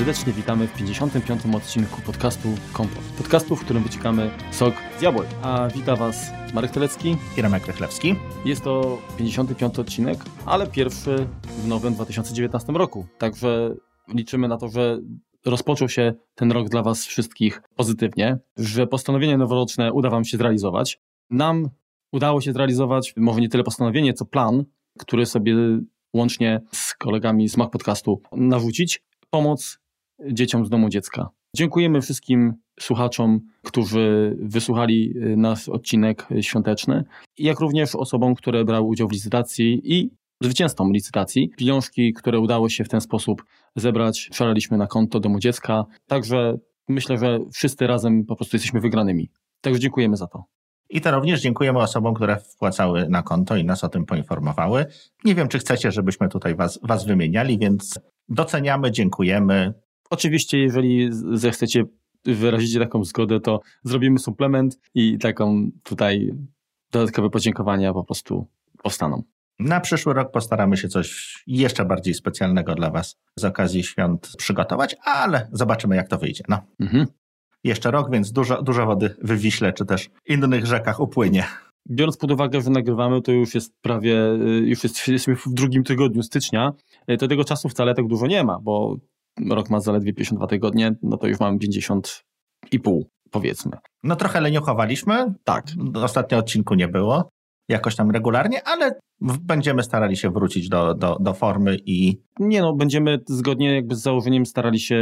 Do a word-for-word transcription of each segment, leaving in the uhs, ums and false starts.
serdecznie witamy w pięćdziesiątym piątym odcinku podcastu Kompot. Podcastu, w którym wyciekamy sok z jabłek. A wita Was Marek Telecki i Remek Rychlewski. Jest to pięćdziesiąty piąty odcinek, ale pierwszy w nowym dwa tysiące dziewiętnastym roku. Także liczymy na to, że rozpoczął się ten rok dla Was wszystkich pozytywnie, że postanowienie noworoczne uda Wam się zrealizować. Nam udało się zrealizować może nie tyle postanowienie, co plan, który sobie łącznie z kolegami z Mac Podcastu narzucić. Pomoc dzieciom z domu dziecka. Dziękujemy wszystkim słuchaczom, którzy wysłuchali nasz odcinek świąteczny, jak również osobom, które brały udział w licytacji i zwycięzcom licytacji. Pieniążki, które udało się w ten sposób zebrać, przelaliśmy na konto domu dziecka. Także myślę, że wszyscy razem po prostu jesteśmy wygranymi. Także dziękujemy za to. I to również dziękujemy osobom, które wpłacały na konto i nas o tym poinformowały. Nie wiem, czy chcecie, żebyśmy tutaj was, was wymieniali, więc doceniamy, dziękujemy. Oczywiście, jeżeli zechcecie, wyrazicie taką zgodę, to zrobimy suplement i taką tutaj dodatkowe podziękowania po prostu powstaną. Na przyszły rok postaramy się coś jeszcze bardziej specjalnego dla was z okazji świąt przygotować, ale zobaczymy, jak to wyjdzie. No. Mhm. Jeszcze rok, więc dużo, dużo wody w Wiśle czy też innych rzekach upłynie. Biorąc pod uwagę, że nagrywamy, to już jest prawie, już jest, jesteśmy w drugim tygodniu stycznia, to tego czasu wcale tak dużo nie ma, bo rok ma zaledwie pięćdziesiąt dwa tygodnie, no to już mamy pięćdziesiąt i pół, powiedzmy. No trochę leniuchowaliśmy. Tak. Ostatnio odcinku nie było jakoś tam regularnie, ale będziemy starali się wrócić do, do, do formy i... Nie no, będziemy zgodnie jakby z założeniem starali się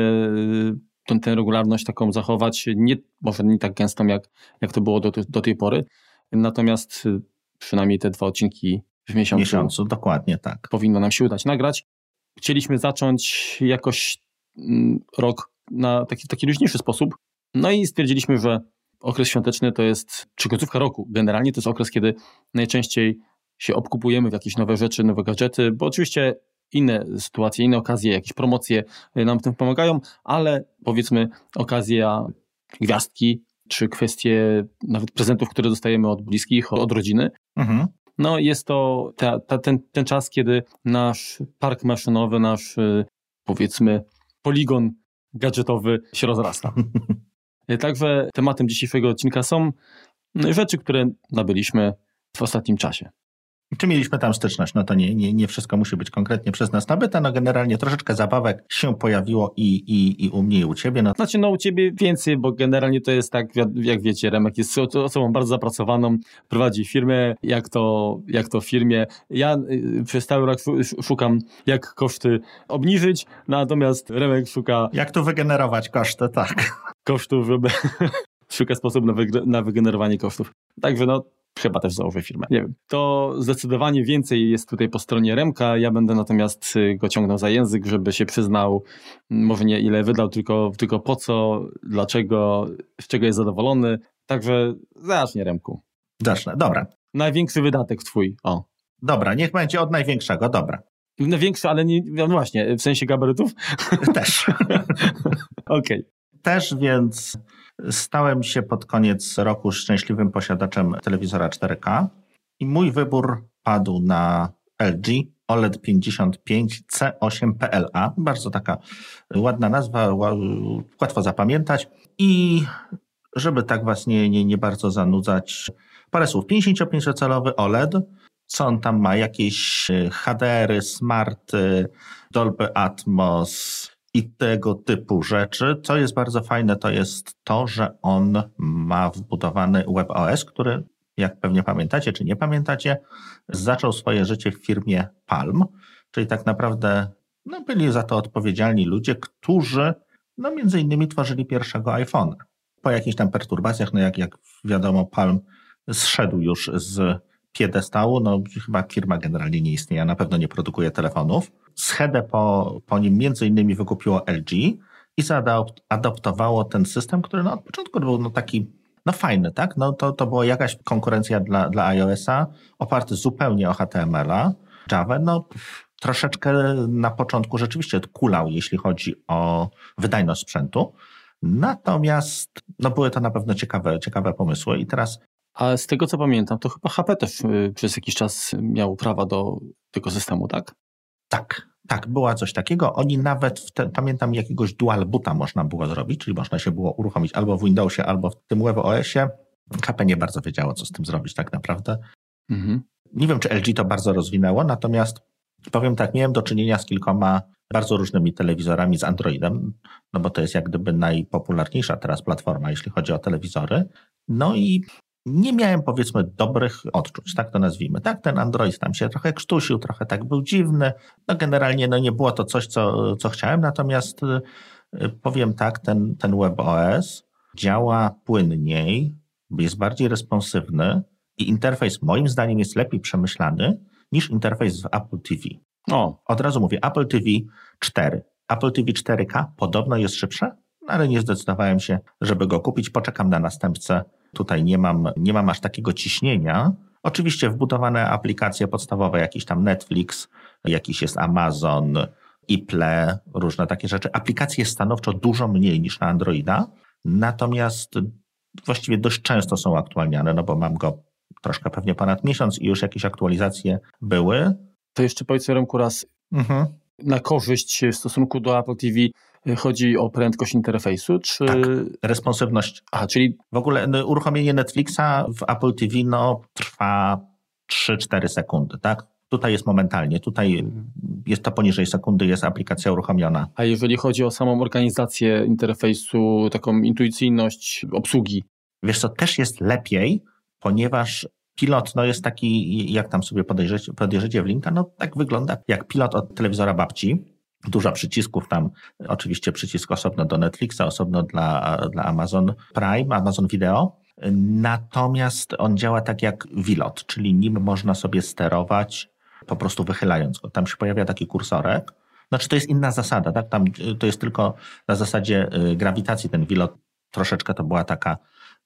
tę, tę regularność taką zachować, nie, może nie tak gęstą jak, jak to było do, do tej pory, natomiast przynajmniej te dwa odcinki w miesiącu, miesiącu, dokładnie tak. Powinno nam się udać nagrać. Chcieliśmy zacząć jakoś mm, rok na taki, taki luźniejszy sposób, no i stwierdziliśmy, że okres świąteczny to jest, czy końcówka roku generalnie to jest okres, kiedy najczęściej się obkupujemy w jakieś nowe rzeczy, nowe gadżety, bo oczywiście inne sytuacje, inne okazje, jakieś promocje nam w tym pomagają, ale powiedzmy okazja gwiazdki, czy kwestie nawet prezentów, które dostajemy od bliskich, od rodziny. Mhm. No jest to ta, ta, ten, ten czas, kiedy nasz park maszynowy, nasz powiedzmy poligon gadżetowy się rozrasta. Także tematem dzisiejszego odcinka są rzeczy, które nabyliśmy w ostatnim czasie. Czy mieliśmy tam styczność? No to nie, nie, nie wszystko musi być konkretnie przez nas nabyte, no generalnie troszeczkę zabawek się pojawiło i, i, i u mnie i u ciebie. No. Znaczy no u ciebie więcej, bo generalnie to jest tak, jak wiecie, Remek jest osobą bardzo zapracowaną, prowadzi firmę, jak to, jak to w firmie. Ja przez cały rok szukam, jak koszty obniżyć, natomiast Remek szuka... Jak tu wygenerować koszty, tak. Kosztów, żeby... szuka sposobu na, wyg- na wygenerowanie kosztów. Także no, chyba też założę firmę. Nie wiem. To zdecydowanie więcej jest tutaj po stronie Remka. Ja będę natomiast go ciągnął za język, żeby się przyznał, może nie ile wydał, tylko, tylko po co, dlaczego, z czego jest zadowolony. Także zacznij, Remku. Zacznę, dobra. Największy wydatek twój. O. Dobra, niech będzie od największego, dobra. Największy, ale nie, no właśnie, w sensie gabarytów? Też. Okej. Okay. Też, więc stałem się pod koniec roku szczęśliwym posiadaczem telewizora cztery K i mój wybór padł na L G O L E D pięćdziesiąt pięć C osiem P L A. Bardzo taka ładna nazwa, łatwo zapamiętać. I żeby tak was nie, nie, nie bardzo zanudzać, parę słów. pięćdziesięciopięciocalowy O L E D. Co on tam ma? Jakieś H D R y, smarty, Dolby Atmos i tego typu rzeczy. Co jest bardzo fajne, to jest to, że on ma wbudowany WebOS, który, jak pewnie pamiętacie, czy nie pamiętacie, zaczął swoje życie w firmie Palm, czyli tak naprawdę no, byli za to odpowiedzialni ludzie, którzy no, między innymi tworzyli pierwszego iPhone'a. Po jakichś tam perturbacjach, no jak, jak wiadomo, Palm zszedł już z piedestału, no chyba firma generalnie nie istnieje, a na pewno nie produkuje telefonów. Schedę po, po nim między innymi wykupiło L G i zaadoptowało ten system, który no od początku był no taki no fajny, tak? No to, to była jakaś konkurencja dla, dla iOS-a, oparty zupełnie o H T M L-a, Java, no troszeczkę na początku rzeczywiście kulał, jeśli chodzi o wydajność sprzętu. Natomiast no były to na pewno ciekawe, ciekawe pomysły i teraz... A z tego co pamiętam, to chyba H P też przez jakiś czas miał prawa do tego systemu, tak? Tak, Tak, była coś takiego. Oni nawet, w te, pamiętam, jakiegoś dual boota można było zrobić, czyli można się było uruchomić albo w Windowsie, albo w tym WebOSie. H P nie bardzo wiedziało, co z tym zrobić tak naprawdę. Mhm. Nie wiem, czy L G to bardzo rozwinęło, natomiast powiem tak, miałem do czynienia z kilkoma bardzo różnymi telewizorami z Androidem, no bo to jest jak gdyby najpopularniejsza teraz platforma, jeśli chodzi o telewizory. No i nie miałem, powiedzmy, dobrych odczuć, tak to nazwijmy. Tak, ten Android tam się trochę krztusił, trochę tak był dziwny. No generalnie no nie było to coś, co, co chciałem, natomiast powiem tak, ten, ten WebOS działa płynniej, jest bardziej responsywny i interfejs moim zdaniem jest lepiej przemyślany niż interfejs w Apple T V. O, od razu mówię, Apple T V cztery. Apple T V cztery K podobno jest szybsze, ale nie zdecydowałem się, żeby go kupić. Poczekam na następcę. Tutaj nie mam, nie mam aż takiego ciśnienia. Oczywiście wbudowane aplikacje podstawowe, jakiś tam Netflix, jakiś jest Amazon, iPlay, różne takie rzeczy. Aplikacji jest stanowczo dużo mniej niż na Androida, natomiast właściwie dość często są aktualniane, no bo mam go troszkę pewnie ponad miesiąc i już jakieś aktualizacje były. To jeszcze powiedz, Remku, raz, mhm. na korzyść w stosunku do Apple T V chodzi o prędkość interfejsu, czy... Tak, responsywność. Aha, czyli... W ogóle no, uruchomienie Netflixa w Apple T V no, trwa trzy cztery sekundy, tak? Tutaj jest momentalnie, tutaj jest to poniżej sekundy, jest aplikacja uruchomiona. A jeżeli chodzi o samą organizację interfejsu, taką intuicyjność obsługi? Wiesz co, też jest lepiej, ponieważ pilot no jest taki, jak tam sobie podejrzycie, podejrzycie w linka, no tak wygląda jak pilot od telewizora babci. Dużo przycisków tam, oczywiście przycisk osobno do Netflixa, osobno dla, dla Amazon Prime, Amazon Video. Natomiast on działa tak jak Wilot, czyli nim można sobie sterować po prostu wychylając go. Tam się pojawia taki kursorek. Znaczy to jest inna zasada, tak? Tam to jest tylko na zasadzie grawitacji ten Wilot. Troszeczkę to była taka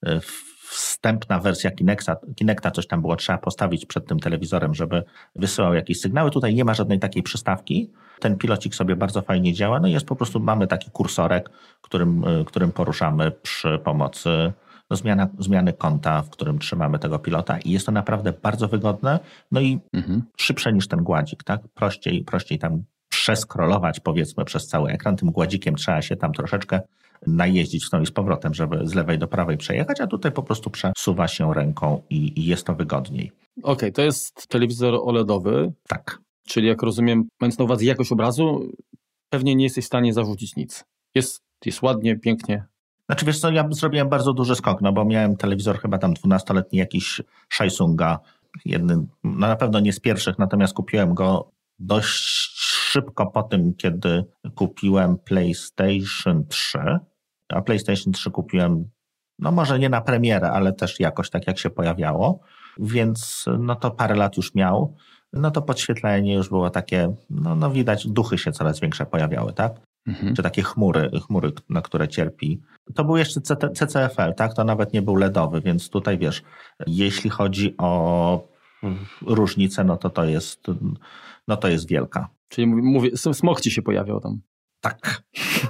wstępna wersja Kinecta, Kinecta, coś tam było trzeba postawić przed tym telewizorem, żeby wysyłał jakieś sygnały. Tutaj nie ma żadnej takiej przystawki. Ten pilocik sobie bardzo fajnie działa. No i jest po prostu, mamy taki kursorek, którym, którym poruszamy przy pomocy no, zmiana, zmiany kąta, w którym trzymamy tego pilota i jest to naprawdę bardzo wygodne, no i mhm. szybsze niż ten gładzik, tak? Prościej, prościej tam przeskrolować, powiedzmy, przez cały ekran. Tym gładzikiem trzeba się tam troszeczkę najeździć w tą i z powrotem, żeby z lewej do prawej przejechać, a tutaj po prostu przesuwa się ręką i, i jest to wygodniej. Okej, okay, to jest telewizor O L E D owy. Tak. Czyli jak rozumiem, mając na uwadze jakość obrazu, pewnie nie jesteś w stanie zarzucić nic. Jest, jest ładnie, pięknie. Znaczy wiesz co, ja zrobiłem bardzo duży skok, no bo miałem telewizor chyba tam dwunastoletni jakiś Samsunga, jednym, no na pewno nie z pierwszych, natomiast kupiłem go dość szybko po tym, kiedy kupiłem PlayStation trzy, a PlayStation trzy kupiłem, no może nie na premierę, ale też jakoś tak jak się pojawiało, więc no to parę lat już miał, no to podświetlenie już było takie, no, no widać, duchy się coraz większe pojawiały, tak? Mhm. Czy takie chmury, chmury, na które cierpi. To był jeszcze C C F L, tak? To nawet nie był L E D owy, więc tutaj wiesz, jeśli chodzi o różnicę, no to to jest, no to jest wielka. Czyli mówię, smok ci się pojawiał tam. Tak.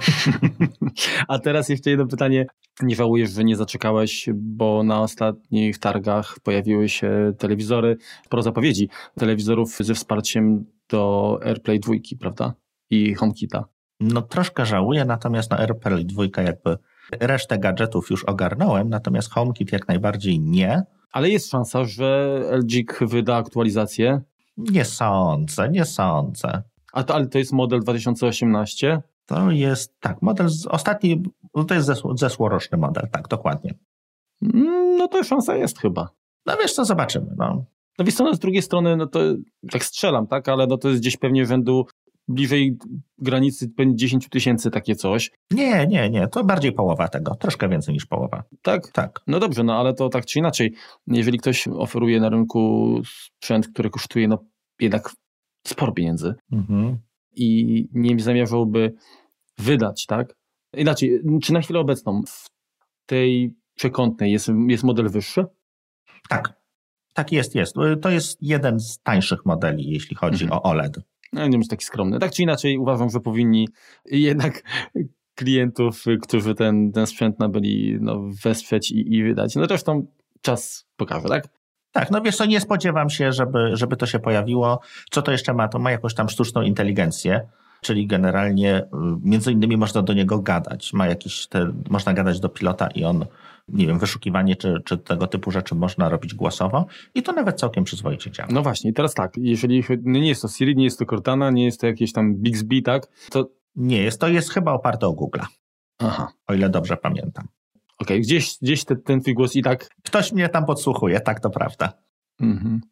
A teraz jeszcze jedno pytanie. Nie żałujesz, że nie zaczekałeś, bo na ostatnich targach pojawiły się telewizory, pro zapowiedzi telewizorów ze wsparciem do AirPlay dwa, prawda? I HomeKita. No troszkę żałuję, natomiast no AirPlay dwa jakby resztę gadżetów już ogarnąłem, natomiast HomeKit jak najbardziej nie. Ale jest szansa, że L G wyda aktualizację? Nie sądzę, nie sądzę. A to, ale to jest model dwa tysiące osiemnaście? To jest, tak, model z, ostatni, to jest zeszłoroczny model, tak, dokładnie. No to szansa jest chyba. No wiesz co, zobaczymy, no. No wiesz co, no z drugiej strony, no to tak strzelam, tak, ale no to jest gdzieś pewnie rzędu bliżej granicy dziesięć tysięcy takie coś. Nie, nie, nie, to bardziej połowa tego, troszkę więcej niż połowa. Tak? Tak. No dobrze, no ale to tak czy inaczej, jeżeli ktoś oferuje na rynku sprzęt, który kosztuje no jednak sporo pieniędzy mhm. i nie zamierzałby wydać, tak? Inaczej, czy na chwilę obecną w tej przekątnej jest, jest model wyższy? Tak, tak jest, jest. To jest jeden z tańszych modeli, jeśli chodzi mhm. o O L E D. No nie wiem, taki skromny. Tak czy inaczej uważam, że powinni jednak klientów, którzy ten, ten sprzęt nabyli, no, wesprzeć i, i wydać. No zresztą czas pokaże, tak? Tak, no wiesz co, nie spodziewam się, żeby, żeby to się pojawiło. Co to jeszcze ma? To ma jakąś tam sztuczną inteligencję, czyli generalnie między innymi można do niego gadać. Ma jakiś te, można gadać do pilota i on, nie wiem, wyszukiwanie czy, czy tego typu rzeczy można robić głosowo i to nawet całkiem przyzwoicie działa. No właśnie, teraz tak, jeżeli no nie jest to Siri, nie jest to Cortana, nie jest to jakieś tam Bixby, tak? To... Nie jest, to jest chyba oparte o Google'a. Aha. O ile dobrze pamiętam. Okej, okay. gdzieś, gdzieś te, ten twój głos i tak... Ktoś mnie tam podsłuchuje, tak, to prawda. Mhm.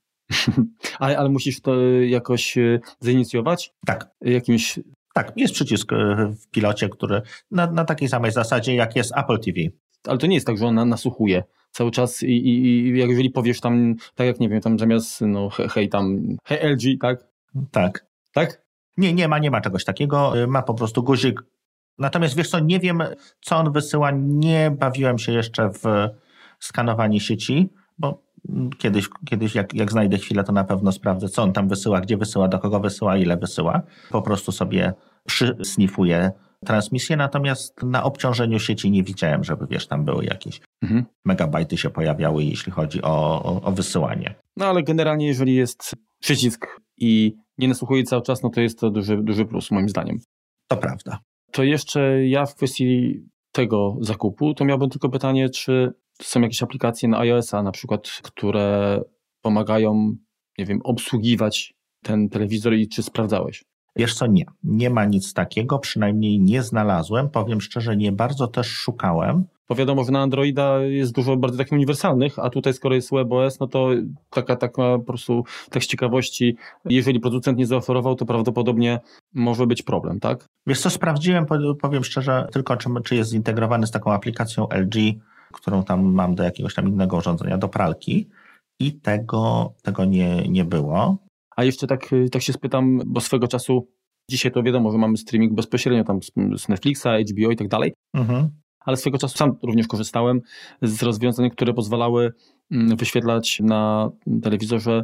ale, ale musisz to jakoś zainicjować? Tak. Jakimś... Tak, jest przycisk w pilocie, który na, na takiej samej zasadzie, jak jest Apple T V. Ale to nie jest tak, że ona nasłuchuje cały czas i, i, i jak jeżeli powiesz tam, tak jak nie wiem, tam zamiast, no hej, hej tam, hej L G, tak? Tak. Tak? Nie, nie ma, nie ma czegoś takiego. Ma po prostu guzik. Natomiast wiesz co, nie wiem, co on wysyła. Nie bawiłem się jeszcze w skanowanie sieci, bo kiedyś, kiedyś jak, jak znajdę chwilę, to na pewno sprawdzę, co on tam wysyła, gdzie wysyła, do kogo wysyła, ile wysyła. Po prostu sobie przysnifuję transmisję, natomiast na obciążeniu sieci nie widziałem, żeby wiesz, tam były jakieś mhm. megabajty się pojawiały, jeśli chodzi o, o, o wysyłanie. No ale generalnie, jeżeli jest przycisk i nie nasłuchuje cały czas, no to jest to duży, duży plus moim zdaniem. To prawda. To jeszcze ja w kwestii tego zakupu, to miałbym tylko pytanie, czy są jakieś aplikacje na iOS-a na przykład, które pomagają, nie wiem, obsługiwać ten telewizor i czy sprawdzałeś? Wiesz co, nie. Nie ma nic takiego, przynajmniej nie znalazłem. Powiem szczerze, nie bardzo też szukałem. Bo wiadomo, że na Androida jest dużo bardzo takich uniwersalnych, a tutaj skoro jest WebOS, no to taka, taka po prostu tak z ciekawości, jeżeli producent nie zaoferował, to prawdopodobnie może być problem, tak? Wiesz co, sprawdziłem, powiem szczerze, tylko czy, czy jest zintegrowany z taką aplikacją L G, którą tam mam do jakiegoś tam innego urządzenia, do pralki i tego, tego nie, nie było. A jeszcze tak, tak się spytam, bo swego czasu, dzisiaj to wiadomo, że mamy streaming bezpośrednio tam z Netflixa, H B O i tak dalej, mhm. ale swego czasu sam również korzystałem z rozwiązań, które pozwalały wyświetlać na telewizorze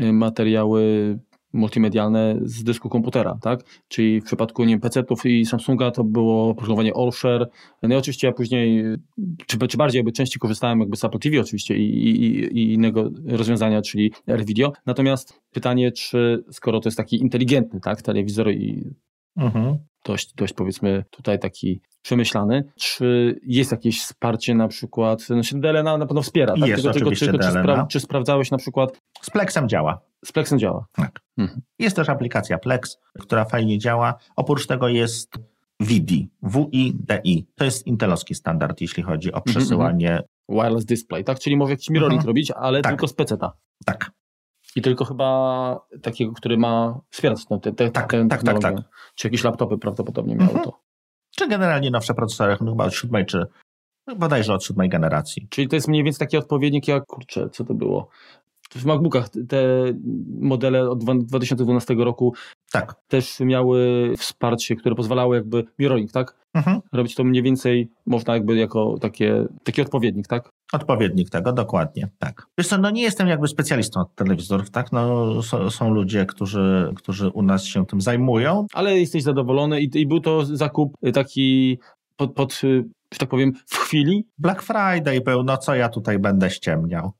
materiały multimedialne z dysku komputera, tak? Czyli w przypadku nie wiem, P C-ów i Samsunga to było programowanie AllShare. No i oczywiście ja później, czy, czy bardziej jakby częściej korzystałem jakby z Apple T V oczywiście i, i, i innego rozwiązania, czyli AirVideo. Natomiast pytanie, czy skoro to jest taki inteligentny, tak, telewizor i mhm. dość, dość powiedzmy tutaj taki przemyślany, czy jest jakieś wsparcie na przykład, znaczy D L N A na pewno wspiera, tak? Jest tylko, oczywiście tylko, czy, D L N A. spra- czy sprawdzałeś na przykład... Z Plexem działa. Z Plexem działa. Tak. Mhm. Jest też aplikacja Plex, która fajnie działa. Oprócz tego jest V D, W I D I. To jest intelowski standard, jeśli chodzi o przesyłanie... Mhm. Wireless display, tak? Czyli może jakiś mirroring mhm. robić, ale tak. tylko z peceta. Tak. I tylko chyba takiego, który ma wspierać tę te, te, tak, te tak, tak, tak. Czy jakieś laptopy prawdopodobnie miały mhm. to. Czy generalnie nowsze procesory, no chyba od siódmej, czy bodajże od siódmej generacji. Czyli to jest mniej więcej taki odpowiednik jak, kurczę, co to było? W MacBookach te modele od dwa tysiące dwunastego roku tak. też miały wsparcie, które pozwalało jakby mirroring, tak? Mhm. Robić to mniej więcej można jakby jako takie, taki odpowiednik, tak? Odpowiednik tego, dokładnie, tak. Wiesz co, no nie jestem jakby specjalistą od telewizorów, tak? No są, są ludzie, którzy, którzy u nas się tym zajmują. Ale jesteś zadowolony i, i był to zakup taki pod, pod, że tak powiem, w chwili? Black Friday był, no co ja tutaj będę ściemniał.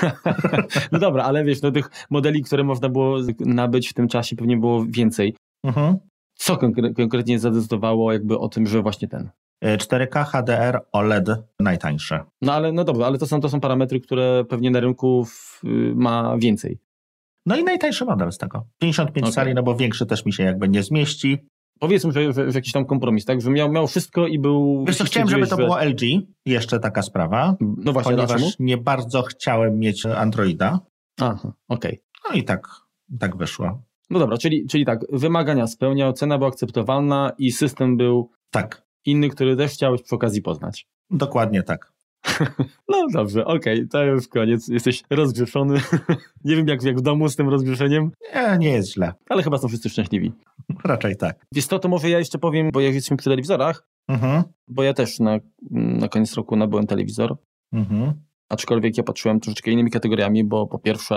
No dobra, ale wiesz, no tych modeli, które można było nabyć w tym czasie pewnie było więcej. Mhm. Co konkre- konkretnie zadecydowało jakby o tym, że właśnie ten? cztery K H D R O L E D najtańsze. No ale no dobra, ale to są, to są parametry, które pewnie na rynku w, ma więcej. No i najtańszy model z tego. pięćdziesiąt pięć okay. cali, no bo większy też mi się jakby nie zmieści. Powiedzmy, że, że, że jakiś tam kompromis, tak? Że miał, miał wszystko i był... Wiesz co, chciałem, żeby to że... było L G. Jeszcze taka sprawa. No właśnie, ponieważ nie bardzo chciałem mieć Androida. Aha, okej. Okay. No i tak, tak wyszło. No dobra, czyli, czyli tak, wymagania spełniał, cena była akceptowalna i system był... Tak. Inny, który też chciałeś przy okazji poznać. Dokładnie tak. No dobrze, okej, okay, to już koniec. Jesteś rozgrzeszony. Nie wiem jak, jak w domu z tym rozgrzeszeniem. Nie, nie jest źle. Ale chyba są wszyscy szczęśliwi. Raczej tak. Wiesz co, to może ja jeszcze powiem, bo jak jesteśmy przy telewizorach, mhm. bo ja też na, na koniec roku nabyłem telewizor. Mhm. Aczkolwiek ja patrzyłem troszeczkę innymi kategoriami, bo po pierwsze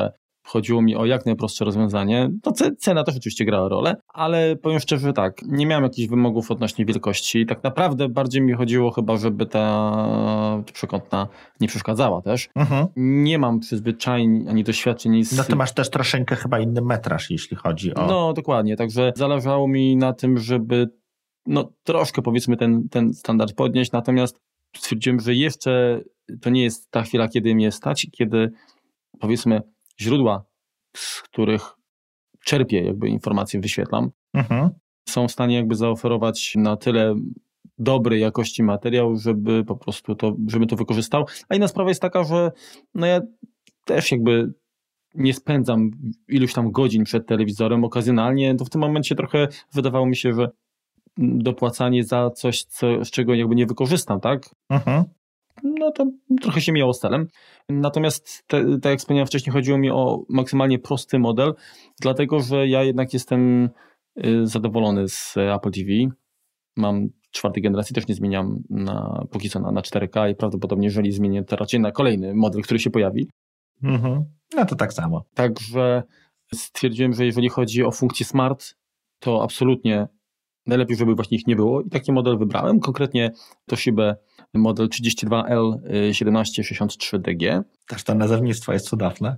chodziło mi o jak najprostsze rozwiązanie. To cena też oczywiście grała rolę, ale powiem szczerze, że tak, nie miałem jakichś wymogów odnośnie wielkości. Tak naprawdę bardziej mi chodziło chyba, żeby ta przekątna nie przeszkadzała też. Mhm. Nie mam przyzwyczajeń ani doświadczeń z... No ty masz też troszeczkę chyba inny metraż, jeśli chodzi o... No dokładnie, także zależało mi na tym, żeby no troszkę powiedzmy ten, ten standard podnieść, natomiast stwierdziłem, że jeszcze to nie jest ta chwila, kiedy mnie stać, kiedy powiedzmy źródła, z których czerpię jakby informacje, wyświetlam, mhm. są w stanie jakby zaoferować na tyle dobrej jakości materiał, żeby po prostu to, żeby to wykorzystał. A inna sprawa jest taka, że no ja też jakby nie spędzam iluś tam godzin przed telewizorem okazjonalnie, to w tym momencie trochę wydawało mi się, że dopłacanie za coś, co, z czego jakby nie wykorzystam, tak? Mhm. No to trochę się mijało z celem. Natomiast te, tak jak wspomniałem wcześniej, chodziło mi o maksymalnie prosty model, dlatego że ja jednak jestem y, zadowolony z Apple T V. Mam czwartej generacji, też nie zmieniam na, póki co na, na cztery K i prawdopodobnie jeżeli zmienię, to raczej na kolejny model, który się pojawi. Mhm. No to tak samo. Także stwierdziłem, że jeżeli chodzi o funkcję smart, to absolutnie najlepiej, żeby właśnie ich nie było i taki model wybrałem, konkretnie Toshibę model trzydzieści dwa L siedemnaście sześćdziesiąt trzy D G. Też to nazewnictwo jest cudowne.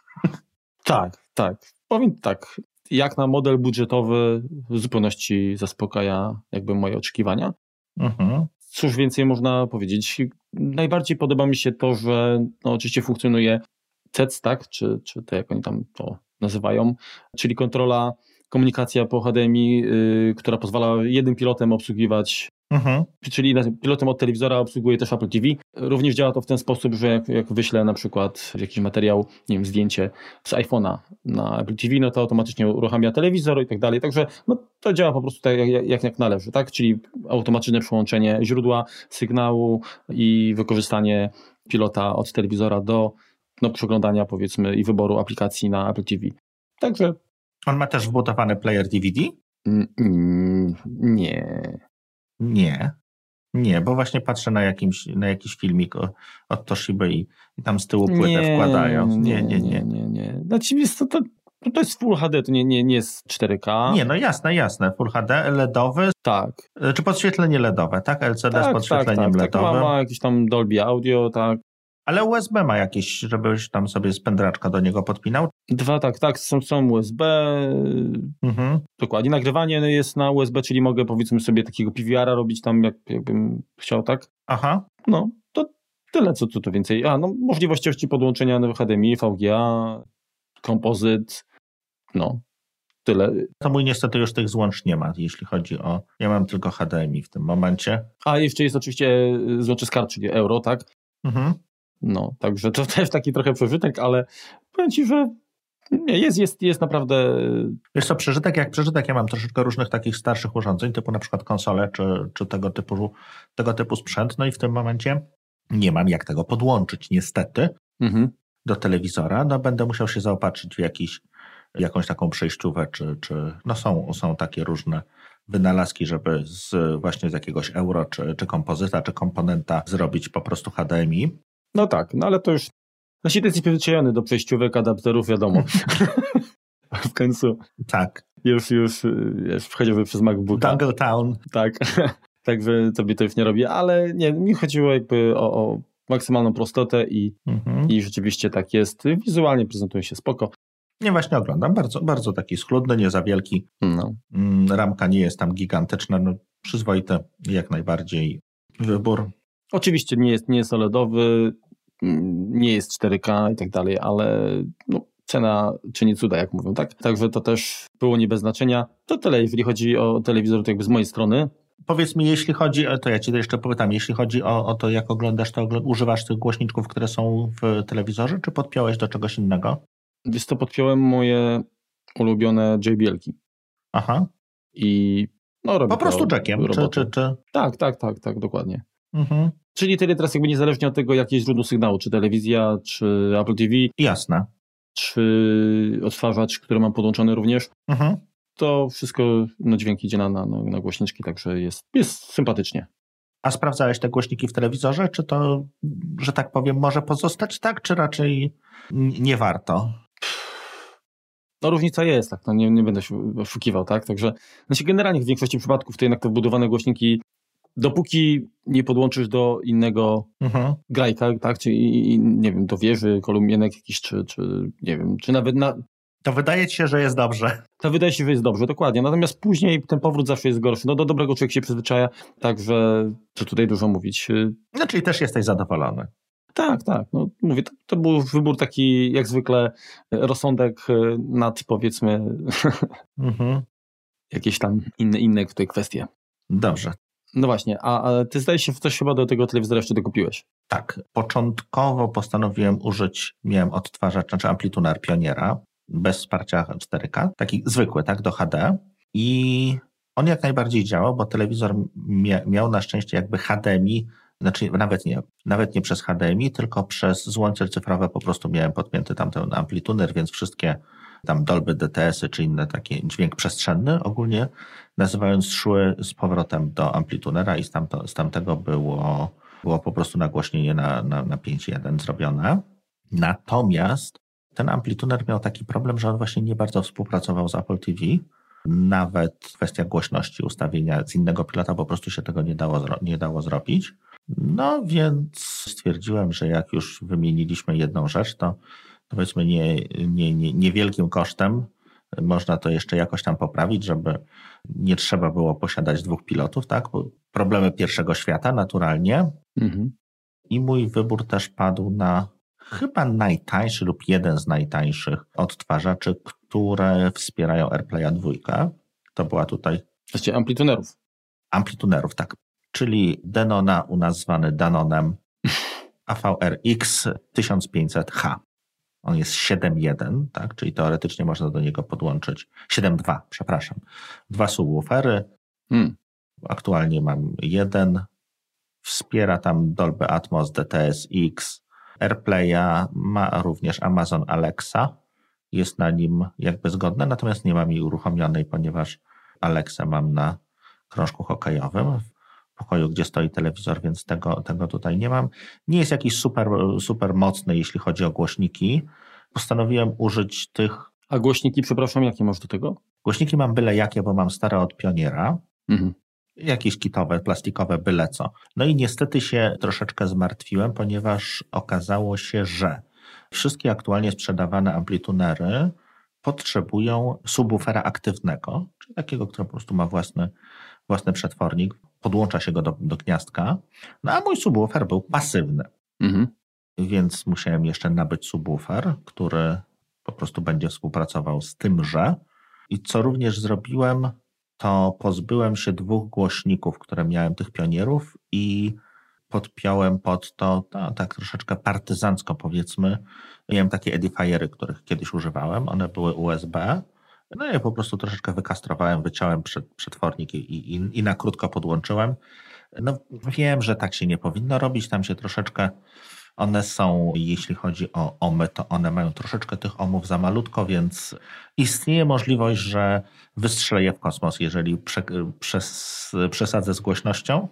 Tak, tak. Powiem tak, jak na model budżetowy w zupełności zaspokaja jakby moje oczekiwania. Mhm. Cóż więcej można powiedzieć? Najbardziej podoba mi się to, że no oczywiście funkcjonuje C E T S, tak? Czy, czy to jak oni tam to nazywają, czyli kontrola, komunikacja po H D M I, yy, która pozwala jednym pilotem obsługiwać, mhm. czyli pilotem od telewizora obsługuje też Apple T V. Również działa to w ten sposób, że jak, jak wyślę na przykład jakiś materiał, nie wiem, zdjęcie z iPhone'a na Apple T V, no to automatycznie uruchamia telewizor i tak dalej. Także no, to działa po prostu tak, jak, jak, jak należy, tak? Czyli automatyczne przyłączenie źródła sygnału i wykorzystanie pilota od telewizora do no, przeglądania powiedzmy i wyboru aplikacji na Apple T V. Także on ma też wbudowany player D V D? Mm, nie. Nie. Nie, bo właśnie patrzę na, jakimś, na jakiś filmik od Toshiby i, i tam z tyłu płytę nie, wkładają. Nie, nie, nie. nie, nie, nie. Znaczy jest to, to, to jest Full H D, to nie, nie, nie jest cztery K. Nie, no jasne, jasne. Full H D, L E D owy. Tak. Czy podświetlenie L E D owe, tak? L C D tak, z podświetleniem tak, L E D owym. Tak, ma, ma jakieś tam Dolby Audio, tak. Ale U S B ma jakieś, żebyś tam sobie z pędraczka do niego podpinał? Dwa, tak, tak, są, są U S B, mhm. Dokładnie. Nagrywanie jest na U S B, czyli mogę powiedzmy sobie takiego P V R a robić tam, jak, jakbym chciał, tak? Aha. No, to tyle, co tu więcej. A, no możliwości podłączenia do H D M I, V G A, kompozyt, no, tyle. To mój niestety już tych złącz nie ma, jeśli chodzi o... Ja mam tylko H D M I w tym momencie. A jeszcze jest oczywiście złącze z kart, czyli euro, tak? Mhm. No, także to też taki trochę przeżytek, ale powiem Ci, że nie, jest, jest, jest naprawdę... Wiesz co, przeżytek jak przeżytek, ja mam troszeczkę różnych takich starszych urządzeń, typu na przykład konsole, czy, czy tego typu, tego typu sprzęt, no i w tym momencie nie mam jak tego podłączyć niestety mhm. do telewizora, no będę musiał się zaopatrzyć w jakiś, jakąś taką przejściówę, czy, czy no są, są takie różne wynalazki, żeby z, właśnie z jakiegoś euro, czy, czy kompozyta, czy komponenta zrobić po prostu H D M I. No tak, no ale to już... Znaczy, ty jesteś przyzwyczajony do przejściówek, adapterów, wiadomo. W końcu. Tak. Już, już, już chociażby przez MacBooka. Dongle Town. Tak. Także tobie to już nie robi, ale nie, mi chodziło jakby o, o maksymalną prostotę i, mhm. i rzeczywiście tak jest. Wizualnie prezentuje się spoko. Nie, właśnie oglądam. Bardzo, bardzo taki schludny, nie za wielki. No. Ramka nie jest tam gigantyczna, no przyzwoity jak najbardziej wybór. Oczywiście nie jest, nie jest OLEDowy, nie jest cztery K i tak dalej, ale no, cena czyni cuda, jak mówią, tak? Także to też było nie bez znaczenia. To tyle, jeżeli chodzi o telewizor, to jakby z mojej strony. Powiedz mi, jeśli chodzi, to ja Ci jeszcze pytam, jeśli chodzi o, o to, jak oglądasz, to używasz tych głośniczków, które są w telewizorze, czy podpiąłeś do czegoś innego? Wiesz co, podpiąłem moje ulubione J B L-ki. Aha. I no robię po prostu jackiem, czy, czy, czy? Tak, tak, tak, tak, dokładnie. Mhm. Czyli tyle teraz jakby niezależnie od tego, jakie jest źródło sygnału, czy telewizja, czy Apple T V. Jasne. Czy odtwarzacz, który mam podłączony również. Mhm. To wszystko, no dźwięk idzie na, na, na głośniczki, także jest, jest sympatycznie. A sprawdzałeś te głośniki w telewizorze? Czy to, że tak powiem, może pozostać tak, czy raczej nie warto? No różnica jest, tak, no nie, nie będę się oszukiwał, tak, także znaczy generalnie w większości przypadków to jednak te wbudowane głośniki, dopóki nie podłączysz do innego mhm. grajka, tak, czy nie wiem, do wieży, kolumienek jakiś, czy, czy nie wiem, czy nawet na... To wydaje ci się, że jest dobrze. To wydaje się, że jest dobrze, dokładnie, natomiast później ten powrót zawsze jest gorszy, no do dobrego człowiek się przyzwyczaja, także co tutaj dużo mówić. No czyli też jesteś zadowolony. Tak, tak. No, mówię, to, to był wybór taki jak zwykle rozsądek nad powiedzmy mhm. jakieś tam inne, inne tutaj kwestie. Dobrze. No właśnie, a, a ty zdaje się coś chyba do tego telewizora jeszcze dokupiłeś. Tak. Początkowo postanowiłem użyć, miałem odtwarzacz, znaczy amplituner Pioniera bez wsparcia cztery K, taki zwykły, tak, do H D i on jak najbardziej działał, bo telewizor mia- miał na szczęście jakby H D M I, znaczy nawet nie, nawet nie przez H D M I, tylko przez złącze cyfrowe po prostu miałem podpięty tamten amplituner, więc wszystkie tam Dolby D T S-y czy inne takie dźwięk przestrzenny ogólnie nazywając szły z powrotem do amplitunera i z, tamto, z tamtego było, było po prostu nagłośnienie na, na, na pięć jeden zrobione. Natomiast ten amplituner miał taki problem, że on właśnie nie bardzo współpracował z Apple T V. Nawet kwestia głośności ustawienia z innego pilota po prostu się tego nie dało, nie dało zrobić. No więc stwierdziłem, że jak już wymieniliśmy jedną rzecz, to powiedzmy nie, nie, nie, niewielkim kosztem można to jeszcze jakoś tam poprawić, żeby nie trzeba było posiadać dwóch pilotów, tak? Bo problemy pierwszego świata naturalnie. Mhm. I mój wybór też padł na chyba najtańszy lub jeden z najtańszych odtwarzaczy, które wspierają AirPlaya dwa. To była tutaj... Właściwie amplitunerów. Amplitunerów, tak. Czyli Denona u nas zwany Danonem A V R X tysiąc pięćset H. On jest siedem jeden, tak? Czyli teoretycznie można do niego podłączyć siedem dwa, przepraszam. Dwa subwoofery. Hmm. Aktualnie mam jeden. Wspiera tam Dolby Atmos, D T S X, AirPlaya, ma również Amazon Alexa. Jest na nim jakby zgodne, natomiast nie mam jej uruchomionej, ponieważ Alexę mam na krążku hokejowym w pokoju, gdzie stoi telewizor, więc tego, tego tutaj nie mam. Nie jest jakiś super, super mocny, jeśli chodzi o głośniki. Postanowiłem użyć tych... A głośniki, przepraszam, jakie masz do tego? Głośniki mam byle jakie, bo mam stare od Pioniera. Mhm. Jakieś kitowe, plastikowe, byle co. No i niestety się troszeczkę zmartwiłem, ponieważ okazało się, że wszystkie aktualnie sprzedawane amplitunery potrzebują subwoofera aktywnego, czyli takiego, który po prostu ma własny, własny przetwornik, podłącza się go do, do gniazdka, no a mój subwoofer był pasywny. Mhm. Więc musiałem jeszcze nabyć subwoofer, który po prostu będzie współpracował z tymże. I co również zrobiłem, to pozbyłem się dwóch głośników, które miałem, tych Pionierów, i podpiąłem pod to, no, tak troszeczkę partyzancko powiedzmy. Miałem takie edifiery, których kiedyś używałem, one były U S B. No i ja po prostu troszeczkę wykastrowałem, wyciąłem przed, przetwornik i, i, i na krótko podłączyłem. No wiem, że tak się nie powinno robić, tam się troszeczkę, one są, jeśli chodzi o omy, to one mają troszeczkę tych ohmów za malutko, więc istnieje możliwość, że wystrzelę je w kosmos, jeżeli prze, przez, przesadzę z głośnością.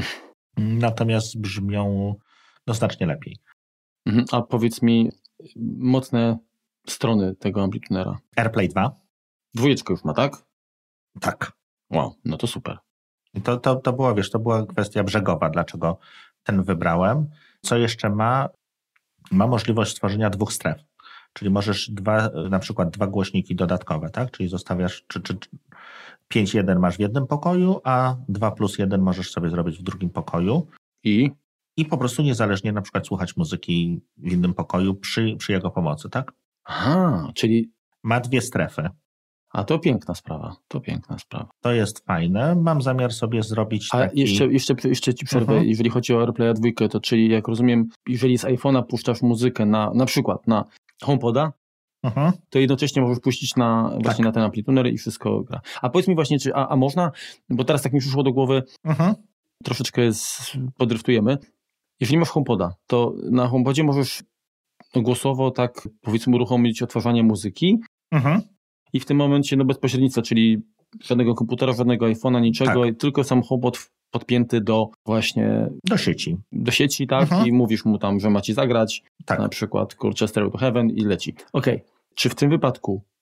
Natomiast brzmią no, znacznie lepiej. A powiedz mi, mocne strony tego amplitunera. AirPlay dwa. Dwójeczkę już ma, tak? Tak. Wow, no to super. I to, to, to była, wiesz, to była kwestia brzegowa, dlaczego ten wybrałem. Co jeszcze ma? Ma możliwość stworzenia dwóch stref. Czyli możesz dwa, na przykład dwa głośniki dodatkowe, tak? Czyli zostawiasz, czy, czy pięć jeden masz w jednym pokoju, a dwa plus jeden możesz sobie zrobić w drugim pokoju. I? I po prostu niezależnie na przykład słuchać muzyki w innym pokoju przy, przy jego pomocy, tak? Aha, czyli... Ma dwie strefy. A to piękna sprawa, to piękna sprawa. To jest fajne. Mam zamiar sobie zrobić A taki... jeszcze, jeszcze, jeszcze ci przerwę, uh-huh. Jeżeli chodzi o AirPlaya dwa, to czyli jak rozumiem, jeżeli z iPhone'a puszczasz muzykę na, na przykład na HomePoda, uh-huh. to jednocześnie możesz puścić na, właśnie tak. na ten amplituner i wszystko gra. A powiedz mi właśnie, czy a, a można, bo teraz tak mi przyszło do głowy, uh-huh. troszeczkę z, podryftujemy. Jeżeli masz HomePoda, to na HomePodzie możesz głosowo tak powiedzmy uruchomić odtwarzanie muzyki, uh-huh. i w tym momencie no bez pośrednictwa, czyli żadnego komputera, żadnego iPhone'a, niczego, tak. tylko sam HomePod podpięty do właśnie... Do sieci. Do sieci, tak, uh-huh. i mówisz mu tam, że ma ci zagrać, tak. na przykład kurczę Stairway to Heaven i leci. Okej, okay. Czy w tym wypadku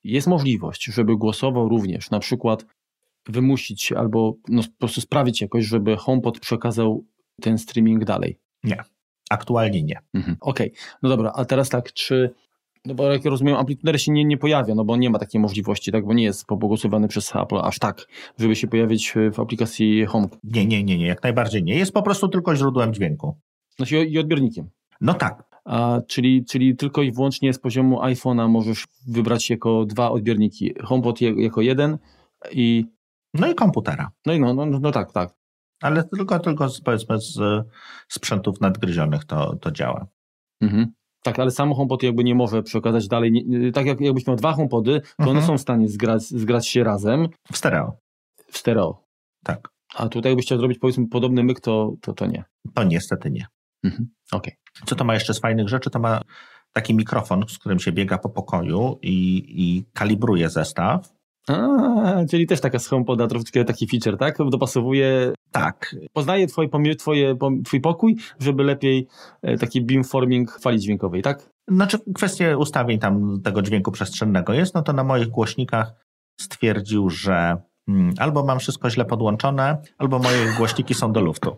jest możliwość, żeby głosowo również na przykład wymusić albo no, po prostu sprawić jakoś, żeby HomePod przekazał ten streaming dalej? Nie, aktualnie nie. Mhm. Okej, okay. No dobra, a teraz tak, czy, no bo jak rozumiem, amplituder się nie, nie pojawia, no bo nie ma takiej możliwości, tak, bo nie jest pobłogosławiony przez Apple aż tak, żeby się pojawić w aplikacji Home. Nie, nie, nie, nie, jak najbardziej nie. Jest po prostu tylko źródłem dźwięku. Znaczy i odbiornikiem. No tak. A, czyli, czyli tylko i wyłącznie z poziomu iPhone'a możesz wybrać jako dwa odbiorniki. HomePod je, jako jeden i... No i komputera. No i no, no, no tak, tak. Ale tylko, tylko z, powiedzmy z sprzętów nadgryzionych to, to działa. Mhm. Tak, ale sam HomePod jakby nie może przekazać dalej. Nie, tak jak jakbyś miał dwa HomePody, to mhm. one są w stanie zgrać, zgrać się razem. W stereo. W stereo. Tak. A tutaj jakbyś chciał zrobić powiedzmy podobny myk, to, to, to nie. To niestety nie. Mhm. Okej. Okay. Co to ma jeszcze z fajnych rzeczy? To ma taki mikrofon, z którym się biega po pokoju i, i kalibruje zestaw. A, czyli też taka z HomePoda troszeczkę taki feature, tak? Dopasowuje... Tak. Poznaje twoje, twoje, twój pokój, żeby lepiej taki beamforming fali dźwiękowej, tak? Znaczy kwestie ustawień tam tego dźwięku przestrzennego jest, no to na moich głośnikach stwierdził, że hmm, albo mam wszystko źle podłączone, albo moje głośniki są do luftu.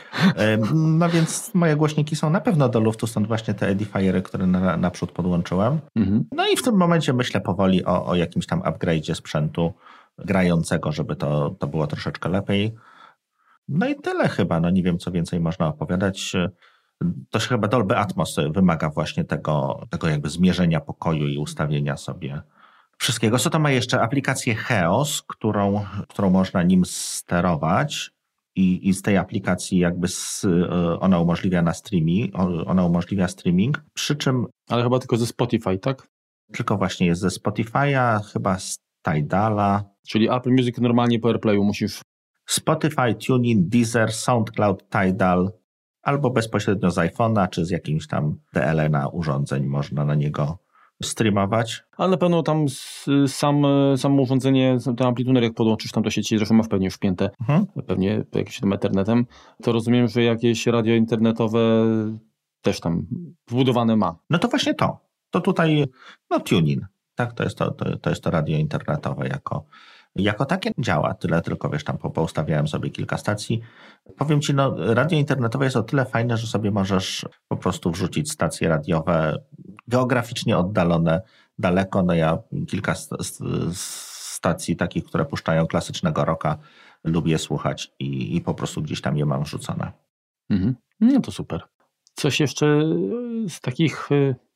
No więc moje głośniki są na pewno do luftu, stąd właśnie te edifiery, które na, naprzód podłączyłem. Mhm. No i w tym momencie myślę powoli o, o jakimś tam upgrade'zie sprzętu grającego, żeby to, to było troszeczkę lepiej. No i tyle chyba, no nie wiem co więcej można opowiadać. To się chyba Dolby Atmos wymaga właśnie tego, tego jakby zmierzenia pokoju i ustawienia sobie wszystkiego. Co to ma jeszcze? Aplikację Heos, którą, którą można nim sterować i, i z tej aplikacji jakby z, ona umożliwia na streaming, ona umożliwia streaming, przy czym... Ale chyba tylko ze Spotify, tak? Tylko właśnie jest ze Spotify'a, chyba z Tidala. Czyli Apple Music normalnie po AirPlayu musisz... Spotify, TuneIn, Deezer, SoundCloud, Tidal, albo bezpośrednio z iPhone'a, czy z jakimś tam D L N a urządzeń można na niego streamować. Ale na pewno tam sam, samo urządzenie, ten amplituner jak podłączysz tam do sieci, zresztą ma w pewnie już wpięte, mhm. pewnie jakimś tam ethernetem, to rozumiem, że jakieś radio internetowe też tam wbudowane ma. No to właśnie to. To tutaj, no TuneIn, tak, to jest to, to, to jest to radio internetowe jako Jako takie działa, tyle tylko wiesz, tam poustawiałem sobie kilka stacji. Powiem ci, no radio internetowe jest o tyle fajne, że sobie możesz po prostu wrzucić stacje radiowe geograficznie oddalone daleko. No ja kilka st- stacji takich, które puszczają klasycznego rocka, lubię słuchać i, i po prostu gdzieś tam je mam wrzucone. Mhm. No to super. Coś jeszcze z takich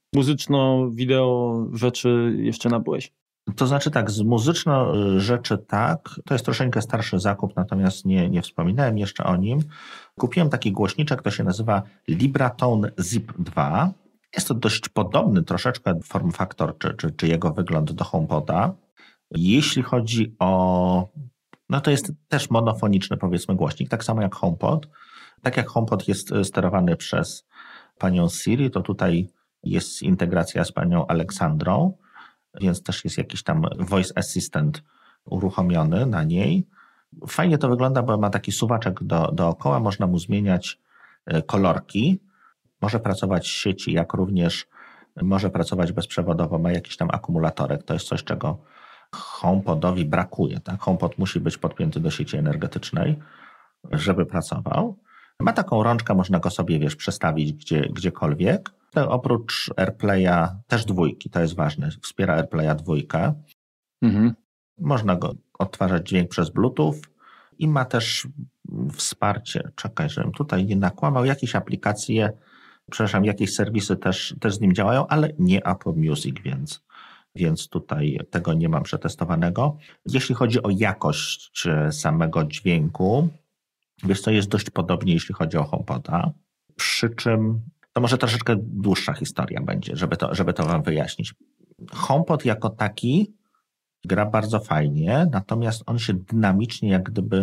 muzyczno-wideo rzeczy jeszcze nabyłeś? To znaczy tak, z muzyczno rzeczy tak, to jest troszeczkę starszy zakup, natomiast nie, nie wspominałem jeszcze o nim. Kupiłem taki głośniczek, to się nazywa Libratone Zip dwa. Jest to dość podobny troszeczkę form factor, czy, czy, czy jego wygląd do HomePoda. Jeśli chodzi o, no to jest też monofoniczny powiedzmy głośnik, tak samo jak HomePod. Tak jak HomePod jest sterowany przez panią Siri, to tutaj jest integracja z panią Aleksandrą, więc też jest jakiś tam voice assistant uruchomiony na niej. Fajnie to wygląda, bo ma taki suwaczek do, dookoła, można mu zmieniać kolorki. Może pracować w sieci, jak również może pracować bezprzewodowo, ma jakiś tam akumulatorek. To jest coś, czego HomePodowi brakuje. Tak? HomePod musi być podpięty do sieci energetycznej, żeby pracował. Ma taką rączkę, można go sobie, wiesz, przestawić gdzie, gdziekolwiek. To oprócz AirPlaya też dwójki, to jest ważne. Wspiera AirPlaya dwójkę. Mhm. Można go odtwarzać dźwięk przez Bluetooth i ma też wsparcie, czekaj, żebym tutaj nie nakłamał, jakieś aplikacje, przepraszam, jakieś serwisy też, też z nim działają, ale nie Apple Music, więc, więc tutaj tego nie mam przetestowanego. Jeśli chodzi o jakość samego dźwięku, wiesz co, jest dość podobnie, jeśli chodzi o HomePoda, przy czym to może troszeczkę dłuższa historia będzie, żeby to, żeby to wam wyjaśnić. HomePod jako taki gra bardzo fajnie, natomiast on się dynamicznie jak gdyby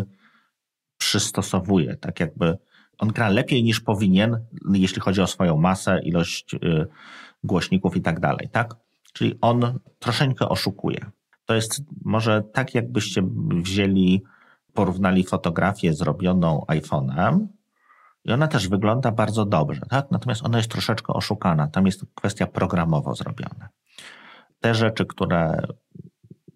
przystosowuje, tak jakby on gra lepiej niż powinien, jeśli chodzi o swoją masę, ilość y, głośników i tak dalej, tak? Czyli on troszeczkę oszukuje. To jest może tak, jakbyście wzięli, porównali fotografię zrobioną iPhone'em i ona też wygląda bardzo dobrze, tak? Natomiast ona jest troszeczkę oszukana. Tam jest kwestia programowo zrobiona. Te rzeczy, które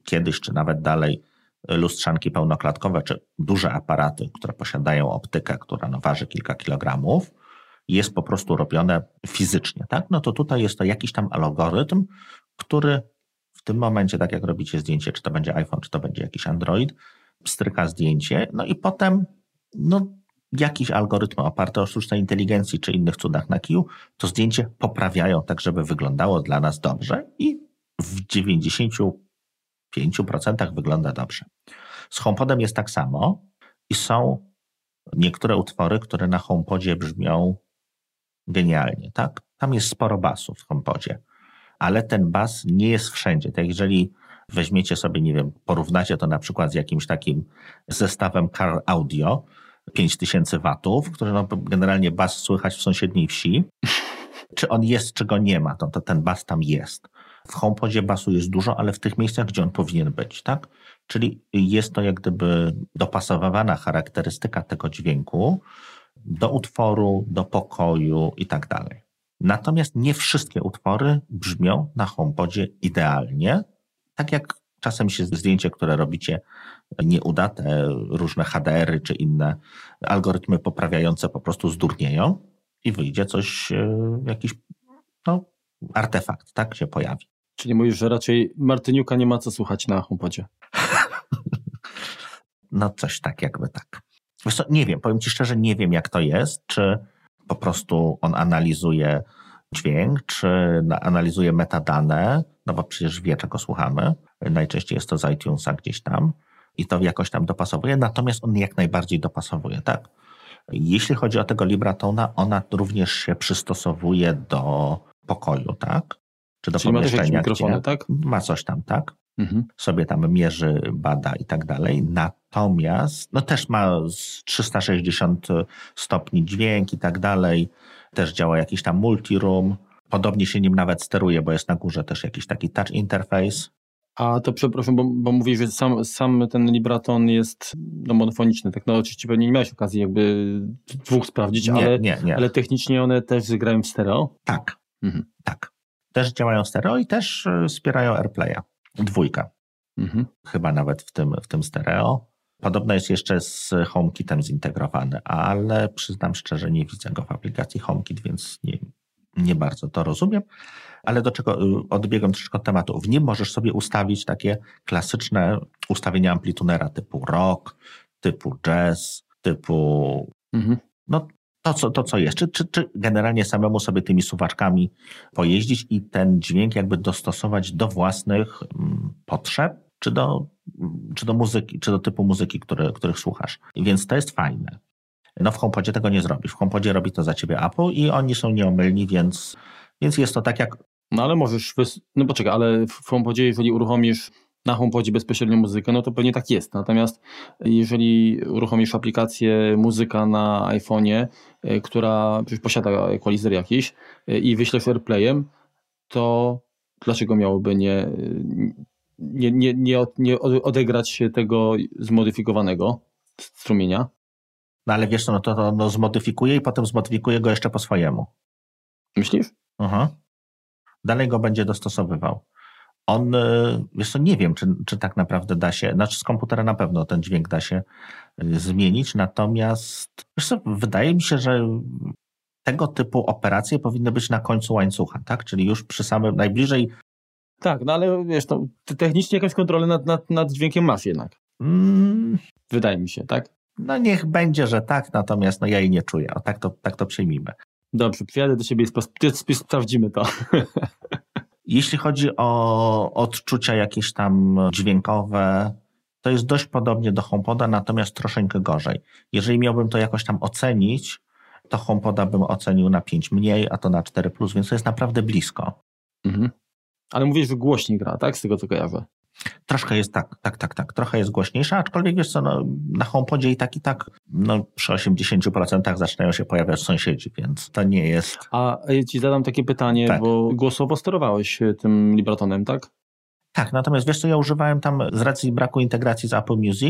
kiedyś, czy nawet dalej lustrzanki pełnoklatkowe, czy duże aparaty, które posiadają optykę, która no, waży kilka kilogramów, jest po prostu robione fizycznie, tak? No to tutaj jest to jakiś tam algorytm, który w tym momencie, tak jak robicie zdjęcie, czy to będzie iPhone, czy to będzie jakiś Android, pstryka zdjęcie, no i potem no, jakiś algorytm oparty o sztucznej inteligencji, czy innych cudach na kiju, to zdjęcie poprawiają tak, żeby wyglądało dla nas dobrze i w dziewięćdziesięciu pięciu procentach wygląda dobrze. Z HomePodem jest tak samo i są niektóre utwory, które na HomePodzie brzmią genialnie, tak? Tam jest sporo basów w HomePodzie, ale ten bas nie jest wszędzie. Tak, jeżeli weźmiecie sobie, nie wiem, porównacie to na przykład z jakimś takim zestawem Car Audio, pięć tysięcy watów, który no, generalnie bas słychać w sąsiedniej wsi, czy on jest, czy go nie ma, to, to ten bas tam jest. W HomePodzie basu jest dużo, ale w tych miejscach, gdzie on powinien być, tak? Czyli jest to jak gdyby dopasowywana charakterystyka tego dźwięku do utworu, do pokoju i tak dalej. Natomiast nie wszystkie utwory brzmią na HomePodzie idealnie, tak jak czasem się zdjęcie, które robicie, nie uda, te różne H D R y czy inne algorytmy poprawiające po prostu zdurnieją i wyjdzie coś, jakiś no, artefakt, tak, się pojawi. Czyli mówisz, że raczej Martyniuka nie ma co słuchać na HomePodzie. No coś tak, jakby tak. Wiesz co, nie wiem, powiem ci szczerze, nie wiem jak to jest, czy po prostu on analizuje dźwięk, czy analizuje metadane, no bo przecież wie, czego słuchamy. Najczęściej jest to z iTunesa gdzieś tam i to jakoś tam dopasowuje, natomiast on jak najbardziej dopasowuje, tak? Jeśli chodzi o tego Libratona, ona również się przystosowuje do pokoju, tak? Czy do Czyli pomieszczenia, ma też mikrofony, gdzie tak? ma coś tam, tak? Mhm. Sobie tam mierzy, bada i tak dalej. Natomiast no też ma trzysta sześćdziesiąt stopni dźwięk i tak dalej. Też działa jakiś tam multiroom. Podobnie się nim nawet steruje, bo jest na górze też jakiś taki touch interface. A to przepraszam, bo, bo mówisz, że sam, sam ten Libraton jest no, monofoniczny. Tak, no oczywiście pewnie nie miałeś okazji jakby dwóch sprawdzić, Nie, ale, nie, nie. ale technicznie one też grają w stereo? Tak, Mhm. tak. Też działają stereo i też wspierają AirPlaya. Dwójka. Mhm. Chyba nawet w tym, w tym stereo. Podobno jest jeszcze z HomeKitem zintegrowany, ale przyznam szczerze, nie widzę go w aplikacji HomeKit, więc nie, nie bardzo to rozumiem. Ale do czego, odbiegam troszkę od tematu. W nim możesz sobie ustawić takie klasyczne ustawienia amplitunera typu rock, typu jazz, typu Mhm. no to co, to, co jest. Czy, czy, czy generalnie samemu sobie tymi suwaczkami pojeździć i ten dźwięk jakby dostosować do własnych mm, potrzeb, czy do, czy do muzyki, czy do typu muzyki, który, których słuchasz. Więc to jest fajne. No w HomePodzie tego nie zrobisz. W HomePodzie robi to za ciebie Apple i oni są nieomylni, więc, więc jest to tak jak... No ale możesz, wys... no poczekaj, ale w HomePodzie, jeżeli uruchomisz na HomePodzie bezpośrednio muzykę, no to pewnie tak jest. Natomiast jeżeli uruchomisz aplikację muzyka na iPhone'ie, y, która posiada equalizer jakiś y, i wyślesz AirPlayem, to dlaczego miałoby nie, nie, nie, nie, nie odegrać tego zmodyfikowanego strumienia? No ale wiesz co, no to, to no zmodyfikuje i potem zmodyfikuje go jeszcze po swojemu. Myślisz? Aha. Dalej go będzie dostosowywał. On, wiesz co, nie wiem, czy, czy tak naprawdę da się, znaczy z komputera na pewno ten dźwięk da się zmienić, natomiast wiesz co, wydaje mi się, że tego typu operacje powinny być na końcu łańcucha, tak? Czyli już przy samym, najbliżej... Tak, no ale wiesz, no, technicznie jakąś kontrolę nad, nad, nad dźwiękiem masz jednak. Mm, Wydaje mi się, tak? no niech będzie, że tak, natomiast no ja jej nie czuję. O, tak to, tak to przyjmijmy. Dobrze, przyjadę do siebie i sprawdzimy to. Jeśli chodzi o odczucia jakieś tam dźwiękowe, to jest dość podobnie do HomePoda, natomiast troszeczkę gorzej. Jeżeli miałbym to jakoś tam ocenić, to HomePoda bym ocenił na pięć mniej, a to na cztery plus, więc to jest naprawdę blisko. Mhm. Ale mówisz, że głośniej gra, tak? Z tego co kojarzę. Troszkę jest tak, tak, tak, tak. Trochę jest głośniejsza, aczkolwiek wiesz co, no, na HomePodzie i tak, i tak no, przy osiemdziesiąt procent zaczynają się pojawiać sąsiedzi, więc to nie jest... A ja ci zadam takie pytanie, tak. Bo głosowo sterowałeś tym Libratonem, tak? Tak, natomiast wiesz co, ja używałem tam z racji braku integracji z Apple Music,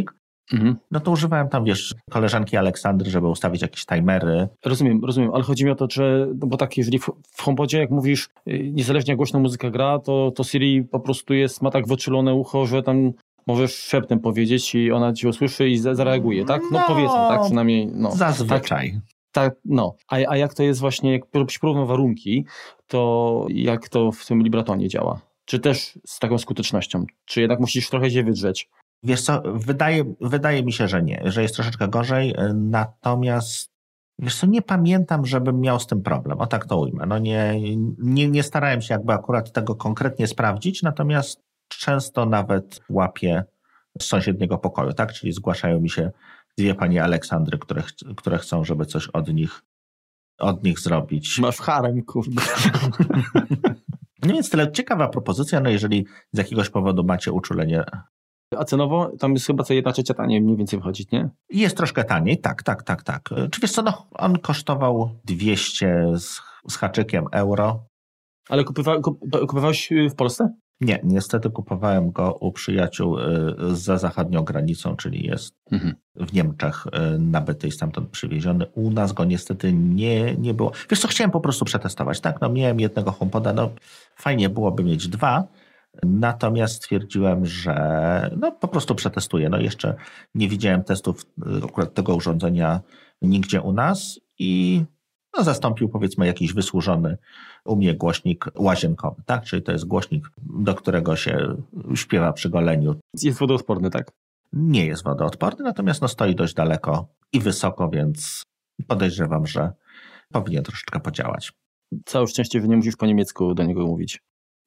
Mhm. No to używałem tam, wiesz, koleżanki Aleksandry, żeby ustawić jakieś timery. Rozumiem, rozumiem, ale chodzi mi o to, że, no bo tak, jeżeli w, w HomePodzie, jak mówisz, niezależnie jak głośno muzyka gra, to, to Siri po prostu jest, ma tak wyczulone ucho, że tam możesz szeptem powiedzieć i ona ci usłyszy i zareaguje, tak? No, no powiedzmy, tak? Przynajmniej, no. Zazwyczaj. Tak, tak, no. A, a jak to jest właśnie, jak porównał warunki, to jak to w tym Libratonie działa? Czy też z taką skutecznością? Czy jednak musisz trochę się wydrzeć? Wiesz co, wydaje, wydaje mi się, że nie, że jest troszeczkę gorzej, natomiast wiesz co, nie pamiętam, żebym miał z tym problem, o tak to ujmę. No nie, nie, nie starałem się jakby akurat tego konkretnie sprawdzić, natomiast często nawet łapię z sąsiedniego pokoju, tak? Czyli zgłaszają mi się dwie panie Aleksandry, które, ch- które chcą, żeby coś od nich, od nich zrobić. Masz harem, kurde. No więc tyle, ciekawa propozycja, no jeżeli z jakiegoś powodu macie uczulenie. A cenowo tam jest chyba co jedna trzecia taniej mniej więcej wychodzić, nie? Jest troszkę taniej, tak, tak, tak, tak. Czy wiesz co, no on kosztował dwieście z, z haczykiem euro. Ale kupywa, kup, kupowałeś w Polsce? Nie, niestety kupowałem go u przyjaciół za zachodnią granicą, czyli jest mhm. w Niemczech nabyty i stamtąd przywieziony. U nas go niestety nie, nie było. Wiesz co, chciałem po prostu przetestować, tak? No miałem jednego HomePoda, no fajnie byłoby mieć dwa, natomiast stwierdziłem, że no po prostu przetestuję. No jeszcze nie widziałem testów akurat tego urządzenia nigdzie u nas i no zastąpił powiedzmy jakiś wysłużony u mnie głośnik łazienkowy, tak? Czyli to jest głośnik, do którego się śpiewa przy goleniu. Jest wodoodporny, tak? Nie jest wodoodporny, natomiast no stoi dość daleko i wysoko, więc podejrzewam, że powinien troszeczkę podziałać. Całe szczęście, że nie musisz po niemiecku do niego mówić.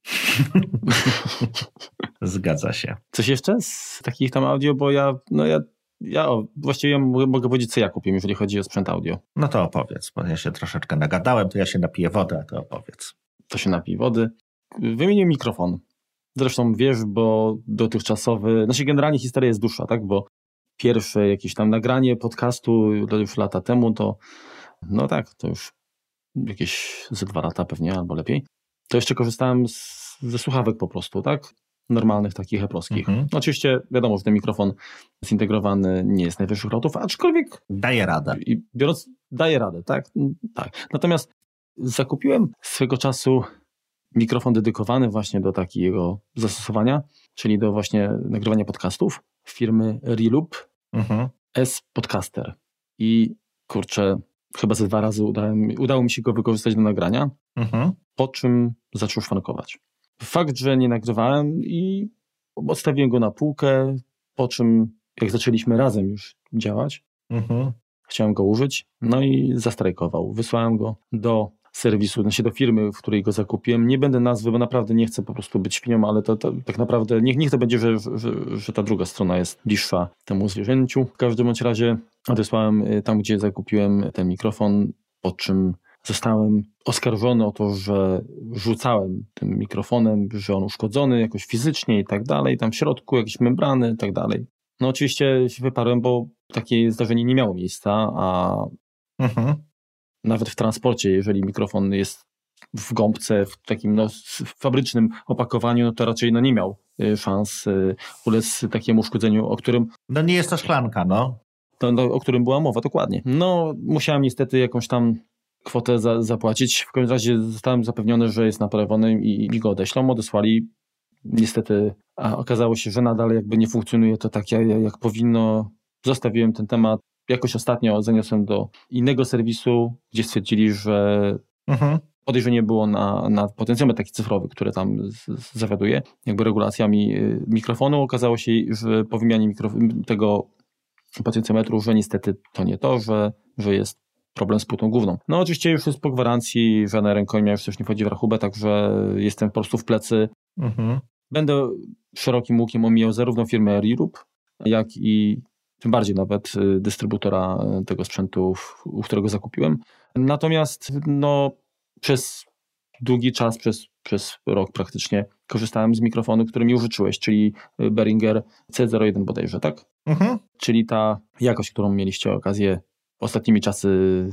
Zgadza się. Coś jeszcze z takich tam audio, bo ja, no ja, ja o, właściwie ja mogę powiedzieć, co ja kupię, jeżeli chodzi o sprzęt audio. No to opowiedz, bo ja się troszeczkę nagadałem, to ja się napiję wody, a to opowiedz. To się napij wody. Wymienię mikrofon. Zresztą wiesz, bo dotychczasowy, znaczy generalnie historia jest dłuższa, tak, bo pierwsze jakieś tam nagranie podcastu to już lata temu, to no tak, to już jakieś ze dwa lata pewnie, albo lepiej. To jeszcze korzystałem z, ze słuchawek po prostu, tak? Normalnych takich eproskich. Mhm. No oczywiście wiadomo, że ten mikrofon zintegrowany nie jest najwyższych lotów, aczkolwiek daje radę. I biorąc, daje radę, tak? Tak. Natomiast zakupiłem swego czasu mikrofon dedykowany właśnie do takiego zastosowania, czyli do właśnie nagrywania podcastów firmy Reloop mhm. S Podcaster. I kurczę, chyba ze dwa razy udałem, udało mi się go wykorzystać do nagrania, mhm. po czym zaczął szwankować. Fakt, że nie nagrywałem i odstawiłem go na półkę, po czym jak zaczęliśmy razem już działać, mhm. chciałem go użyć, no i zastrajkował. Wysłałem go do serwisu, znaczy do firmy, w której go zakupiłem. Nie będę nazwy, bo naprawdę nie chcę po prostu być świnią, ale to, to tak naprawdę niech, niech to będzie, że, że, że ta druga strona jest bliższa temu zwierzęciu. W każdym bądź razie odesłałem tam, gdzie zakupiłem ten mikrofon, po czym zostałem oskarżony o to, że rzucałem tym mikrofonem, że on uszkodzony jakoś fizycznie i tak dalej, tam w środku jakieś membrany i tak dalej. No oczywiście się wyparłem, bo takie zdarzenie nie miało miejsca, a mhm. nawet w transporcie, jeżeli mikrofon jest w gąbce, w takim no, fabrycznym opakowaniu, no to raczej no, nie miał szans ulec takiemu uszkodzeniu, o którym... No nie jest to szklanka, no. To, no o którym była mowa, dokładnie. No musiałem niestety jakąś tam kwotę za, zapłacić. W każdym razie zostałem zapewniony, że jest naprawiony i mi go odeślą. Odesłali. Niestety a okazało się, że nadal jakby nie funkcjonuje to tak, jak, jak powinno. Zostawiłem ten temat. Jakoś ostatnio zaniosłem do innego serwisu, gdzie stwierdzili, że mhm. podejrzenie było na, na potencjometr taki cyfrowy, który tam z, z, zawiaduje jakby regulacjami mikrofonu. Okazało się, że po wymianie mikrof- tego potencjometru, że niestety to nie to, że, że jest problem z płytą główną. No oczywiście już jest po gwarancji, żadna rękojmia już też nie wchodzi w rachubę, także jestem po prostu w plecy. Mhm. Będę szerokim łukiem omijał zarówno firmę Reloop, jak i tym bardziej nawet dystrybutora tego sprzętu, u którego zakupiłem. Natomiast no, przez długi czas, przez, przez rok praktycznie korzystałem z mikrofonu, który mi użyczyłeś, czyli Behringer C zero jeden bodajże, tak? Mhm. Czyli ta jakość, którą mieliście okazję ostatnimi czasy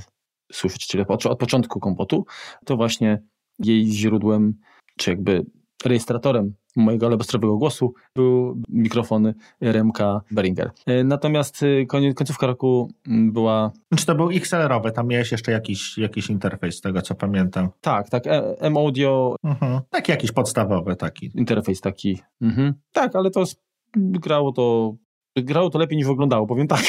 słyszeć, czyli od początku kompotu, to właśnie jej źródłem, czy jakby rejestratorem mojego lewostrowego głosu był mikrofon R M K Behringer. Natomiast końcówka roku była... Czy to był X L R-owy? Tam miałeś jeszcze jakiś, jakiś interfejs, z tego co pamiętam. Tak, tak. M-Audio. Mhm. Taki jakiś podstawowy taki. Interfejs taki. Mhm. Tak, ale to grało to... Grało to lepiej niż wyglądało, powiem tak.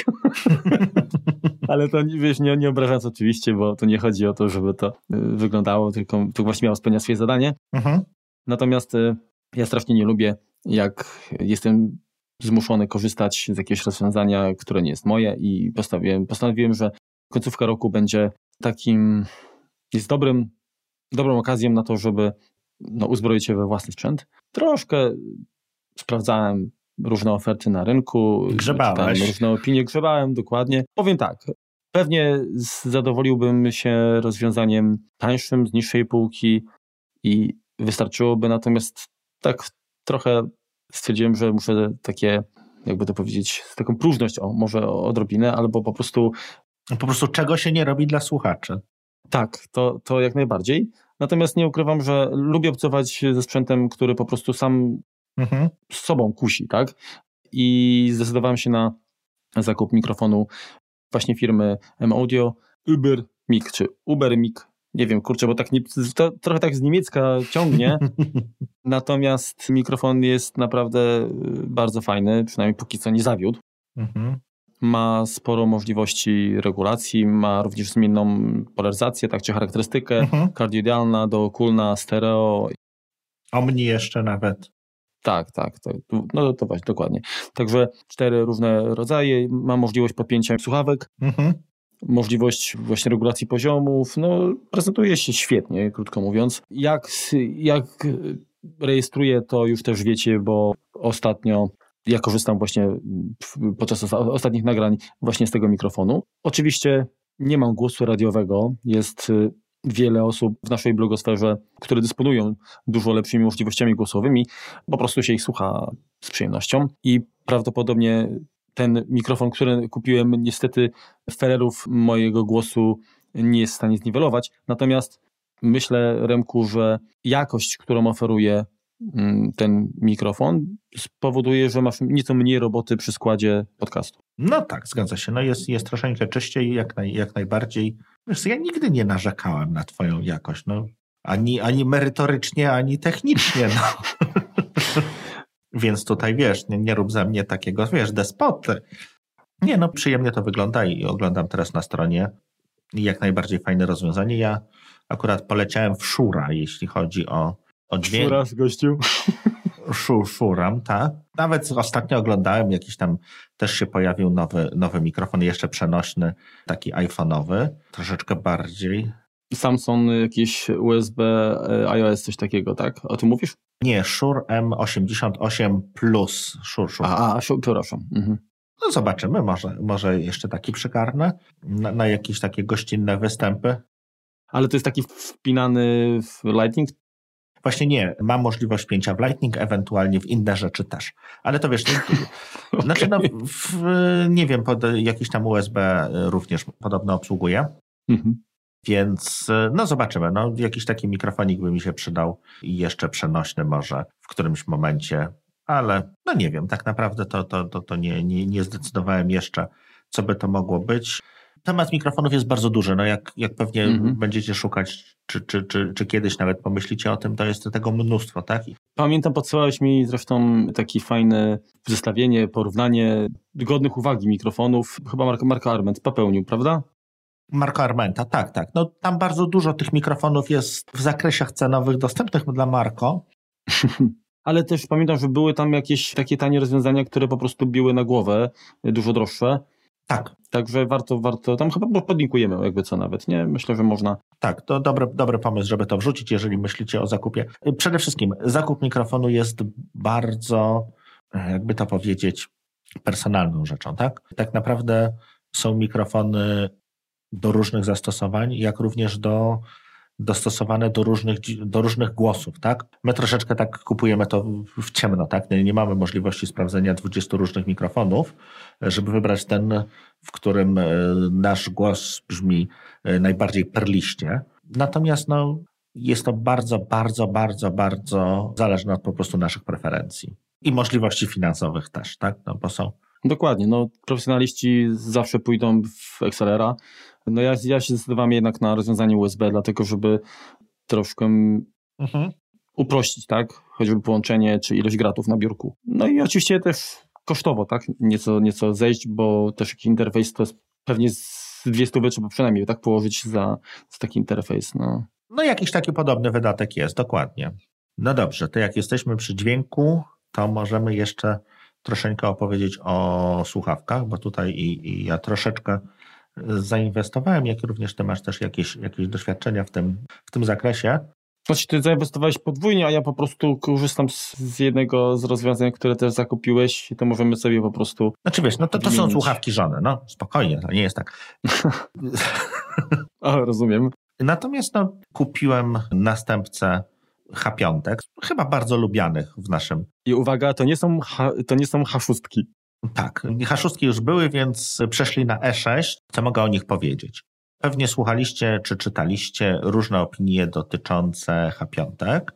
Ale to, wiesz, nie, nie obrażając oczywiście, bo to nie chodzi o to, żeby to wyglądało, tylko to właśnie miało spełniać swoje zadanie. Mhm. Natomiast ja strasznie nie lubię, jak jestem zmuszony korzystać z jakiegoś rozwiązania, które nie jest moje i postanowiłem, postanowiłem, że końcówka roku będzie takim, jest dobrym, dobrą okazją na to, żeby no, uzbroić się we własny sprzęt. Troszkę sprawdzałem różne oferty na rynku. Grzebałeś. Różne opinie, grzebałem, dokładnie. Powiem tak, pewnie zadowoliłbym się rozwiązaniem tańszym, z niższej półki i wystarczyłoby, natomiast tak trochę stwierdziłem, że muszę takie, jakby to powiedzieć, taką próżność, o, może odrobinę, albo po prostu... Po prostu czego się nie robi dla słuchaczy. Tak, to, to jak najbardziej. Natomiast nie ukrywam, że lubię obcować ze sprzętem, który po prostu sam mhm. z sobą kusi, tak? I zdecydowałem się na zakup mikrofonu właśnie firmy M-Audio Ubermic, czy Ubermic. Nie wiem, kurczę, bo tak nie, to trochę tak z niemiecka ciągnie. Natomiast mikrofon jest naprawdę bardzo fajny, przynajmniej póki co nie zawiódł. Mhm. Ma sporo możliwości regulacji, ma również zmienną polaryzację, tak, czy charakterystykę, mhm. kardioidealna, dookólna, stereo. Omni jeszcze nawet. Tak, tak, tak. No to właśnie, dokładnie. Także cztery różne rodzaje, ma możliwość podpięcia słuchawek, mhm. możliwość właśnie regulacji poziomów, no prezentuje się świetnie, krótko mówiąc. Jak, jak rejestruję, to już też wiecie, bo ostatnio ja korzystam właśnie podczas ostatnich nagrań właśnie z tego mikrofonu. Oczywiście nie mam głosu radiowego, jest wiele osób w naszej blogosferze, które dysponują dużo lepszymi możliwościami głosowymi, po prostu się ich słucha z przyjemnością i prawdopodobnie ten mikrofon, który kupiłem, niestety felerów mojego głosu nie jest w stanie zniwelować. Natomiast myślę, Remku, że jakość, którą oferuje ten mikrofon, spowoduje, że masz nieco mniej roboty przy składzie podcastu. No tak, zgadza się. No jest, jest troszeczkę czyściej, jak, naj, jak najbardziej. Wiesz, ja nigdy nie narzekałem na twoją jakość. No. Ani, ani merytorycznie, ani technicznie. No. Więc tutaj, wiesz, nie, nie rób ze mnie takiego, wiesz, despoty. Nie, no przyjemnie to wygląda i oglądam teraz na stronie. Jak najbardziej fajne rozwiązanie. Ja akurat poleciałem w Shure, jeśli chodzi o, o dźwięk. Szura z gościu. Szur, szuram, tak. Nawet ostatnio oglądałem, jakiś tam też się pojawił nowy, nowy mikrofon, jeszcze przenośny, taki iPhone'owy, troszeczkę bardziej. Samsung, jakieś U S B, iOS, coś takiego, tak? O tym mówisz? Nie, Shure M osiemdziesiąt osiem Plus. Shure, Shure. A, a przepraszam. Mhm. No zobaczymy, może, może jeszcze taki przygarnę na, na jakieś takie gościnne występy. Ale to jest taki wpinany w Lightning? Właśnie nie, mam możliwość wpięcia w Lightning, ewentualnie w inne rzeczy też. Ale to wiesz, nie, okay. Znaczy no, w, nie wiem, pod jakiś tam U S B również podobno obsługuje. Mhm. Więc no zobaczymy, no jakiś taki mikrofonik by mi się przydał i jeszcze przenośny może w którymś momencie, ale no nie wiem, tak naprawdę to, to, to, to nie, nie, nie zdecydowałem jeszcze, co by to mogło być. Temat mikrofonów jest bardzo duży, no jak, jak pewnie mhm. będziecie szukać, czy, czy, czy, czy kiedyś nawet pomyślicie o tym, to jest tego mnóstwo, tak? Pamiętam, podsyłałeś mi zresztą takie fajne zestawienie, porównanie godnych uwagi mikrofonów, chyba Marco, Marco Arment popełnił, prawda? Marco Armenta, tak, tak. No tam bardzo dużo tych mikrofonów jest w zakresach cenowych dostępnych dla Marco. Ale też pamiętam, że były tam jakieś takie tanie rozwiązania, które po prostu biły na głowę, dużo droższe. Tak. Także warto, warto, tam chyba podlinkujemy jakby co nawet, nie? Myślę, że można. Tak, to dobry, dobry pomysł, żeby to wrzucić, jeżeli myślicie o zakupie. Przede wszystkim zakup mikrofonu jest bardzo, jakby to powiedzieć, personalną rzeczą, tak? Tak naprawdę są mikrofony do różnych zastosowań, jak również do dostosowane do różnych, do różnych głosów, tak? My troszeczkę tak kupujemy to w ciemno, tak? Nie, nie mamy możliwości sprawdzenia dwudziestu różnych mikrofonów, żeby wybrać ten, w którym nasz głos brzmi najbardziej perliście. Natomiast no, Jest to bardzo, bardzo, bardzo, bardzo zależne od po prostu naszych preferencji i możliwości finansowych też, tak? No bo są. Dokładnie, no profesjonaliści zawsze pójdą w Excelera. No ja, ja się zdecydowałem jednak na rozwiązanie U S B, dlatego żeby troszkę mhm. uprościć, tak? Choćby połączenie czy ilość gratów na biurku. No i oczywiście też kosztowo, tak? Nieco, nieco zejść, bo też jakiś interfejs to jest pewnie z dwie stówy trzeba przynajmniej tak położyć za, za taki interfejs. No. no jakiś taki podobny wydatek jest, dokładnie. No dobrze, to jak jesteśmy przy dźwięku, to możemy jeszcze troszeczkę opowiedzieć o słuchawkach, bo tutaj i, i ja troszeczkę zainwestowałem, jak również ty masz też jakieś, jakieś doświadczenia w tym, w tym zakresie. Znaczy ty zainwestowałeś podwójnie, a ja po prostu korzystam z, z jednego z rozwiązań, które też zakupiłeś i to możemy sobie po prostu Znaczy wiesz, no to, to są słuchawki żony, no spokojnie, to nie jest tak. A, rozumiem. Natomiast no, kupiłem następcę H pięć, chyba bardzo lubianych w naszym. I uwaga, to nie są, to nie są H sześć. Tak, H sześć już były, więc przeszli na E sześć. Co mogę o nich powiedzieć? Pewnie słuchaliście czy czytaliście różne opinie dotyczące H pięć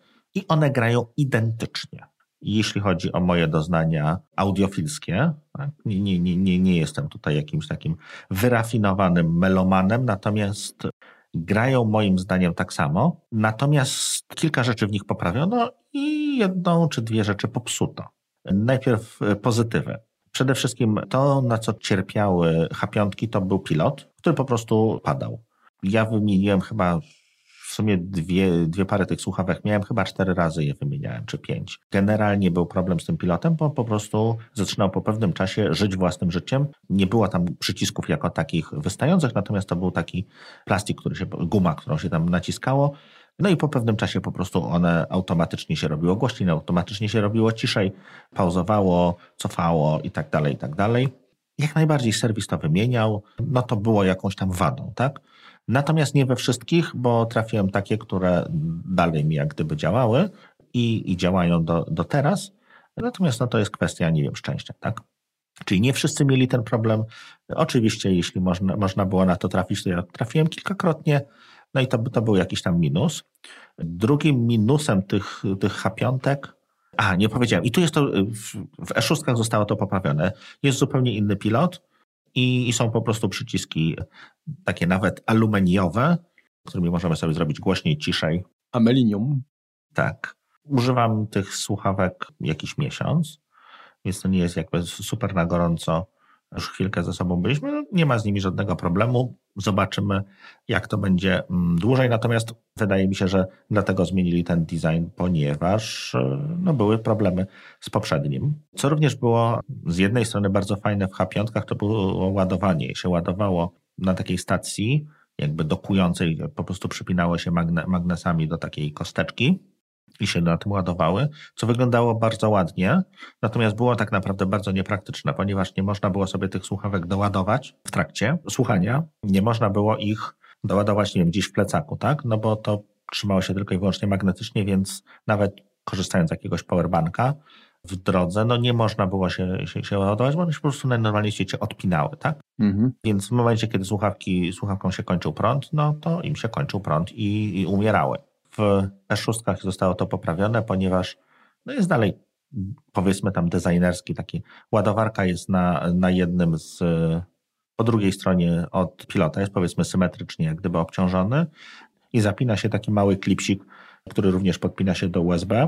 i one grają identycznie. Jeśli chodzi o moje doznania audiofilskie, tak? nie, nie, nie, nie, nie jestem tutaj jakimś takim wyrafinowanym melomanem, natomiast grają moim zdaniem tak samo, natomiast kilka rzeczy w nich poprawiono i jedną czy dwie rzeczy popsuto. Najpierw pozytywy. Przede wszystkim to, na co cierpiały H pięć, to był pilot, który po prostu padał. Ja wymieniłem chyba w sumie dwie, dwie pary tych słuchawek, miałem chyba cztery razy je wymieniałem, czy pięć. Generalnie był problem z tym pilotem, bo po prostu zaczynał po pewnym czasie żyć własnym życiem. Nie było tam przycisków jako takich wystających, natomiast to był taki plastik, który się, guma, którą się tam naciskało. No i po pewnym czasie po prostu one automatycznie się robiło głośniej, automatycznie się robiło ciszej, pauzowało, cofało i tak dalej, i tak dalej. Jak najbardziej serwis to wymieniał, no to było jakąś tam wadą, tak? Natomiast nie we wszystkich, bo trafiłem takie, które dalej mi jak gdyby działały i, i działają do, do teraz. Natomiast no to jest kwestia, nie wiem, szczęścia, tak? Czyli nie wszyscy mieli ten problem. Oczywiście, jeśli można, można było na to trafić, to ja trafiłem kilkakrotnie. No i to, to był jakiś tam minus. Drugim minusem tych, tych H pięć, a nie powiedziałem, i tu jest to, w, w E sześć zostało to poprawione, jest zupełnie inny pilot i, i są po prostu przyciski takie nawet aluminiowe, którymi możemy sobie zrobić głośniej, ciszej. Amelinium. Tak. Używam tych słuchawek jakiś miesiąc, więc to nie jest jakby super na gorąco. Już chwilkę ze sobą byliśmy, no nie ma z nimi żadnego problemu. Zobaczymy, jak to będzie dłużej. Natomiast wydaje mi się, że dlatego zmienili ten design, ponieważ no, były problemy z poprzednim. Co również było z jednej strony bardzo fajne w H pięć, to było ładowanie. Się ładowało na takiej stacji, jakby dokującej, po prostu przypinało się magne, magnesami do takiej kosteczki i się na tym ładowały, co wyglądało bardzo ładnie, natomiast było tak naprawdę bardzo niepraktyczne, ponieważ nie można było sobie tych słuchawek doładować w trakcie słuchania, nie można było ich doładować, nie wiem, gdzieś w plecaku, tak? No bo to trzymało się tylko i wyłącznie magnetycznie, więc nawet korzystając z jakiegoś powerbanka w drodze, no nie można było się, się, się ładować, bo one się po prostu najnormalniej się odpinały, tak? Mhm. Więc w momencie, kiedy słuchawki, słuchawką się kończył prąd, no to im się kończył prąd i, i umierały. W E sześć zostało to poprawione, ponieważ no jest dalej, powiedzmy tam designerski taki, ładowarka jest na, na jednym z, po drugiej stronie od pilota, jest powiedzmy symetrycznie jak gdyby obciążony i zapina się taki mały klipsik, który również podpina się do U S B,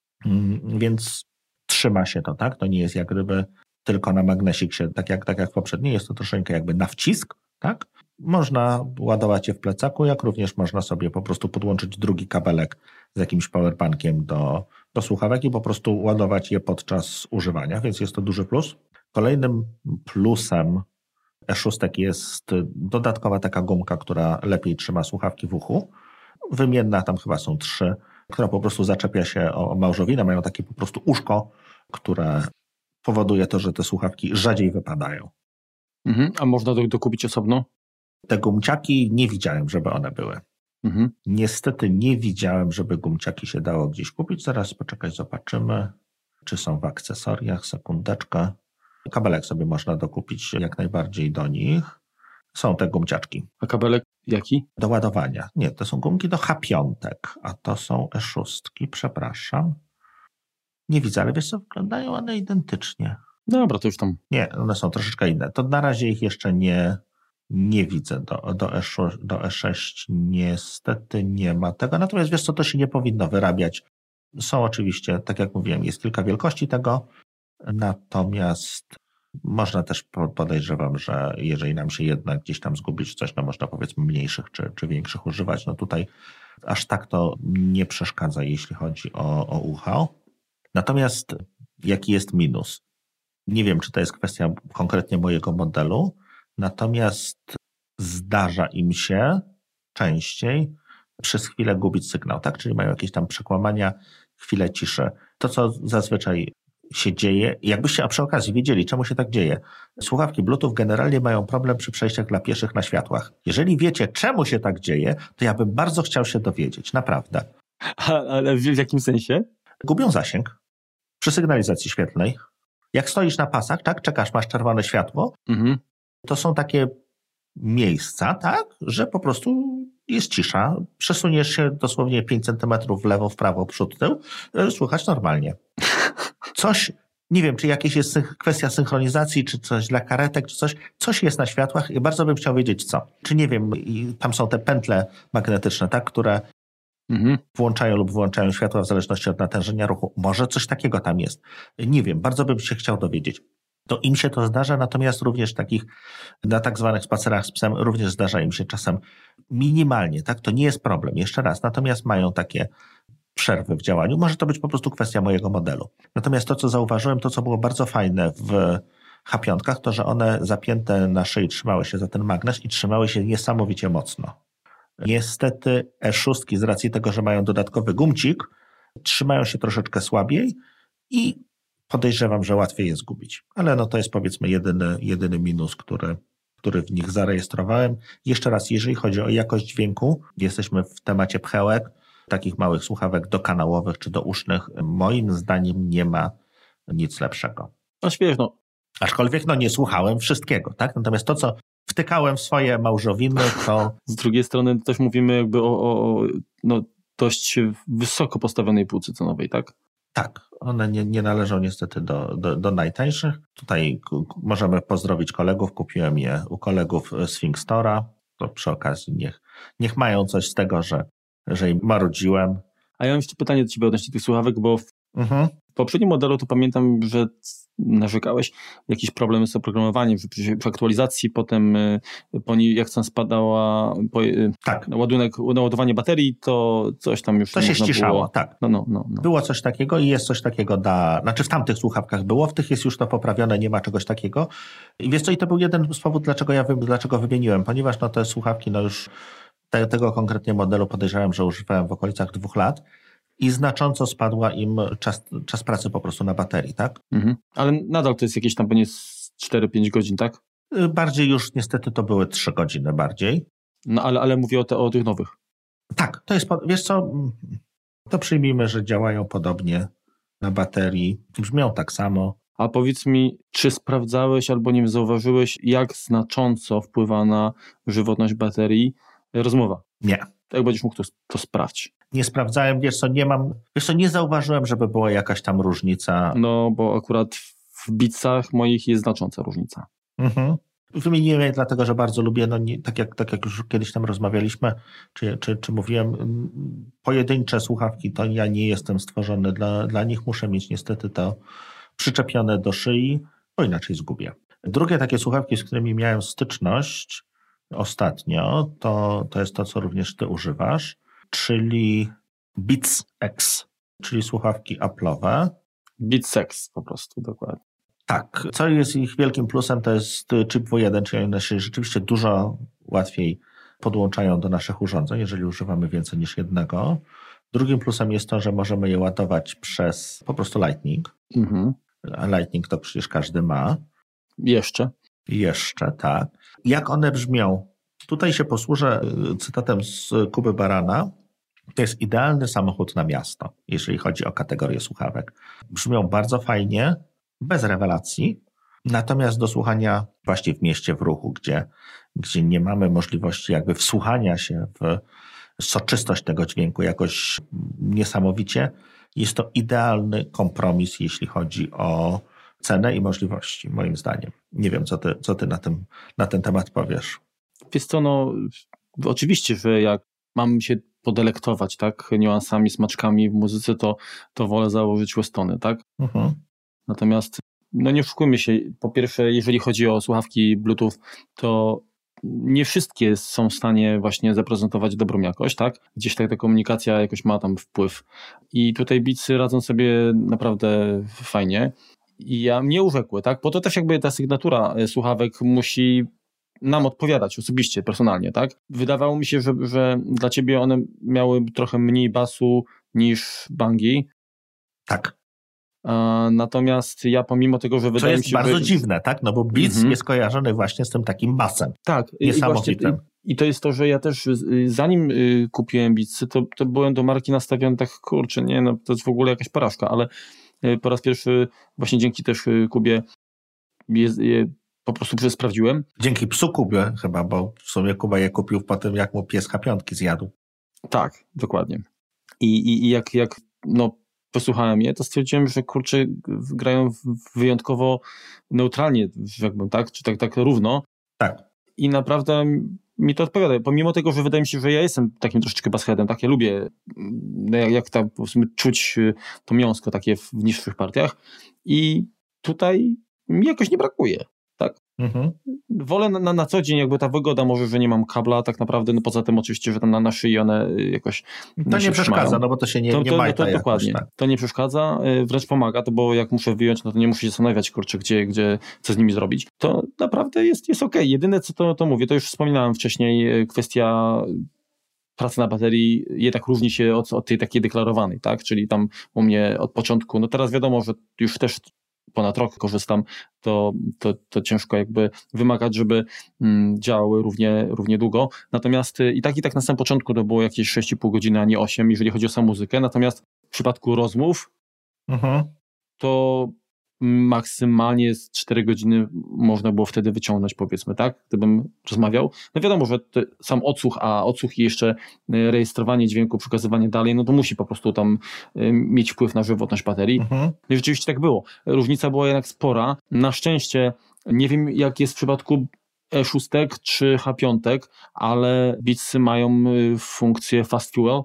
więc trzyma się to, tak? To nie jest jak gdyby tylko na magnesik się, tak jak, tak jak poprzednio, jest to troszeczkę jakby na wcisk, tak? Można ładować je w plecaku, jak również można sobie po prostu podłączyć drugi kabelek z jakimś powerbankiem do, do słuchawek i po prostu ładować je podczas używania, więc jest to duży plus. Kolejnym plusem E sześć jest dodatkowa taka gumka, która lepiej trzyma słuchawki w uchu. Wymienna, tam chyba są trzy, która po prostu zaczepia się o małżowinę, mają takie po prostu uszko, które powoduje to, że te słuchawki rzadziej wypadają. Mhm. A można to dokupić osobno? Te gumciaki nie widziałem, żeby one były. Mhm. Niestety nie widziałem, żeby gumciaki się dało gdzieś kupić. Zaraz poczekaj, zobaczymy, czy są w akcesoriach. Sekundeczkę. Kabelek sobie można dokupić jak najbardziej do nich. Są te gumciaczki. A kabelek Jaki? Do ładowania. Nie, to są gumki do H pięć, a to są E sześć, przepraszam. Nie widzę, ale wiesz co, wyglądają one identycznie. Dobra, to już tam. Nie, one są troszeczkę inne. To na razie ich jeszcze nie, nie widzę. Do, do, E sześć, do E sześć niestety nie ma tego. Natomiast wiesz co, to się nie powinno wyrabiać. Są oczywiście, tak jak mówiłem, jest kilka wielkości tego. Natomiast można też podejrzewam, że jeżeli nam się jednak gdzieś tam zgubić coś, no można powiedzmy mniejszych czy, czy większych używać. No tutaj aż tak to nie przeszkadza, jeśli chodzi o, o ucho. Natomiast jaki jest minus? Nie wiem, czy to jest kwestia konkretnie mojego modelu, natomiast zdarza im się częściej przez chwilę gubić sygnał, tak? Czyli mają jakieś tam przekłamania, chwilę ciszy. To, co zazwyczaj się dzieje, jakbyście a przy okazji wiedzieli, czemu się tak dzieje. Słuchawki Bluetooth generalnie mają problem przy przejściach dla pieszych na światłach. Jeżeli wiecie, czemu się tak dzieje, to ja bym bardzo chciał się dowiedzieć, naprawdę. A, ale w jakim sensie? Gubią zasięg przy sygnalizacji świetlnej. Jak stoisz na pasach, tak, czekasz, masz czerwone światło, mhm. to są takie miejsca, tak, że po prostu jest cisza. Przesuniesz się dosłownie pięć centymetrów w lewo, w prawo, przód, tył, słuchać normalnie. Coś, nie wiem, czy jakieś jest kwestia synchronizacji, czy coś dla karetek, czy coś, coś jest na światłach i bardzo bym chciał wiedzieć co. Czy nie wiem, tam są te pętle magnetyczne, tak, które mhm. włączają lub wyłączają światła w zależności od natężenia ruchu. Może coś takiego tam jest. Nie wiem, bardzo bym się chciał dowiedzieć. To im się to zdarza, natomiast również takich, na tak zwanych spacerach z psem, również zdarza im się czasem minimalnie, tak? To nie jest problem, jeszcze raz. Natomiast mają takie przerwy w działaniu. Może to być po prostu kwestia mojego modelu. Natomiast to, co zauważyłem, to, co było bardzo fajne w H pięć, to, że one zapięte na szyi trzymały się za ten magnes i trzymały się niesamowicie mocno. Niestety E sześć z racji tego, że mają dodatkowy gumcik, trzymają się troszeczkę słabiej i podejrzewam, że łatwiej je zgubić. Ale no to jest powiedzmy jedyny, jedyny minus, który, który w nich zarejestrowałem. Jeszcze raz, jeżeli chodzi o jakość dźwięku, jesteśmy w temacie pchełek, takich małych słuchawek dokanałowych czy dousznych, moim zdaniem nie ma nic lepszego. No świeżo. Aczkolwiek no nie słuchałem wszystkiego, tak? Natomiast to, co wtykałem w swoje małżowiny, to... Z drugiej strony też mówimy jakby o, o no, dość wysoko postawionej półce cenowej, tak? Tak, one nie, nie należą niestety do, do, do najtańszych. Tutaj k- możemy pozdrowić kolegów, kupiłem je u kolegów z Think Store'a, to przy okazji niech, niech mają coś z tego, że, że im marudziłem. A ja mam jeszcze pytanie do ciebie odnośnie tych słuchawek, bo w, mhm. w poprzednim modelu to pamiętam, że narzekałeś jakieś problemy z oprogramowaniem, że przy, przy aktualizacji potem y, po niej jak tam spadała po, y, tak. ładunek, naładowanie baterii, to coś tam już to się ściszało, było. tak. No, no, no, no. Było coś takiego i jest coś takiego, da, znaczy w tamtych słuchawkach było, w tych jest już to poprawione, nie ma czegoś takiego. I wiesz co, i to był jeden z powodów, dlaczego ja wy, dlaczego wymieniłem, ponieważ no te słuchawki, no już te, tego konkretnie modelu podejrzewam, że używałem w okolicach dwóch lat. I znacząco spadła im czas, czas pracy po prostu na baterii, tak? Mhm. Ale nadal to jest jakieś tam pewnie cztery pięć godzin, tak? Bardziej już niestety to były trzy godziny bardziej. No ale, ale mówię o, te, o tych nowych. Tak, to jest, wiesz co, to przyjmijmy, że działają podobnie na baterii, brzmią tak samo. A powiedz mi, czy sprawdzałeś albo nie zauważyłeś, jak znacząco wpływa na żywotność baterii rozmowa? Nie. Jak będziesz mógł, to, to sprawdź. Nie sprawdzałem, wiesz co, nie mam, wiesz co, nie zauważyłem, żeby była jakaś tam różnica. No, bo akurat w bitsach moich jest znacząca różnica. Mhm. Wymieniłem je dlatego, że bardzo lubię, no nie, tak, jak, tak jak już kiedyś tam rozmawialiśmy, czy, czy, czy mówiłem, pojedyncze słuchawki, to ja nie jestem stworzony dla, dla nich, muszę mieć niestety to przyczepione do szyi, bo inaczej zgubię. Drugie takie słuchawki, z którymi miałem styczność ostatnio, to, to jest to, co również ty używasz, czyli Beats X, czyli słuchawki Apple'owe. Beats X po prostu, dokładnie. Tak, co jest ich wielkim plusem, to jest chip W jeden, czyli one się rzeczywiście dużo łatwiej podłączają do naszych urządzeń, jeżeli używamy więcej niż jednego. Drugim plusem jest to, że możemy je ładować przez po prostu Lightning. Mhm. A Lightning to przecież każdy ma. Jeszcze. Jeszcze, tak. Jak one brzmią? Tutaj się posłużę cytatem z Kuby Barana. To jest idealny samochód na miasto, jeżeli chodzi o kategorię słuchawek. Brzmią bardzo fajnie, bez rewelacji, Natomiast do słuchania właśnie w mieście, w ruchu, gdzie, gdzie nie mamy możliwości jakby wsłuchania się w soczystość tego dźwięku jakoś niesamowicie, jest to idealny kompromis, jeśli chodzi o cenę i możliwości, moim zdaniem. Nie wiem, co ty, co ty na, tym, na ten temat powiesz. Wiesz co, no oczywiście, że jak mam się podelektować, tak, niuansami, smaczkami w muzyce, to, to wolę założyć Westony, tak? Mhm. Natomiast, no nie oszukujmy się, po pierwsze, jeżeli chodzi o słuchawki Bluetooth, to nie wszystkie są w stanie właśnie zaprezentować dobrą jakość, tak? Gdzieś ta, ta komunikacja jakoś ma tam wpływ. I tutaj Beatsy radzą sobie naprawdę fajnie. I ja mnie urzekły, tak? Bo to też jakby ta sygnatura słuchawek musi nam odpowiadać osobiście, personalnie, tak? Wydawało mi się, że, że dla ciebie one miały trochę mniej basu niż bangi. Tak. A, natomiast ja pomimo tego, że wydaje mi się... Co jest bardzo że... dziwne, tak? No bo Beats mm-hmm. jest kojarzony właśnie z tym takim basem. Tak. Niesamowitym. I, właśnie, I to jest to, że ja też zanim y, kupiłem Beatsy, to, to byłem do marki nastawiony tak, kurczę, nie, no to jest w ogóle jakaś porażka, ale y, po raz pierwszy właśnie dzięki też y, Kubie je, je, po prostu że sprawdziłem. Dzięki psu Kubie chyba, bo w sumie Kuba je kupił po tym, jak mu pieska piątki zjadł. Tak, dokładnie. I, i, i jak, jak no posłuchałem je, to stwierdziłem, że kurczę, grają wyjątkowo neutralnie, jakbym, tak? Czy tak, tak równo. Tak. I naprawdę mi to odpowiada. Pomimo tego, że wydaje mi się, że ja jestem takim troszeczkę bassheadem, tak? Ja lubię, jak, jak tam powiedzmy czuć to miąsko takie w niższych partiach. I tutaj mi jakoś nie brakuje, tak? Mhm. Wolę na, na, na co dzień, jakby ta wygoda może, że nie mam kabla tak naprawdę, no poza tym oczywiście, że tam na, na szyi one jakoś to nie przeszkadza, trzymają. No bo to się nie, to, nie to, majta to, to jakoś, dokładnie, tak. To nie przeszkadza, wręcz pomaga, to bo jak muszę wyjąć, no to nie muszę się zastanawiać, kurczę, gdzie, gdzie, co z nimi zrobić. To naprawdę jest, jest okej. Okay. Jedyne co to, to mówię, to już wspominałem wcześniej, kwestia pracy na baterii jednak różni się od, od tej takiej deklarowanej, tak, czyli tam u mnie od początku, no teraz wiadomo, że już też ponad rok korzystam, to, to, to ciężko jakby wymagać, żeby mm, działały równie, równie długo. Natomiast i tak i tak na samym początku to było jakieś sześć i pół godziny, a nie osiem, jeżeli chodzi o samą muzykę. Natomiast w przypadku rozmów mhm. to maksymalnie z cztery godziny można było wtedy wyciągnąć, powiedzmy, tak? Gdybym rozmawiał. No wiadomo, że sam odsłuch, a odsłuch i jeszcze rejestrowanie dźwięku, przekazywanie dalej, no to musi po prostu tam mieć wpływ na żywotność baterii. Mhm. I rzeczywiście tak było. Różnica była jednak spora. Na szczęście nie wiem, jak jest w przypadku E sześć czy H pięć, ale Beatsy mają funkcję Fast Fuel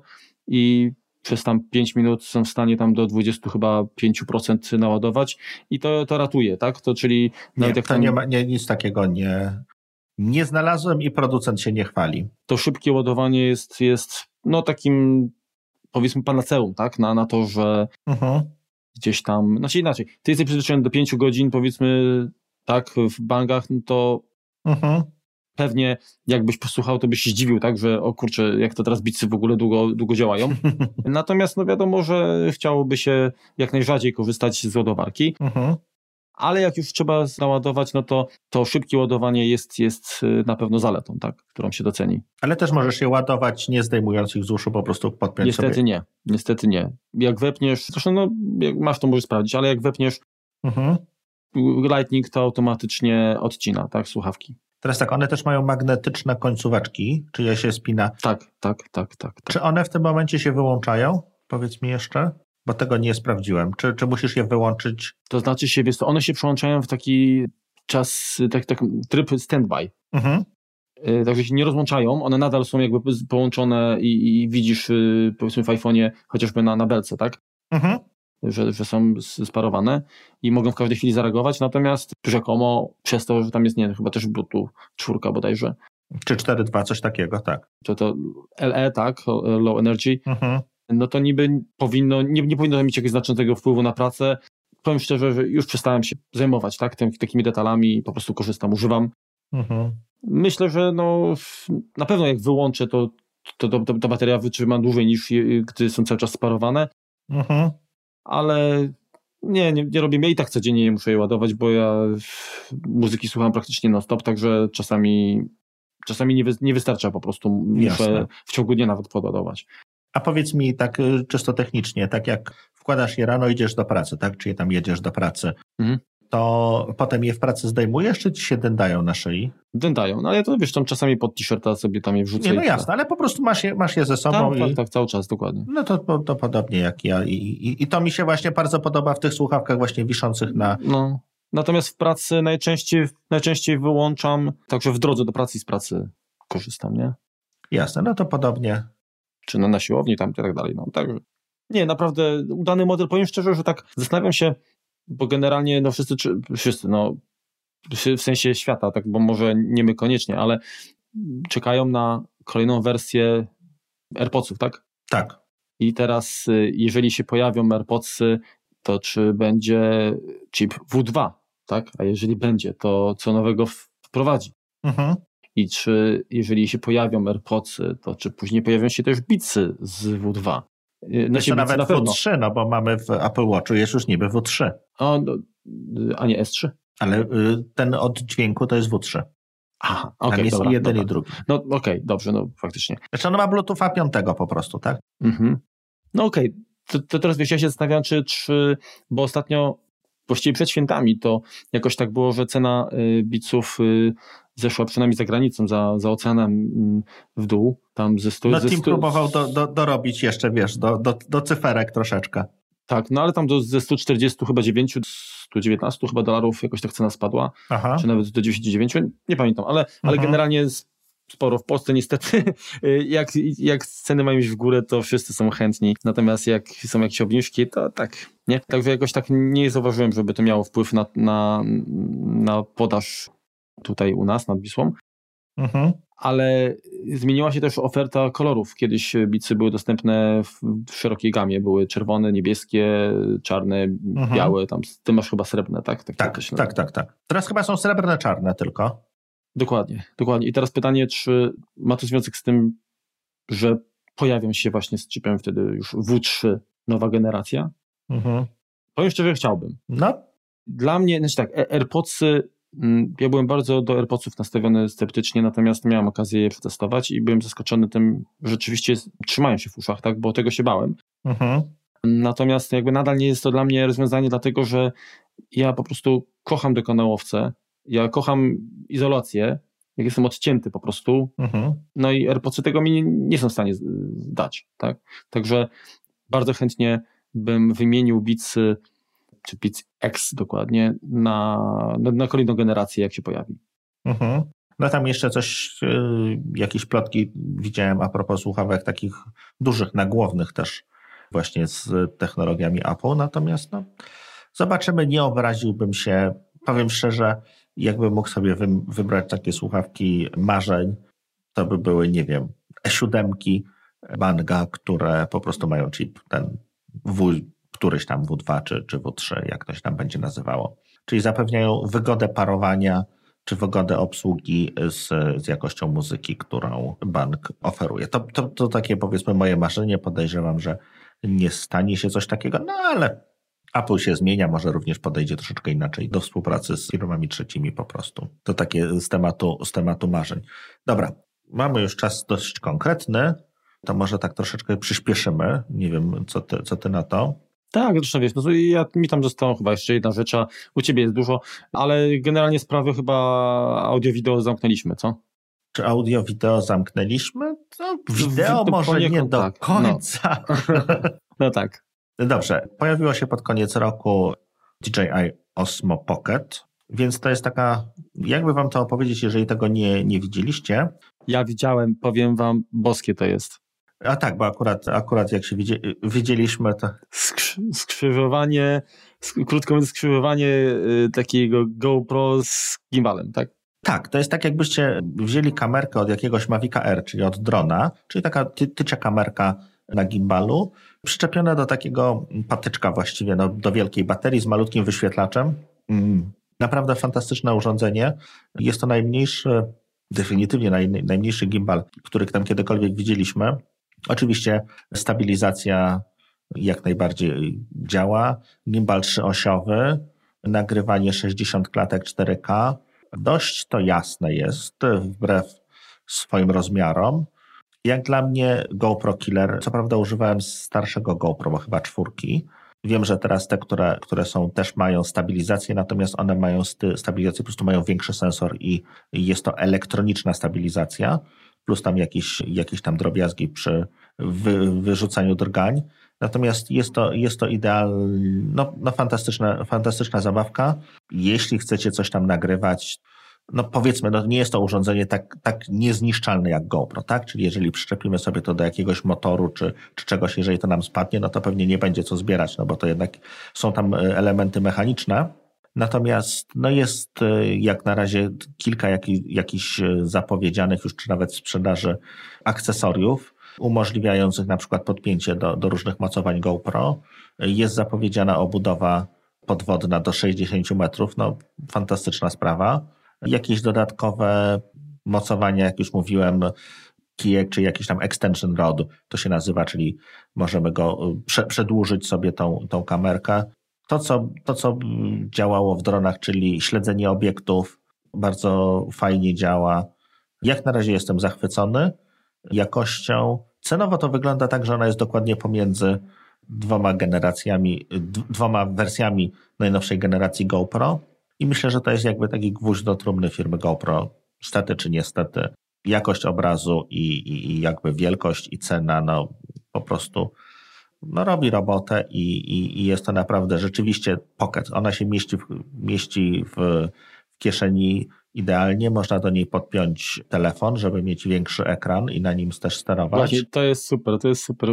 i przez tam pięć minut są w stanie tam do dwadzieścia chyba pięć procent naładować i to, to ratuje, tak? To czyli nie, jak to tam, nie ma, nie, nic takiego nie, nie znalazłem i producent się nie chwali. To szybkie ładowanie jest, jest no takim powiedzmy panaceum, tak? Na, na to, że mhm. gdzieś tam, znaczy inaczej, ty jesteś przyzwyczajony do pięciu godzin powiedzmy tak w bangach, no to mhm. pewnie jakbyś posłuchał, to byś się zdziwił, tak, że o kurczę, jak to teraz Beatsy w ogóle długo, długo działają. Natomiast no wiadomo, że chciałoby się jak najrzadziej korzystać z ładowarki, mhm. ale jak już trzeba naładować, no to to szybkie ładowanie jest, jest na pewno zaletą, tak, którą się doceni. Ale też możesz je ładować nie zdejmując ich z uszu, po prostu podpiąć Niestety sobie. nie, niestety nie. Jak wepniesz, zresztą no jak masz to możesz sprawdzić, ale jak wepniesz mhm. Lightning, to automatycznie odcina, tak, słuchawki. Teraz tak, one też mają magnetyczne końcóweczki, czy je się spina? Tak, tak, tak, tak. tak. Czy one w tym momencie się wyłączają? Powiedz mi jeszcze, bo tego nie sprawdziłem. Czy, czy musisz je wyłączyć? To znaczy się, wiesz, to one się przełączają w taki czas, tak, tak tryb standby. Mhm. Yy, także się nie rozłączają, one nadal są jakby połączone i, i widzisz yy, powiedzmy w iPhone'ie chociażby na, na belce, tak? Mhm. Że, że są sparowane i mogą w każdej chwili zareagować, natomiast rzekomo przez to, że tam jest, nie wiem, chyba też Bluetooth czwórka bodajże. Czy cztery dwa, coś takiego, tak. To to L E, tak, Low Energy, mhm. no to niby powinno, nie, nie powinno mieć jakiegoś znaczącego wpływu na pracę. Powiem szczerze, że już przestałem się zajmować, tak, tym, takimi detalami i po prostu korzystam, używam. Mhm. Myślę, że no na pewno jak wyłączę, to, to, to, to ta bateria wytrzyma dłużej niż gdy są cały czas sparowane. Mhm. Ale nie, nie, nie robię, ja i tak codziennie nie muszę je ładować, bo ja muzyki słucham praktycznie non stop, także czasami czasami nie, wy, nie wystarcza po prostu, muszę Jasne. w ciągu dnia nawet podładować. A powiedz mi tak czysto technicznie, tak jak wkładasz je rano, idziesz do pracy, tak? Czy je tam jedziesz do pracy, mhm. to potem je w pracy zdejmujesz, czy ci się dędają na szyi? Dędają, no ale to wiesz, tam czasami pod t-shirta sobie tam je wrzucę. Nie, no jasne, ale po prostu masz je, masz je ze sobą. Tak, i... tak, tak, cały czas, dokładnie. No to, to, to podobnie jak ja. I, i, I to mi się właśnie bardzo podoba w tych słuchawkach właśnie wiszących na... No. Natomiast w pracy najczęściej, najczęściej wyłączam, także w drodze do pracy i z pracy korzystam, nie? Jasne, no to podobnie. Czy na, na siłowni tam i tak dalej. No, także. Nie, naprawdę udany model. Powiem szczerze, że tak zastanawiam się, bo generalnie no wszyscy, czy, wszyscy, no w sensie świata, tak, bo może nie my koniecznie, ale czekają na kolejną wersję AirPodsów, tak? Tak. I teraz, jeżeli się pojawią AirPodsy, to czy będzie chip W dwa, tak? A jeżeli będzie, to co nowego wprowadzi? Mhm. I czy jeżeli się pojawią AirPodsy, to czy później pojawią się też Beatsy z W dwa? No się nawet na W trzy, no bo mamy w Apple Watchu jest już niby W trzy. O, no, a nie S trzy? Ale ten od dźwięku to jest W trzy. Aha, okej, Tam jest dobra, jeden dobra. i drugi. No okej, okay, dobrze, no faktycznie. Znaczy on ma Bluetootha piątego po prostu, tak? Mhm. No okej, okay. to, to teraz wiesz, ja się zastanawiam, czy, czy, bo ostatnio, właściwie przed świętami, to jakoś tak było, że cena y, Beatsów y, zeszła przynajmniej za granicą, za, za oceanem y, w dół. Tam ze stu, no ze Tim stu... próbował do, do, dorobić jeszcze, wiesz, do, do, do cyferek troszeczkę. Tak, no ale tam do, ze stu czterdziestu chyba dziewięciu, stu dziewiętnastu chyba dolarów jakoś tak cena spadła. Aha. Czy nawet do dziewięćdziesięciu dziewięciu, nie pamiętam, ale, ale mhm. generalnie sporo w Polsce niestety. Jak, jak ceny mają iść w górę, to wszyscy są chętni. Natomiast jak są jakieś obniżki, to tak, nie? Także jakoś tak nie zauważyłem, żeby to miało wpływ na, na, na podaż tutaj u nas nad Wisłą. Mhm. Ale zmieniła się też oferta kolorów. Kiedyś Beatsy były dostępne w, w szerokiej gamie. Były czerwone, niebieskie, czarne, mhm. białe. Tam, ty masz chyba srebrne, tak? Tak, tak, tak, tak, tak. Teraz chyba są srebrne, czarne tylko. Dokładnie, dokładnie. I teraz pytanie, czy ma to związek z tym, że pojawią się właśnie z chipem wtedy już W trzy, nowa generacja? Mhm. Powiem szczerze, chciałbym. No. Dla mnie, znaczy tak, AirPodsy, ja byłem bardzo do AirPodsów nastawiony sceptycznie, natomiast miałem okazję je przetestować i byłem zaskoczony tym, że rzeczywiście trzymają się w uszach, tak, bo tego się bałem. Mhm. Natomiast jakby nadal nie jest to dla mnie rozwiązanie, dlatego że ja po prostu kocham dokonałowce. Ja kocham izolację, jak jestem odcięty po prostu, mhm. no i AirPodsy tego mi nie, nie są w stanie dać, tak? Także bardzo chętnie bym wymienił Beatsy, czy Beats X dokładnie, na, na, na kolejną generację, jak się pojawi. Mhm. No tam jeszcze coś, yy, jakieś plotki widziałem a propos słuchawek takich dużych, nagłownych też właśnie z technologiami Apple, natomiast no, zobaczymy, nie obraziłbym się, powiem szczerze, jakbym mógł sobie wy, wybrać takie słuchawki marzeń, to by były, nie wiem, E siedem Banga, które po prostu mają chip ten W, któryś tam W dwa czy, czy W trzy, jak to się tam będzie nazywało. Czyli zapewniają wygodę parowania czy wygodę obsługi z, z jakością muzyki, którą Bang oferuje. To, to, to takie powiedzmy moje marzenie. Podejrzewam, że nie stanie się coś takiego, no ale Apple się zmienia, może również podejdzie troszeczkę inaczej do współpracy z firmami trzecimi po prostu. To takie z tematu, z tematu marzeń. Dobra, mamy już czas dość konkretny, to może tak troszeczkę przyspieszymy. Nie wiem, co ty, co ty na to? Tak, zresztą wiesz, no ja, mi tam zostało chyba jeszcze jedna rzecz, a u ciebie jest dużo, ale generalnie sprawy chyba audio-wideo zamknęliśmy, co? Czy audio-wideo zamknęliśmy? To wideo to może nie do tak. końca. No. no tak. Dobrze, pojawiło się pod koniec roku D J I Osmo Pocket, więc to jest taka, jakby wam to opowiedzieć, jeżeli tego nie, nie widzieliście. Ja widziałem, powiem wam, boskie to jest. A tak, bo akurat, akurat jak się widzi, widzieliśmy to... Skrzy, skrzyżowanie, sk- krótko mówiąc skrzyżowanie y, takiego GoPro z gimbalem, tak? Tak, to jest tak jakbyście wzięli kamerkę od jakiegoś Mavica R, czyli od drona, czyli taka ty, tycia kamerka na gimbalu, przyczepione do takiego patyczka właściwie, no, do wielkiej baterii z malutkim wyświetlaczem. Mm, naprawdę fantastyczne urządzenie. Jest to najmniejszy, definitywnie naj, najmniejszy gimbal, który tam kiedykolwiek widzieliśmy. Oczywiście stabilizacja jak najbardziej działa. Gimbal trzyosiowy, nagrywanie sześćdziesiąt klatek cztery K. Dość to jasne jest, wbrew swoim rozmiarom. Jak dla mnie GoPro Killer, co prawda używałem starszego GoPro, bo chyba czwórki, Wiem, że teraz te, które, które są, też mają stabilizację, natomiast one mają stabilizację, po prostu mają większy sensor i jest to elektroniczna stabilizacja, plus tam jakieś, jakieś tam drobiazgi przy wy, wyrzucaniu drgań. Natomiast jest to, jest to idealna, no, no fantastyczna, fantastyczna zabawka. Jeśli chcecie coś tam nagrywać, no powiedzmy, no nie jest to urządzenie tak, tak niezniszczalne jak GoPro, tak? Czyli jeżeli przyczepimy sobie to do jakiegoś motoru czy, czy czegoś, jeżeli to nam spadnie, no to pewnie nie będzie co zbierać, no bo to jednak są tam elementy mechaniczne. Natomiast no jest jak na razie kilka jakich, jakichś zapowiedzianych już, czy nawet w sprzedaży akcesoriów umożliwiających na przykład podpięcie do, do różnych mocowań GoPro. Jest zapowiedziana obudowa podwodna do sześćdziesiąt metrów, no fantastyczna sprawa. Jakieś dodatkowe mocowania, jak już mówiłem, kijek, czy jakiś tam extension rod, to się nazywa, czyli możemy go prze, przedłużyć sobie tą, tą kamerkę. To co, to, co działało w dronach, czyli śledzenie obiektów, bardzo fajnie działa. Jak na razie jestem zachwycony jakością. Cenowo to wygląda tak, że ona jest dokładnie pomiędzy dwoma generacjami, dwoma wersjami najnowszej generacji GoPro i myślę, że to jest jakby taki gwóźdź do trumny firmy GoPro. Stety czy niestety, jakość obrazu i, i, i jakby wielkość i cena, no po prostu no robi robotę i, i, i jest to naprawdę rzeczywiście pocket. Ona się mieści w, mieści w, w kieszeni idealnie, można do niej podpiąć telefon, żeby mieć większy ekran i na nim też sterować. Właśnie, to jest super, to jest super,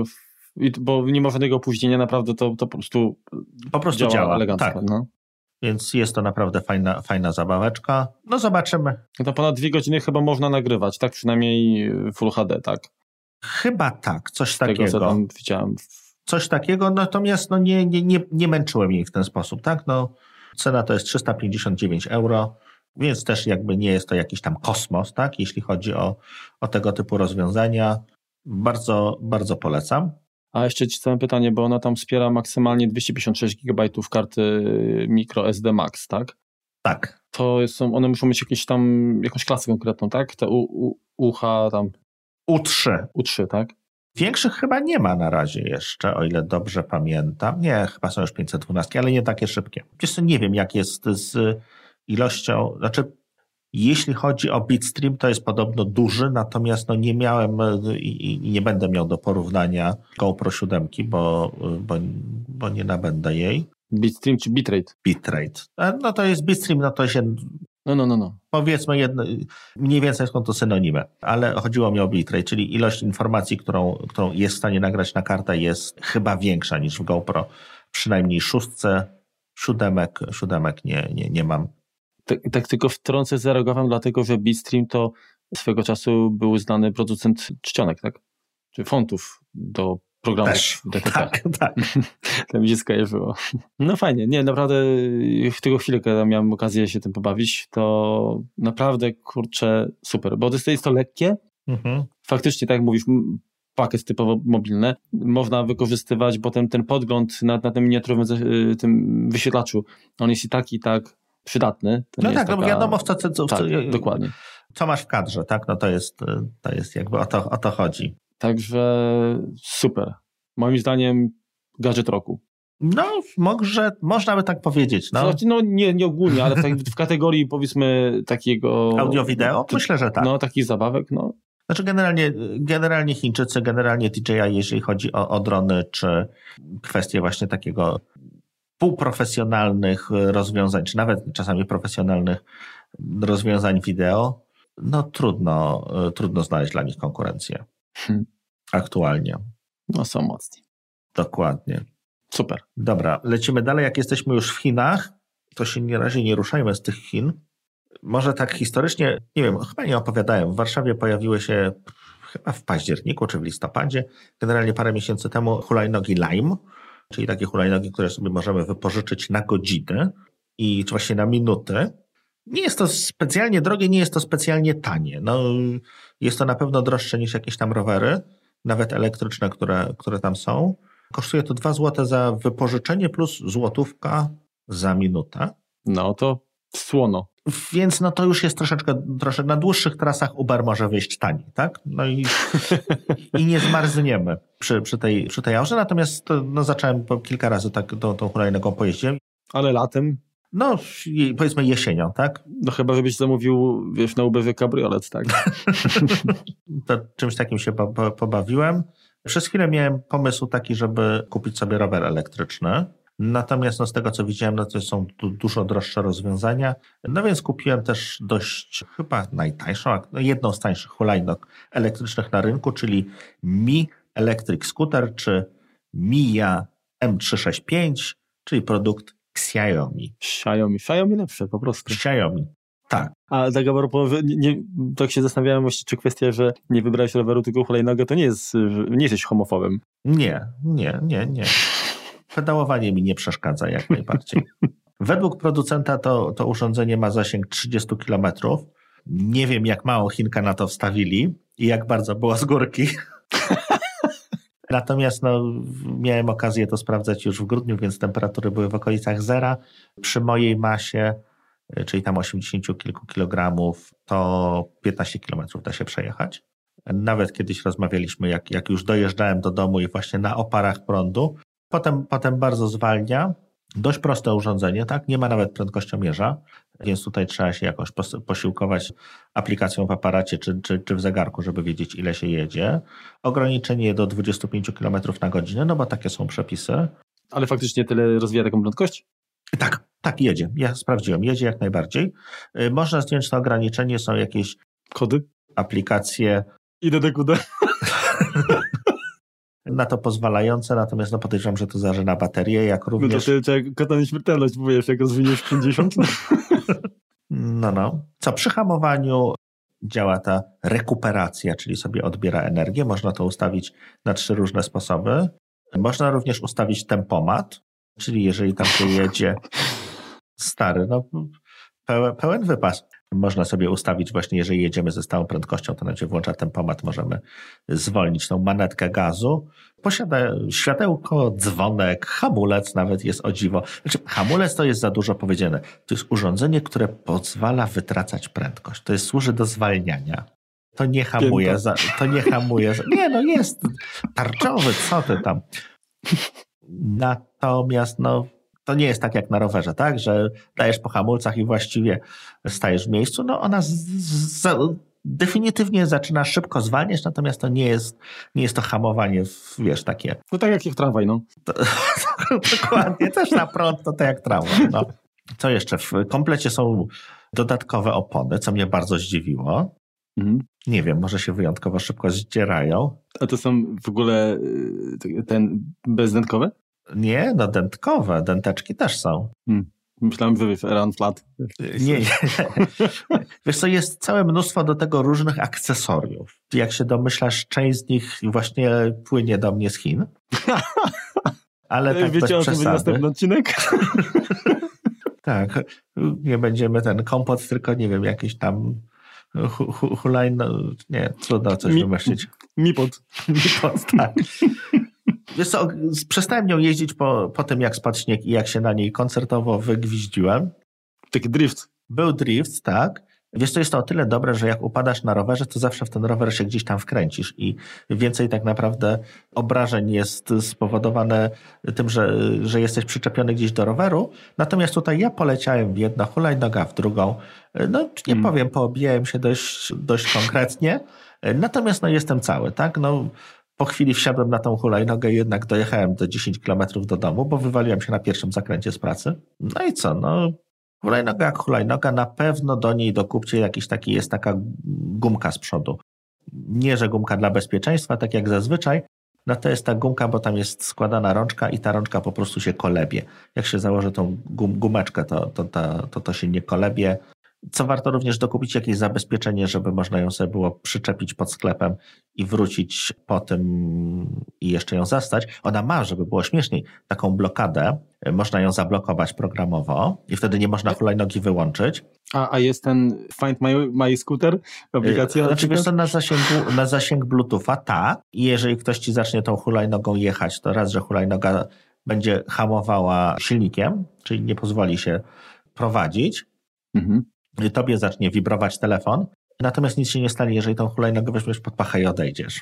bo nie ma żadnego opóźnienia, naprawdę to, to po prostu po prostu działa, działa elegancko. Tak. No. Więc jest to naprawdę fajna, fajna zabaweczka. No zobaczymy. To ponad dwie godziny chyba można nagrywać, tak? Przynajmniej Full H D, tak? Chyba tak, coś Z takiego. Tego, co tam widziałem. Coś takiego, natomiast no nie, nie, nie, nie męczyłem jej w ten sposób, tak? No, cena to jest trzysta pięćdziesiąt dziewięć euro, więc też jakby nie jest to jakiś tam kosmos, tak? Jeśli chodzi o, o tego typu rozwiązania. Bardzo, bardzo polecam. A jeszcze ci zadam pytanie, bo ona tam wspiera maksymalnie dwieście pięćdziesiąt sześć gigabajtów karty micro S D Max, tak? Tak. To są, one muszą mieć jakieś tam, jakąś klasę konkretną, tak? Te U, U, UH tam... U trzy. U trzy, tak? Większych chyba nie ma na razie jeszcze, o ile dobrze pamiętam. Nie, chyba są już pięćset dwanaście, ale nie takie szybkie. Wiesz co, nie wiem jak jest z ilością, znaczy jeśli chodzi o Bitstream, to jest podobno duży, natomiast no nie miałem i, i nie będę miał do porównania GoPro siedem, bo, bo, bo nie nabędę jej. Bitstream czy bitrate? Bitrate. No to jest Bitstream, no to się... No, no, no, no. Powiedzmy jedno, mniej więcej są to synonimy, ale chodziło mi o bitrate, czyli ilość informacji, którą, którą jest w stanie nagrać na kartę jest chyba większa niż w GoPro. Przynajmniej szóstce, siódemek, siódemek nie, nie, nie mam. Tak, tak tylko wtrącę, zareagowałem, dlatego że Bitstream to swego czasu był znany producent czcionek, tak? Czy fontów do programów Też, D T P. tak, tak. To mi się skojarzyło. No fajnie, nie, naprawdę w tego chwilę, kiedy miałem okazję się tym pobawić, to naprawdę, kurczę, super, bo to jest, jest to lekkie, mhm. Faktycznie, tak jak mówisz, pakiet typowo mobilny, można wykorzystywać, bo ten, ten podgląd na, na tym miniaturowym tym wyświetlaczu, on jest i tak, i tak przydatny. To no tak, taka... no bo wiadomo w co, co, co, tak, co, dokładnie. Co masz w kadrze, tak? No to jest, to jest jakby o to, o to chodzi. Także super. Moim zdaniem gadżet roku. No, może, można by tak powiedzieć. No, znaczy, no nie, nie ogólnie, ale w, tak, w kategorii powiedzmy takiego... Audio-wideo? Myślę, że tak. No, takich zabawek, no. Znaczy generalnie, generalnie Chińczycy, generalnie D J I, jeżeli chodzi o, o drony, czy kwestie właśnie takiego półprofesjonalnych rozwiązań, czy nawet czasami profesjonalnych rozwiązań wideo, no trudno, trudno znaleźć dla nich konkurencję. Hmm. Aktualnie. No są mocni. Dokładnie. Super. Dobra, lecimy dalej. Jak jesteśmy już w Chinach, to się na razie nie ruszajmy z tych Chin. Może tak historycznie, nie wiem, chyba nie opowiadałem. W Warszawie pojawiły się chyba w październiku czy w listopadzie, generalnie parę miesięcy temu hulajnogi Lime, czyli takie hulajnogi, które sobie możemy wypożyczyć na godziny i czy właśnie na minuty. Nie jest to specjalnie drogie, nie jest to specjalnie tanie. No, jest to na pewno droższe niż jakieś tam rowery, nawet elektryczne, które, które tam są. Kosztuje to dwa złote za wypożyczenie plus złotówka za minutę. No to słono. Więc no to już jest troszeczkę, troszeczkę na dłuższych trasach Uber może wyjść taniej, tak? No i, i nie zmarzniemy przy, przy, tej, przy tej aurze, natomiast no, zacząłem po kilka razy tak tą, tą hulajnogą pojeździłem. Ale latem? No powiedzmy jesienią, tak? No chyba, żebyś zamówił, wiesz, na Uberze kabriolet, tak? To czymś takim się po, po, pobawiłem. Przez chwilę miałem pomysł taki, żeby kupić sobie rower elektryczny. Natomiast no, z tego, co widziałem, no, to są du- dużo droższe rozwiązania. No więc kupiłem też dość chyba najtańszą, no, jedną z tańszych hulajnog elektrycznych na rynku, czyli Mi Electric Scooter, czy Mia M trzysta sześćdziesiąt pięć, czyli produkt Xiaomi. Xiaomi. Xiaomi lepsze po prostu. Xiaomi, tak. A tak a propos, nie, nie, tak się zastanawiałem właśnie, czy kwestia, że nie wybrałeś roweru, tylko hulajnogę, to nie jest, nie jesteś homofobem. Nie, nie, nie, nie. Pedałowanie mi nie przeszkadza jak najbardziej. Według producenta to, to urządzenie ma zasięg trzydzieści kilometrów. Nie wiem, jak mało Chinka na to wstawili i jak bardzo było z górki. Natomiast no, miałem okazję to sprawdzać już w grudniu, więc temperatury były w okolicach zera. Przy mojej masie, czyli tam osiemdziesięciu kilku kilogramów, to piętnaście kilometrów da się przejechać. Nawet kiedyś rozmawialiśmy, jak, jak już dojeżdżałem do domu i właśnie na oparach prądu. Potem, potem bardzo zwalnia. Dość proste urządzenie, tak? Nie ma nawet prędkościomierza, więc tutaj trzeba się jakoś pos- posiłkować aplikacją w aparacie czy, czy, czy w zegarku, żeby wiedzieć, ile się jedzie. Ograniczenie do dwadzieścia pięć kilometrów na godzinę, no bo takie są przepisy. Ale faktycznie tyle rozwija taką prędkość? Tak, tak jedzie. Ja sprawdziłem, jedzie jak najbardziej. Można zdjąć to ograniczenie, są jakieś kody, aplikacje. Idę do kuda. Na to pozwalające, natomiast no podejrzewam, że to zażyna baterię, jak również... No to ty, kota nieśmiertelność, bo wiesz, jak rozwiniesz pięćdziesiąt. No, no. Co przy hamowaniu działa ta rekuperacja, czyli sobie odbiera energię. Można to ustawić na trzy różne sposoby. Można również ustawić tempomat, czyli jeżeli tam się jedzie stary, no pełen, pełen wypas. Można sobie ustawić właśnie, jeżeli jedziemy ze stałą prędkością, to nam się włącza tempomat, możemy zwolnić tą manetkę gazu. Posiada światełko, dzwonek, hamulec nawet jest o dziwo. Znaczy, hamulec to jest za dużo powiedziane. To jest urządzenie, które pozwala wytracać prędkość. To jest, służy do zwalniania. To nie hamuje. Za, to nie hamuje. Za, nie, no jest tarczowy, co ty tam. Natomiast no to nie jest tak jak na rowerze, tak, że dajesz po hamulcach i właściwie stajesz w miejscu. No ona z, z, definitywnie zaczyna szybko zwalniać, natomiast to nie jest, nie jest to hamowanie, wiesz, takie. No tak jak ich tramwaj, no. To, dokładnie, też na prąd to tak jak tramwaj, no. Co jeszcze? W komplecie są dodatkowe opony, co mnie bardzo zdziwiło. Mhm. Nie wiem, może się wyjątkowo szybko zdzierają. A to są w ogóle ten bezdętkowe? Nie, no dętkowe. Dęteczki też są. Hmm. Myślałem, że wiesz, run flat. Nie, nie. Wiesz co, jest całe mnóstwo do tego różnych akcesoriów. Jak się domyślasz, część z nich właśnie płynie do mnie z Chin. Ale tak wiecie, bez o czym będzie następny odcinek? Tak. Nie będziemy ten kompot, tylko nie wiem, jakiś tam hu, hu, hulajno... Nie, trudno coś Mi, wymyślić. Mipot. Mipot, tak. Wiesz co, przestałem nią jeździć po, po tym, jak spadł śnieg i jak się na niej koncertowo wygwiździłem. Taki drift. Był drift, tak. Wiesz co, jest to o tyle dobre, że jak upadasz na rowerze, to zawsze w ten rower się gdzieś tam wkręcisz i więcej tak naprawdę obrażeń jest spowodowane tym, że, że jesteś przyczepiony gdzieś do roweru. Natomiast tutaj ja poleciałem w jedno, hulajnoga w drugą. No nie hmm. powiem, poobijałem się dość, dość konkretnie. Natomiast no jestem cały, tak. No po chwili wsiadłem na tą hulajnogę i jednak dojechałem do dziesięć kilometrów do domu, bo wywaliłem się na pierwszym zakręcie z pracy. No i co, no hulajnoga jak hulajnoga, na pewno do niej dokupcie jakiś taki, jest taka gumka z przodu. Nie, że gumka dla bezpieczeństwa, tak jak zazwyczaj, no to jest ta gumka, bo tam jest składana rączka i ta rączka po prostu się kolebie. Jak się założy tą gum, gumeczkę, to to, to, to to się nie kolebie. Co warto również dokupić jakieś zabezpieczenie, żeby można ją sobie było przyczepić pod sklepem i wrócić po tym i jeszcze ją zastać. Ona ma, żeby było śmieszniej, taką blokadę. Można ją zablokować programowo i wtedy nie można hulajnogi wyłączyć. A, a jest ten Find My, My Scooter aplikacja? Znaczy wiesz co, na zasięgu, na zasięg Bluetootha, tak. I jeżeli ktoś ci zacznie tą hulajnogą jechać, to raz, że hulajnoga będzie hamowała silnikiem, czyli nie pozwoli się prowadzić. Mhm. tobie zacznie wibrować telefon, natomiast nic się nie stanie, jeżeli tą hulajnogę weźmiesz pod pachę i odejdziesz.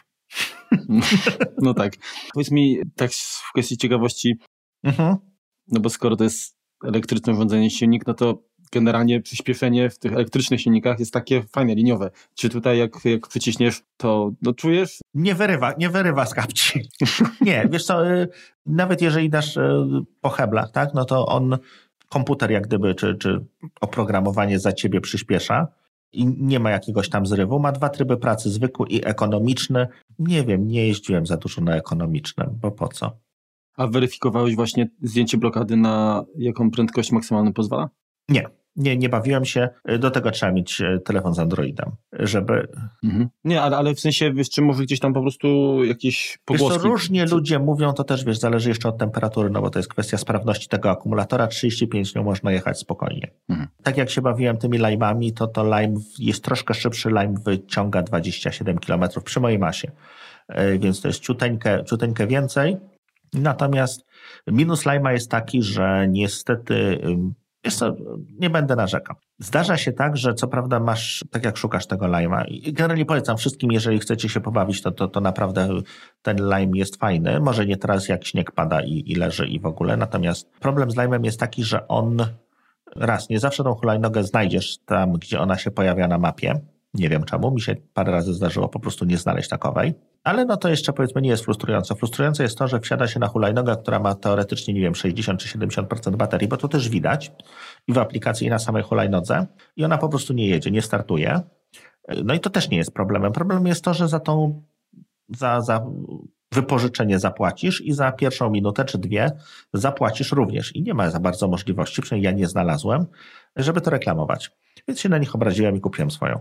No tak. Powiedz mi tak w kwestii ciekawości, mhm. no bo skoro to jest elektryczne urządzenie silnik, no to generalnie przyspieszenie w tych elektrycznych silnikach jest takie fajne, liniowe. Czy tutaj jak, jak przyciśniesz, to no, czujesz? Nie wyrywa, nie wyrywa z kapci. Nie, wiesz co, nawet jeżeli dasz po heblach, tak, no to on, komputer jak gdyby, czy, czy oprogramowanie za ciebie przyspiesza i nie ma jakiegoś tam zrywu. Ma dwa tryby pracy, zwykły i ekonomiczny. Nie wiem, nie jeździłem za dużo na ekonomicznym, bo po co? A weryfikowałeś właśnie zdjęcie blokady, na jaką prędkość maksymalną pozwala? Nie. Nie, nie bawiłem się. Do tego trzeba mieć telefon z Androidem, żeby... Mhm. Nie, ale, ale w sensie, wiesz, czy może gdzieś tam po prostu jakieś pogłoski? Wiesz co, różnie czy... ludzie mówią, to też, wiesz, zależy jeszcze od temperatury, no bo to jest kwestia sprawności tego akumulatora. trzydzieści pięć nią można jechać spokojnie. Mhm. Tak jak się bawiłem tymi Lime'ami, to to Lime jest troszkę szybszy. Lime wyciąga dwadzieścia siedem kilometrów przy mojej masie, więc to jest ciuteńkę, ciuteńkę więcej. Natomiast minus Lime'a jest taki, że niestety... Wiesz co, nie będę narzekał. Zdarza się tak, że co prawda masz, tak jak szukasz tego Lime'a i generalnie polecam wszystkim, jeżeli chcecie się pobawić, to, to, to naprawdę ten Lime jest fajny. Może nie teraz jak śnieg pada i, i leży i w ogóle, natomiast problem z Lime'em jest taki, że on raz, nie zawsze tą hulajnogę znajdziesz tam, gdzie ona się pojawia na mapie. Nie wiem czemu, mi się parę razy zdarzyło po prostu nie znaleźć takowej. Ale no to jeszcze powiedzmy nie jest frustrujące. Frustrujące jest to, że wsiada się na hulajnogę, która ma teoretycznie, nie wiem, sześćdziesiąt czy siedemdziesiąt procent baterii, bo to też widać i w aplikacji i na samej hulajnodze i ona po prostu nie jedzie, nie startuje. No i to też nie jest problemem. Problemem jest to, że za tą, za, za wypożyczenie zapłacisz i za pierwszą minutę czy dwie zapłacisz również i nie ma za bardzo możliwości, przynajmniej ja nie znalazłem, żeby to reklamować. Więc się na nich obraziłem i kupiłem swoją.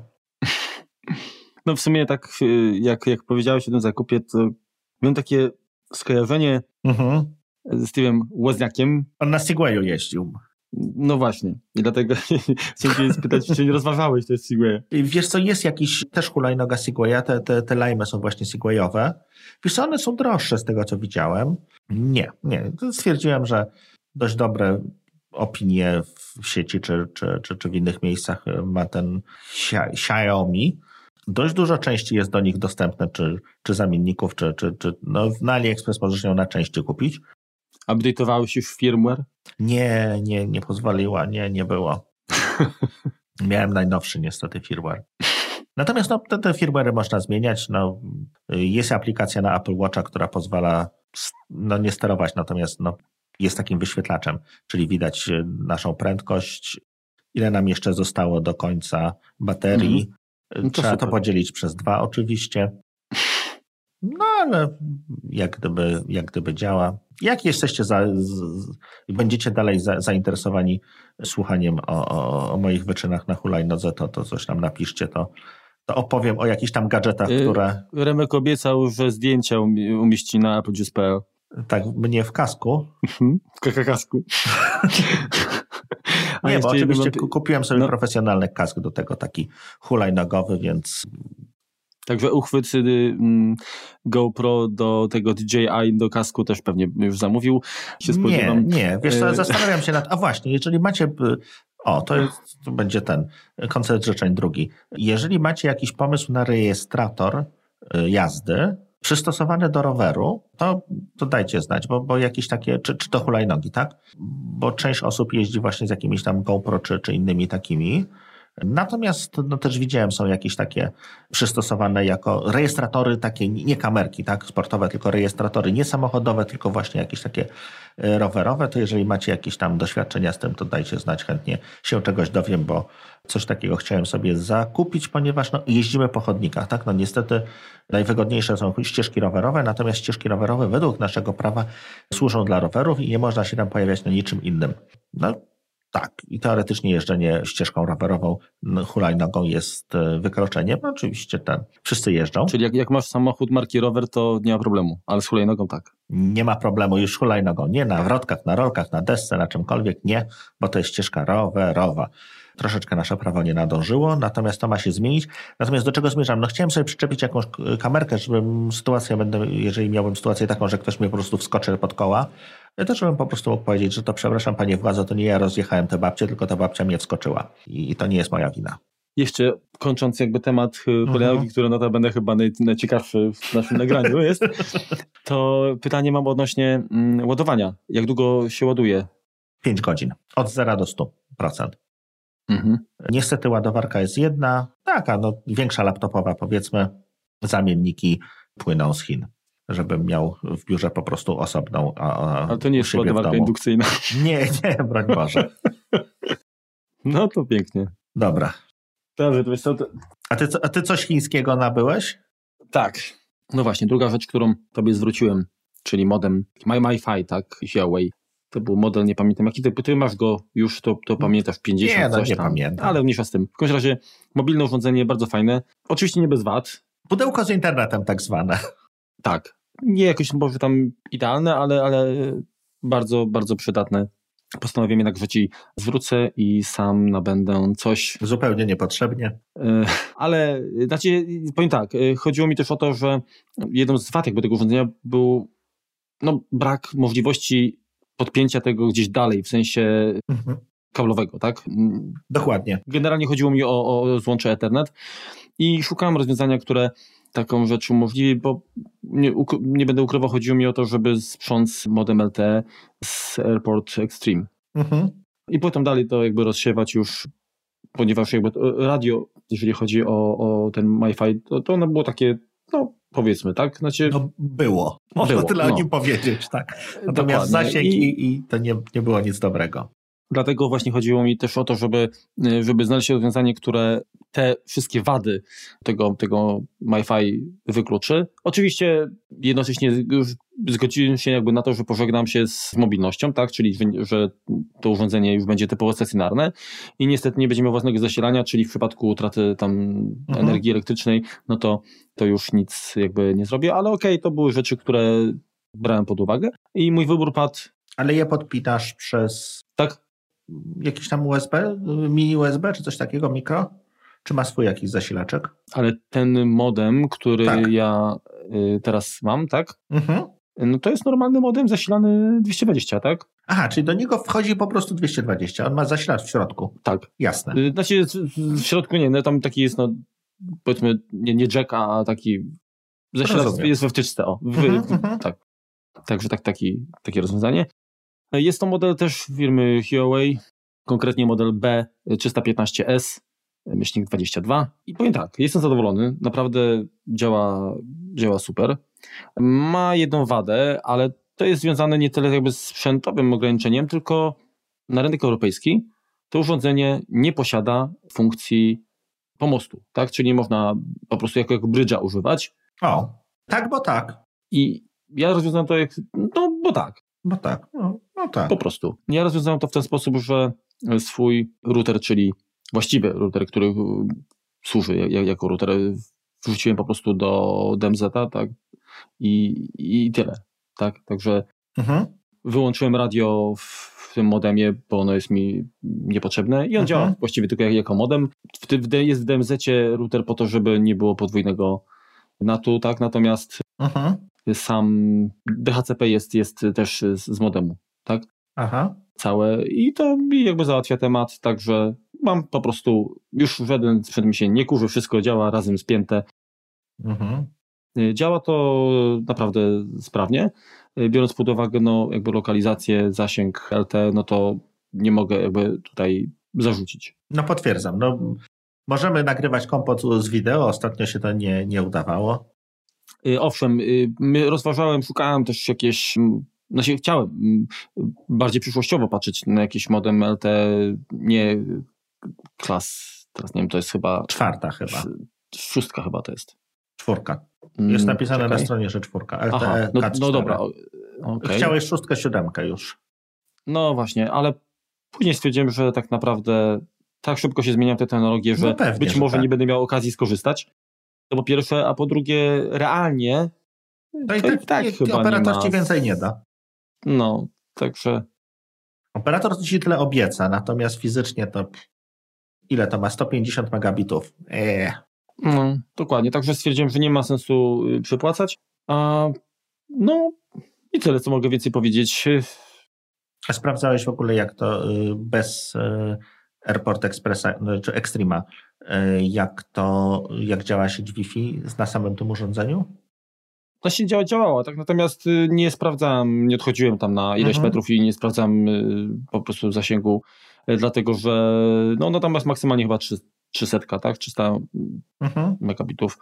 No w sumie tak jak, jak powiedziałeś o tym zakupie, to miałem takie skojarzenie mhm. z Steve'em Wozniakiem. On na Segwayu jeździł. No właśnie. I dlatego chciałem cię spytać, czy nie rozważałeś też Segwaya. Wiesz co, jest jakiś też hulajnoga Segwaya, te, te, te Lime są właśnie Segwayowe. Wiesz co, one są droższe z tego, co widziałem. Nie, nie. Stwierdziłem, że dość dobre opinie w sieci czy, czy, czy, czy w innych miejscach ma ten Xiaomi. Dość dużo części jest do nich dostępne, czy, czy zamienników, czy, czy, czy no na AliExpress możesz ją na części kupić. Update'owałeś już firmware? Nie, nie, nie pozwoliła, nie, nie było. Miałem najnowszy niestety firmware. Natomiast no, te, te firmware'y można zmieniać. No, jest aplikacja na Apple Watcha, która pozwala no, nie sterować, natomiast no, jest takim wyświetlaczem, czyli widać naszą prędkość, ile nam jeszcze zostało do końca baterii. Mm. No to Trzeba super. To podzielić przez dwa oczywiście. No ale jak gdyby, jak gdyby działa. Jak jesteście za, z, będziecie dalej za, zainteresowani słuchaniem o, o, o moich wyczynach na hulajnodze, to, to coś tam napiszcie, to, to opowiem o jakichś tam gadżetach, yy, które... Remek obiecał, że zdjęcia umieści na apple juice kropka p l. Tak, mnie w kasku. W kakakasku. Nie, bo oczywiście mam... kupiłem sobie no. profesjonalny kask do tego, taki hulajnogowy, więc... Także uchwyt um, GoPro do tego D J I do kasku też pewnie już zamówił. Się nie, nie, wiesz co, zastanawiam się nad... A właśnie, jeżeli macie... O, to, jest, to będzie ten koncert życzeń drugi. Jeżeli macie jakiś pomysł na rejestrator jazdy przystosowany do roweru, to, to dajcie znać, bo, bo jakieś takie, czy, czy to hulajnogi, tak? Bo część osób jeździ właśnie z jakimiś tam GoPro czy, czy innymi takimi. Natomiast no, też widziałem, są jakieś takie przystosowane jako rejestratory, takie nie kamerki, tak, sportowe, tylko rejestratory nie samochodowe, tylko właśnie jakieś takie rowerowe. To jeżeli macie jakieś tam doświadczenia z tym, to dajcie znać, chętnie się czegoś dowiem, bo coś takiego chciałem sobie zakupić, ponieważ no, jeździmy po chodnikach, tak, no niestety najwygodniejsze są ścieżki rowerowe, natomiast ścieżki rowerowe według naszego prawa służą dla rowerów i nie można się tam pojawiać na niczym innym. No, tak, i teoretycznie jeżdżenie ścieżką rowerową, hulajnogą jest wykroczeniem. No oczywiście ten, wszyscy jeżdżą. Czyli jak, jak masz samochód marki rower, to nie ma problemu, ale z hulajnogą tak. Nie ma problemu już z hulajnogą. Nie na wrotkach, na rolkach, na desce, na czymkolwiek, nie, bo to jest ścieżka rowerowa. Troszeczkę nasze prawo nie nadążyło, natomiast to ma się zmienić. Natomiast do czego zmierzam? No chciałem sobie przyczepić jakąś kamerkę, żebym sytuację, będę, jeżeli miałbym sytuację taką, że ktoś mnie po prostu wskoczy pod koła, to żebym po prostu mógł powiedzieć, że to przepraszam panie władzo, to nie ja rozjechałem tę babcię, tylko ta babcia mnie wskoczyła i, i to nie jest moja wina. Jeszcze kończąc jakby temat hulajnogi, uh-huh. który notabene chyba naj, najciekawszy w naszym nagraniu jest, to pytanie mam odnośnie mm, ładowania. Jak długo się ładuje? pięć godzin. Od zera do stu procent. Uh-huh. Niestety ładowarka jest jedna, taka no większa laptopowa powiedzmy, zamienniki płyną z Chin, żebym miał w biurze po prostu osobną. A, a Ale to nie jest ładowarka indukcyjna. Nie, nie, broń Boże. No to pięknie. Dobra. Dobrze, to wiesz co, to... A, ty, a ty coś chińskiego nabyłeś? Tak. No właśnie, druga rzecz, którą tobie zwróciłem, czyli modem MiFi, tak, Huawei. To był model, nie pamiętam jaki, ty, ty masz go już, to, to pamiętasz, pięćdziesiąt nie, no, coś nie tam. pamiętam. Ale mniejsza z tym. W każdym razie mobilne urządzenie, bardzo fajne. Oczywiście nie bez wad. Pudełko z internetem tak zwane. Tak. Nie jakoś może tam idealne, ale, ale bardzo, bardzo przydatne. Postanowiłem jednak, że ci zwrócę i sam nabędę coś. Zupełnie niepotrzebnie. Ale znaczy, powiem tak, chodziło mi też o to, że jedną z wad jakby tego urządzenia był no, brak możliwości podpięcia tego gdzieś dalej, w sensie mhm. kablowego, tak? Dokładnie. Generalnie chodziło mi o, o złącze Ethernet i szukałem rozwiązania, które taką rzecz umożliwi, bo nie, nie będę ukrywał, chodziło mi o to, żeby sprząc modem L T E z AirPort Extreme. Mhm. I potem dalej to jakby rozsiewać już, ponieważ jakby radio, jeżeli chodzi o, o ten MiFi, to, to ono było takie, no powiedzmy, tak? Znaczy, no było. Można było, tyle no. o nim powiedzieć, tak. Natomiast dokładnie. Zasięg i, i to nie, nie było nic dobrego. Dlatego właśnie chodziło mi też o to, żeby, żeby znaleźć rozwiązanie, które te wszystkie wady tego, tego MiFi wykluczy. Oczywiście jednocześnie już zgodziłem się jakby na to, że pożegnam się z mobilnością, tak, czyli że to urządzenie już będzie typowo stacjonarne i niestety nie będzie miał własnego zasilania, czyli w przypadku utraty tam mhm. energii elektrycznej, no to, to już nic jakby nie zrobię, ale okej, okay, to były rzeczy, które brałem pod uwagę i mój wybór padł. Ale je podpinasz przez... Tak. Jakiś tam U S B, mini U S B czy coś takiego, mikro? Czy ma swój jakiś zasilaczek? Ale ten modem, który tak. ja y, teraz mam, tak? Mhm. No to jest normalny modem zasilany dwieście dwadzieścia, tak? Aha, czyli do niego wchodzi po prostu dwieście dwadzieścia. On ma zasilacz w środku. Tak. Jasne. Y, znaczy w środku nie, no tam taki jest, no powiedzmy, nie, nie jack, a taki zasilacz Rozumiem. Jest we wtyczce. O, w, mhm, w, mhm. Tak. Także tak, taki, takie rozwiązanie. Jest to model też firmy Huawei, konkretnie model B trzysta piętnaście S, myślnik dwadzieścia dwa. I powiem tak, jestem zadowolony, naprawdę działa, działa super. Ma jedną wadę, ale to jest związane nie tyle jakby z sprzętowym ograniczeniem, tylko na rynek europejski to urządzenie nie posiada funkcji pomostu, tak? Czyli nie można po prostu jako, jako brydża używać. O, tak, bo tak. I ja rozwiązałem to jak, no bo tak. Bo tak, no, no tak. Po prostu. Ja rozwiązałem to w ten sposób, że swój router, czyli właściwy router, który służy jako router, wrzuciłem po prostu do D M Z-a, tak? I, i tyle, tak? Także mhm. wyłączyłem radio w tym modemie, bo ono jest mi niepotrzebne i on mhm. działa właściwie tylko jako modem. W tym, jest w D M Z-cie router po to, żeby nie było podwójnego natu, tak? Natomiast mhm. sam D H C P jest, jest też z, z modemu, tak? Aha. Całe i to mi jakby załatwia temat, także mam po prostu, już żaden sprzęt mi się nie kurzy, wszystko działa razem spięte. Mhm. Działa to naprawdę sprawnie, biorąc pod uwagę no jakby lokalizację, zasięg L T E, no to nie mogę jakby tutaj zarzucić. No potwierdzam, no możemy nagrywać kompot z wideo, ostatnio się to nie, nie udawało. Owszem, my rozważałem, szukałem też jakieś, no się chciałem bardziej przyszłościowo patrzeć na jakiś modem L T E, nie klas, teraz nie wiem, to jest chyba... Czwarta chyba. Szóstka chyba to jest. Czwórka. Jest napisane Czekaj. na stronie, że czwórka. L T E Aha, no, no dobra. Okay. Chciałeś szóstkę, siódemkę już. No właśnie, ale później stwierdziłem, że tak naprawdę tak szybko się zmieniają te technologie, że no pewnie, być że może tak. nie będę miał okazji skorzystać. To po pierwsze, a po drugie realnie no i tak, tak, tak nie, chyba operator ci więcej nie da. No, także... Operator ci tyle obieca, natomiast fizycznie to ile to ma? sto pięćdziesiąt megabitów. Eee. No, dokładnie. Także stwierdziłem, że nie ma sensu przepłacać. A, no, I tyle, co mogę więcej powiedzieć. A sprawdzałeś w ogóle, jak to bez Airport Expressa czy Extrema, jak to, jak działa sieć Wi-Fi na samym tym urządzeniu? Właśnie działa, działała, tak? Natomiast nie sprawdzałem, nie odchodziłem tam na ileś mhm. metrów i nie sprawdzałem po prostu zasięgu, dlatego że no, no tam jest maksymalnie chyba trzysta, tak? trzysta mhm. megabitów.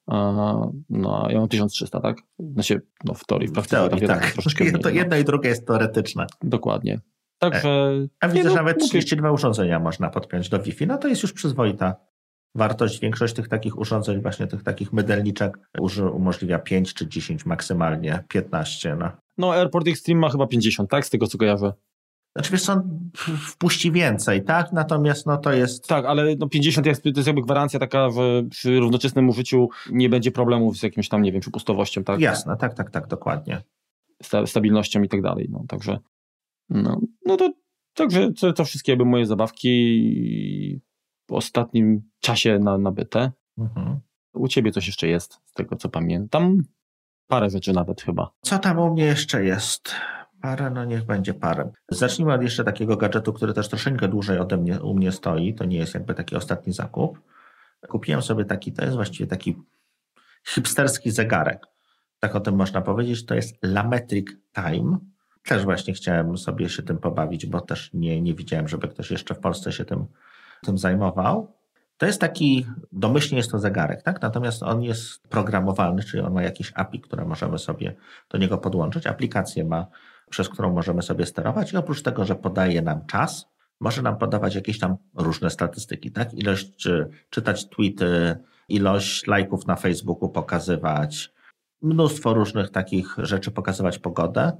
No, ja mam tysiąc trzysta, tak? Znaczy, no w teorii, w praktyce. W teorii, tak. Troszeczkę mniej, to jedno no. i drugie jest teoretyczne. Dokładnie. Także... A widzę, no, że nawet trzydzieści dwa urządzenia można podpiąć do Wi-Fi. No to jest już przyzwoita wartość. Większość tych takich urządzeń, właśnie tych takich mydelniczek umożliwia pięć czy dziesięć, maksymalnie piętnaście. No, no Airport Extreme ma chyba pięćdziesiąt, tak? Z tego co kojarzę. Znaczy wiesz, on wpuści więcej, tak? Natomiast no to jest... Tak, ale no pięćdziesiąt jest, to jest jakby gwarancja taka, że przy równoczesnym użyciu nie będzie problemów z jakimś tam, nie wiem, przepustowością, tak? Jasne, tak, tak, tak, dokładnie. Sta- stabilnością i tak dalej, no także... No, no to także to, to wszystkie jakby moje zabawki w ostatnim czasie na, nabyte. Mhm. U ciebie coś jeszcze jest, z tego co pamiętam. Parę rzeczy nawet chyba. Co tam u mnie jeszcze jest? Parę, no niech będzie parę. Zacznijmy od jeszcze takiego gadżetu, który też troszeczkę dłużej ode mnie, u mnie stoi. To nie jest jakby taki ostatni zakup. Kupiłem sobie taki, to jest właściwie taki hipsterski zegarek. Tak o tym można powiedzieć. To jest Lametric Time. Też właśnie chciałem sobie się tym pobawić, bo też nie, nie widziałem, żeby ktoś jeszcze w Polsce się tym, tym zajmował. To jest taki, domyślnie jest to zegarek, tak? Natomiast on jest programowalny, czyli on ma jakieś A P I, które możemy sobie do niego podłączyć. Aplikację ma, przez którą możemy sobie sterować i oprócz tego, że podaje nam czas, może nam podawać jakieś tam różne statystyki, tak? Ilość, czy, czytać tweety, ilość lajków na Facebooku pokazywać, mnóstwo różnych takich rzeczy, pokazywać pogodę.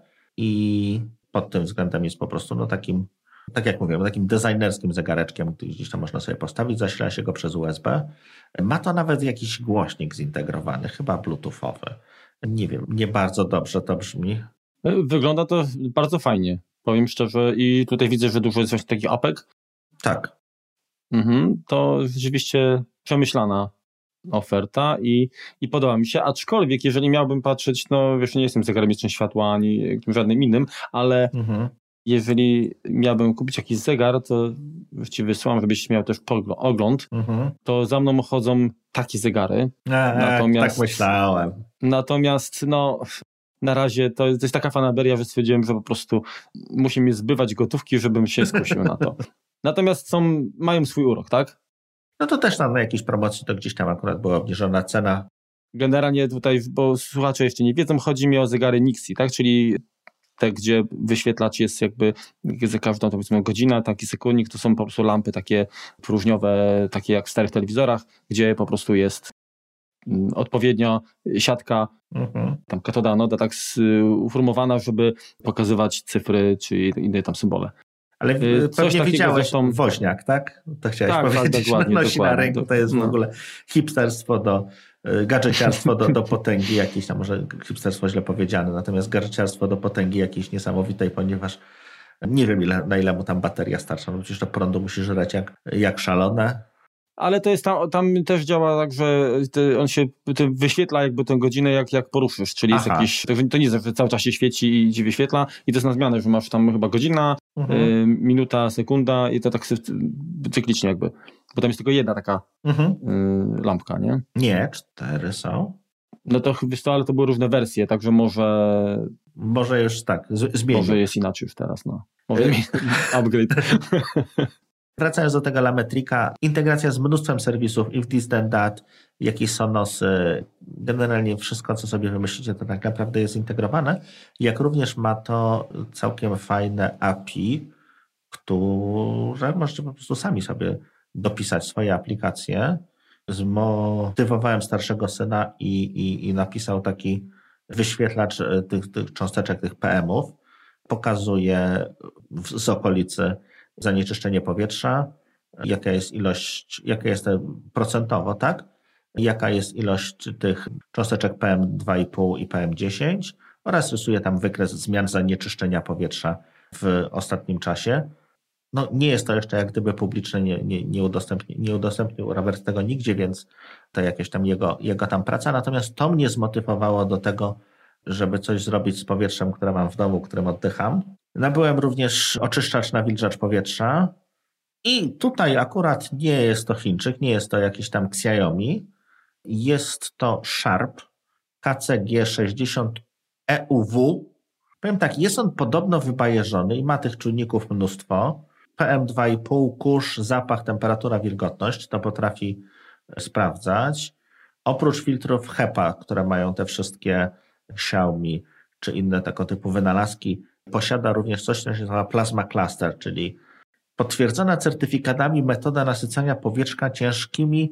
I pod tym względem jest po prostu no takim, tak jak mówiłem, takim designerskim zegareczkiem, który gdzieś tam można sobie postawić, zasila się go przez U S B. Ma to nawet jakiś głośnik zintegrowany, chyba bluetoothowy. Nie wiem, nie bardzo dobrze to brzmi. Wygląda to bardzo fajnie, powiem szczerze i tutaj widzę, że dużo jest właśnie takich apek. Tak. Mhm, to rzeczywiście przemyślana oferta i, i podoba mi się, aczkolwiek jeżeli miałbym patrzeć, no wiesz, nie jestem zegarmistrzem światła ani żadnym innym, ale mhm. jeżeli miałbym kupić jakiś zegar, to ci wysyłam, żebyś miał też ogląd, mhm. to za mną chodzą takie zegary. A, natomiast, tak myślałem. Natomiast no na razie to jest, to jest taka fanaberia, że stwierdziłem, że po prostu musimy zbywać gotówki, żebym się skusił na to. Natomiast są, mają swój urok, tak? No to też tam na jakiejś promocji to gdzieś tam akurat była obniżona cena. Generalnie tutaj, bo słuchacze jeszcze nie wiedzą, chodzi mi o zegary Nixie, tak? Czyli te, gdzie wyświetlacz jest jakby za każdą, powiedzmy, godzinę, taki sekundnik, to są po prostu lampy takie próżniowe, takie jak w starych telewizorach, gdzie po prostu jest odpowiednio siatka, mhm. tam katoda anoda tak uformowana, żeby pokazywać cyfry czy inne tam symbole. Ale coś pewnie widziałeś zresztą... woźniak, tak? To chciałeś tak, powiedzieć, tak, dokładnie, nosi dokładnie, na ręku, to jest no. w ogóle hipsterstwo do, gadżeciarstwo do, do potęgi jakiejś, tam może hipsterstwo źle powiedziane, natomiast gadżeciarstwo do potęgi jakiejś niesamowitej, ponieważ nie wiem ile, na ile mu tam bateria starcza, no przecież to prądu musi żreć jak, jak szalone. Ale to jest tam, tam też działa tak, że on się wyświetla jakby tę godzinę jak, jak poruszysz, czyli jest jakiś, to nie jest, że cały czas się świeci i ci wyświetla i to jest na zmianę, że masz tam chyba godzina, mhm. y, minuta, sekunda i to tak cyklicznie jakby, bo tam jest tylko jedna taka mhm. y, lampka, nie? Nie, cztery są. No to wiesz co, ale to były różne wersje, także może... Może już tak, z- zmienił. Może jest inaczej już teraz, no. Może mi upgrade. Wracając do tego Lametrika, integracja z mnóstwem serwisów, if this then that, jakieś Sonosy, generalnie wszystko, co sobie wymyślicie, to tak naprawdę jest integrowane, jak również ma to całkiem fajne A P I, które możecie po prostu sami sobie dopisać swoje aplikacje. Zmotywowałem starszego syna i, i, i napisał taki wyświetlacz tych, tych cząsteczek, tych P M-ów. Pokazuje z okolicy zanieczyszczenie powietrza, jaka jest ilość, jaka jest procentowo, tak? Jaka jest ilość tych cząsteczek P M dwa i pół i P M dziesięć oraz rysuje tam wykres zmian zanieczyszczenia powietrza w ostatnim czasie. No nie jest to jeszcze jak gdyby publiczne, nie, nie, nie, udostępni, nie udostępnił Robert tego nigdzie, więc to jakaś tam jego, jego tam praca. Natomiast to mnie zmotywowało do tego, żeby coś zrobić z powietrzem, które mam w domu, którym oddycham. Nabyłem również oczyszczacz nawilżacz powietrza i tutaj akurat nie jest to Chińczyk, nie jest to jakiś tam Xiaomi, jest to Sharp K C G sześćdziesiąt E U W. Powiem tak, jest on podobno wybajeżony i ma tych czujników mnóstwo. P M dwa i pół, kurz, zapach, temperatura, wilgotność, to potrafi sprawdzać. Oprócz filtrów HEPA, które mają te wszystkie Xiaomi czy inne tego typu wynalazki, posiada również coś, co się nazywa Plasma Cluster, czyli potwierdzona certyfikatami metoda nasycania powietrza ciężkimi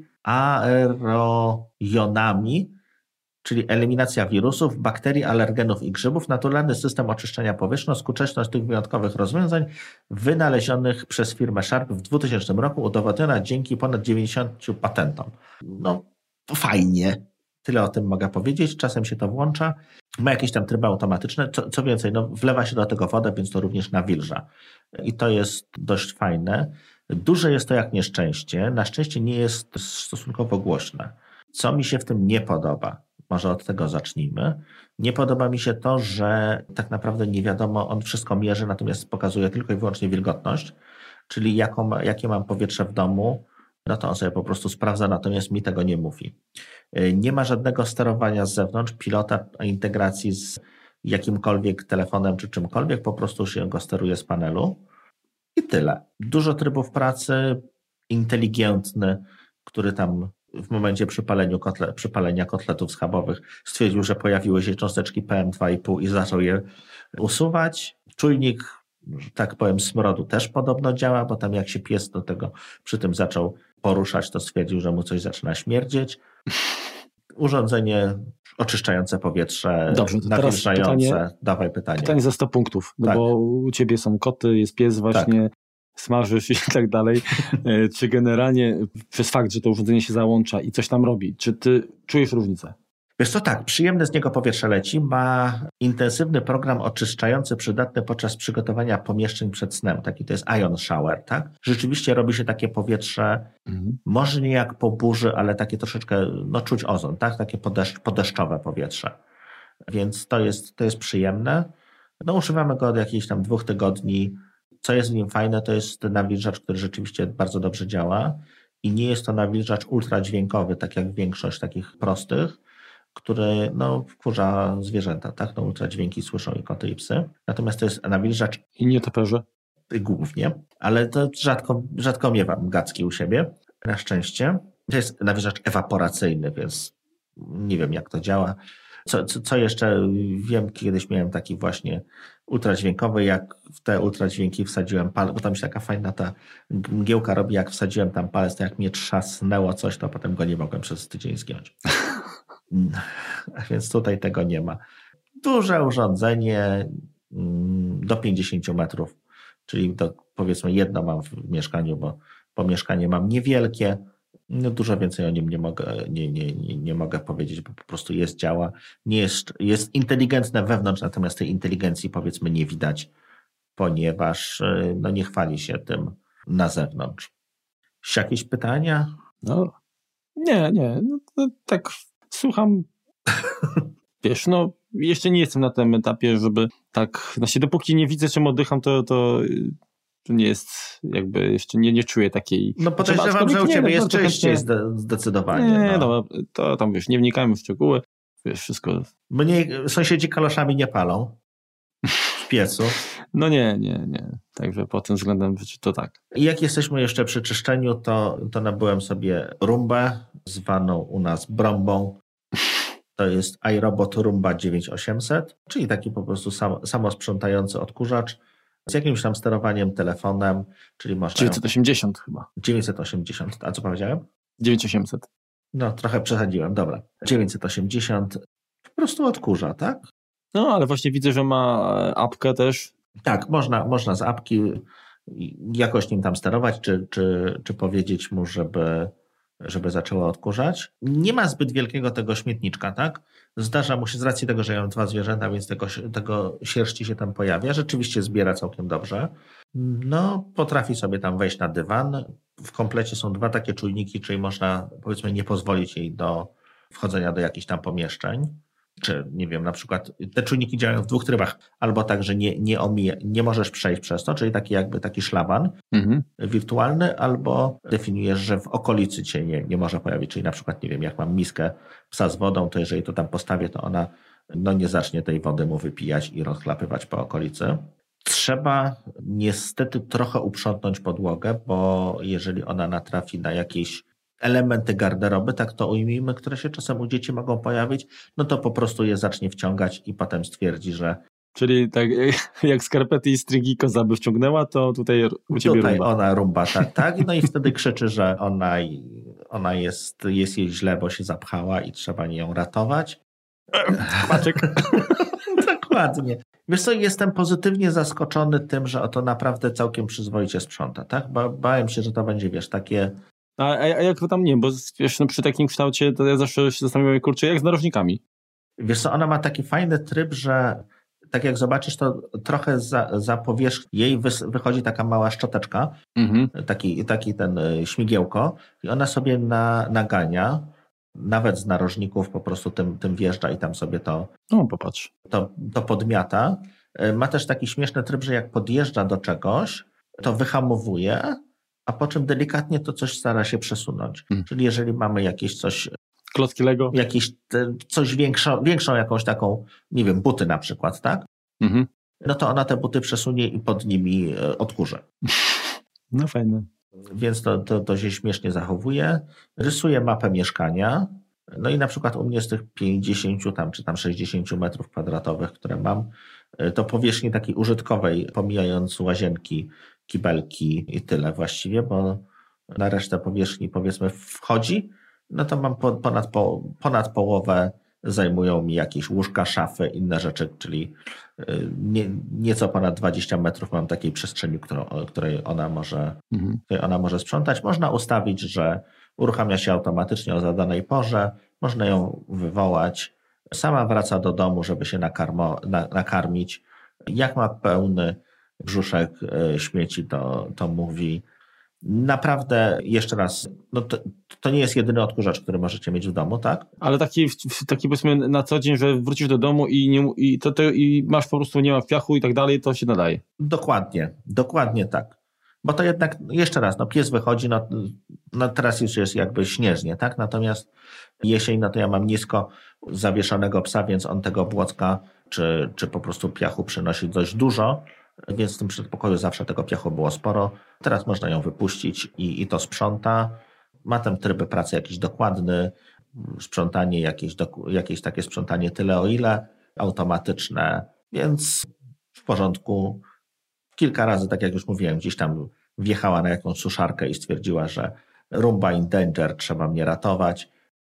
aerojonami, czyli eliminacja wirusów, bakterii, alergenów i grzybów, naturalny system oczyszczania powietrza, skuteczność tych wyjątkowych rozwiązań wynalezionych przez firmę Sharp w dwutysięcznym roku udowodniona dzięki ponad dziewięćdziesięciu patentom. No fajnie, tyle o tym mogę powiedzieć, czasem się to włącza, ma jakieś tam tryby automatyczne, co, co więcej, no, wlewa się do tego wodę, więc to również nawilża i to jest dość fajne. Duże jest to jak nieszczęście, na szczęście nie jest stosunkowo głośne. Co mi się w tym nie podoba? Może od tego zacznijmy. Nie podoba mi się to, że tak naprawdę nie wiadomo, on wszystko mierzy, natomiast pokazuje tylko i wyłącznie wilgotność, czyli jaką, jakie mam powietrze w domu, no to on sobie po prostu sprawdza, natomiast mi tego nie mówi. Nie ma żadnego sterowania z zewnątrz, pilota, integracji z jakimkolwiek telefonem czy czymkolwiek, po prostu się go steruje z panelu i tyle. Dużo trybów pracy, inteligentny, który tam w momencie przypalenia, kotle, przypalenia kotletów schabowych stwierdził, że pojawiły się cząsteczki P M dwa i pół i zaczął je usuwać. Czujnik, tak powiem, smrodu też podobno działa, bo tam jak się pies do tego przy tym zaczął poruszać, to stwierdził, że mu coś zaczyna śmierdzieć. Urządzenie oczyszczające powietrze, dobrze, to nawilżające. Pytanie, Dawaj pytanie. Pytanie za sto punktów, no tak. Bo u ciebie są koty, jest pies właśnie, tak. Smażysz i tak dalej. Czy generalnie przez fakt, że to urządzenie się załącza i coś tam robi, czy ty czujesz różnicę? Wiesz co, tak, przyjemne z niego powietrze leci, ma intensywny program oczyszczający przydatny podczas przygotowania pomieszczeń przed snem, taki to jest ion shower, tak? Rzeczywiście robi się takie powietrze, mhm. może nie jak po burzy, ale takie troszeczkę, no czuć ozon, tak? Takie podeszcz, podeszczowe powietrze, więc to jest, to jest przyjemne. No używamy go od jakichś tam dwóch tygodni. Co jest w nim fajne, to jest nawilżacz, który rzeczywiście bardzo dobrze działa i nie jest to nawilżacz ultradźwiękowy, tak jak większość takich prostych, który no, wkurza zwierzęta, tak? No, ultradźwięki słyszą i koty, i psy. Natomiast to jest nawilżacz... I nietoperze. Głównie, ale to rzadko, rzadko miewam gacki u siebie, na szczęście. To jest nawilżacz ewaporacyjny, więc nie wiem, jak to działa. Co, co, co jeszcze wiem, kiedyś miałem taki właśnie ultradźwiękowy, jak w te ultradźwięki wsadziłem palec, bo tam się taka fajna ta mgiełka robi, jak wsadziłem tam palec, to jak mnie trzasnęło coś, to potem go nie mogłem przez tydzień zgiąć. Więc tutaj tego nie ma. Duże urządzenie do pięćdziesięciu metrów, czyli do, powiedzmy jedno mam w mieszkaniu, bo, bo mieszkanie mam niewielkie. No dużo więcej o nim nie mogę, nie, nie, nie, nie mogę powiedzieć, bo po prostu jest, działa. Nie jest, jest inteligentne wewnątrz, natomiast tej inteligencji powiedzmy nie widać, ponieważ no, nie chwali się tym na zewnątrz. Jakieś pytania? No, nie, nie. No, no, tak słucham. Wiesz, no jeszcze nie jestem na tym etapie, żeby tak, znaczy dopóki nie widzę, czym oddycham, to, to, to nie jest jakby, jeszcze nie, nie czuję takiej... No podejrzewam, że u ciebie jest czyściej zdecydowanie. Nie, no. no to tam wiesz, nie wnikajmy w szczegóły, wiesz, wszystko... Mniej sąsiedzi kaloszami nie palą w piecu. No nie, nie, nie. Także pod tym względem to tak. I jak jesteśmy jeszcze przy czyszczeniu, to, to nabyłem sobie Rumbę, zwaną u nas Brombą. To jest iRobot Rumba dziewięć tysięcy osiemset, czyli taki po prostu sam, samosprzątający odkurzacz z jakimś tam sterowaniem telefonem, czyli można... dziewięćset osiemdziesiąt chyba. dziewięćset osiemdziesiąt, a co powiedziałem? dziewięć tysięcy osiemset. No trochę przesadziłem, dobra. dziewięćset osiemdziesiąt po prostu odkurza, tak? No ale właśnie widzę, że ma apkę też. Tak, można, można z apki jakoś nim tam sterować, czy, czy, czy powiedzieć mu, żeby... żeby zaczęła odkurzać. Nie ma zbyt wielkiego tego śmietniczka, tak? Zdarza mu się z racji tego, że ja mam dwa zwierzęta, więc tego, tego sierści się tam pojawia. Rzeczywiście zbiera całkiem dobrze. No, potrafi sobie tam wejść na dywan. W komplecie są dwa takie czujniki, czyli można, powiedzmy, nie pozwolić jej do wchodzenia do jakichś tam pomieszczeń. czy nie wiem, na przykład te czujniki działają w dwóch trybach, albo tak, że nie, nie, omija, nie możesz przejść przez to, czyli taki jakby taki szlaban mhm. wirtualny, albo definiujesz, że w okolicy cię nie, nie może pojawić, czyli na przykład, nie wiem, jak mam miskę psa z wodą, to jeżeli to tam postawię, to ona no nie zacznie tej wody mu wypijać i rozchlapywać po okolicy. Trzeba niestety trochę uprzątnąć podłogę, bo jeżeli ona natrafi na jakieś elementy garderoby, tak to ujmijmy, które się czasem u dzieci mogą pojawić, no to po prostu je zacznie wciągać i potem stwierdzi, że... Czyli tak jak skarpety i stringi koza by wciągnęła, to tutaj u ciebie tutaj rumba. ona rumba, tak, tak. No i wtedy krzyczy, że ona, ona jest, jest jej źle, bo się zapchała i trzeba ją ratować. Maciek. Dokładnie. Wiesz co, jestem pozytywnie zaskoczony tym, że oto naprawdę całkiem przyzwoicie sprząta, tak? Ba- bałem się, że to będzie, wiesz, takie... A, a jak tam nie, bo wiesz, no przy takim kształcie to ja zawsze się zastanawiam, kurczę, jak z narożnikami. Wiesz co, ona ma taki fajny tryb, że tak jak zobaczysz, to trochę za, za powierzchnię jej wys- wychodzi taka mała szczoteczka, mhm. taki, taki ten śmigiełko i ona sobie na, nagania, nawet z narożników po prostu tym, tym wjeżdża i tam sobie to, no, popatrz. To, to podmiata. Ma też taki śmieszny tryb, że jak podjeżdża do czegoś, to wyhamowuje, a po czym delikatnie to coś stara się przesunąć. Hmm. Czyli jeżeli mamy jakieś coś... Klocki Lego? Jakieś coś większą, większą jakąś taką, nie wiem, buty na przykład, tak? Mhm. No to ona te buty przesunie i pod nimi odkurze. No fajne. Więc to, to, to się śmiesznie zachowuje. Rysuje mapę mieszkania. No i na przykład u mnie z tych pięćdziesięciu tam, czy tam sześćdziesięciu metrów kwadratowych, które mam, to powierzchni takiej użytkowej, pomijając łazienki, kibelki i tyle właściwie, bo na resztę powierzchni powiedzmy wchodzi, no to mam po, ponad, po, ponad połowę zajmują mi jakieś łóżka, szafy, inne rzeczy, czyli nie, nieco ponad dwadzieścia metrów mam takiej przestrzeni, którą, której ona może, mhm. której ona może sprzątać. Można ustawić, że uruchamia się automatycznie o zadanej porze, można ją wywołać, sama wraca do domu, żeby się nakarmo, na, nakarmić. Jak ma pełny brzuszek śmieci, to, to mówi. Naprawdę, jeszcze raz, no to, to nie jest jedyny odkurzacz, który możecie mieć w domu, tak? Ale taki, taki powiedzmy na co dzień, że wrócisz do domu i, nie, i, to, to, i masz po prostu, nie ma piachu i tak dalej, to się nadaje. Dokładnie, dokładnie tak. Bo to jednak, jeszcze raz, no pies wychodzi, no, no teraz już jest jakby śnieżnie, tak? Natomiast jesień, no to ja mam nisko zawieszonego psa, więc on tego błocka czy, czy po prostu piachu przynosi dość dużo, więc w tym przedpokoju zawsze tego piachu było sporo. Teraz można ją wypuścić i, i to sprząta. Ma tam tryby pracy jakiś dokładny, sprzątanie, jakieś, doku, jakieś takie sprzątanie tyle o ile, automatyczne, więc w porządku. Kilka razy, tak jak już mówiłem, gdzieś tam wjechała na jakąś suszarkę i stwierdziła, że Roomba in danger, trzeba mnie ratować.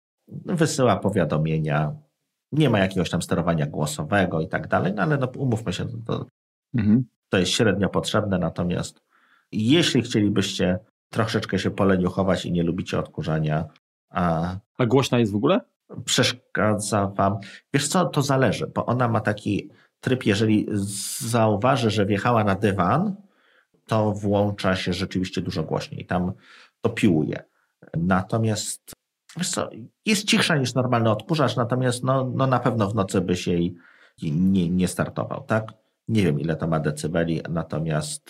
Wysyła powiadomienia, nie ma jakiegoś tam sterowania głosowego i tak dalej, no ale no, umówmy się, to, mhm. to jest średnio potrzebne, natomiast jeśli chcielibyście troszeczkę się poleniuchować i nie lubicie odkurzania, a... A głośna jest w ogóle? Przeszkadza wam. Wiesz co, to zależy, bo ona ma taki tryb, jeżeli zauważy, że wjechała na dywan, to włącza się rzeczywiście dużo głośniej. Tam to piłuje. Natomiast wiesz co, jest cichsza niż normalny odkurzacz, natomiast no, no na pewno w nocy byś jej nie, nie startował, tak? Nie wiem, ile to ma decybeli, natomiast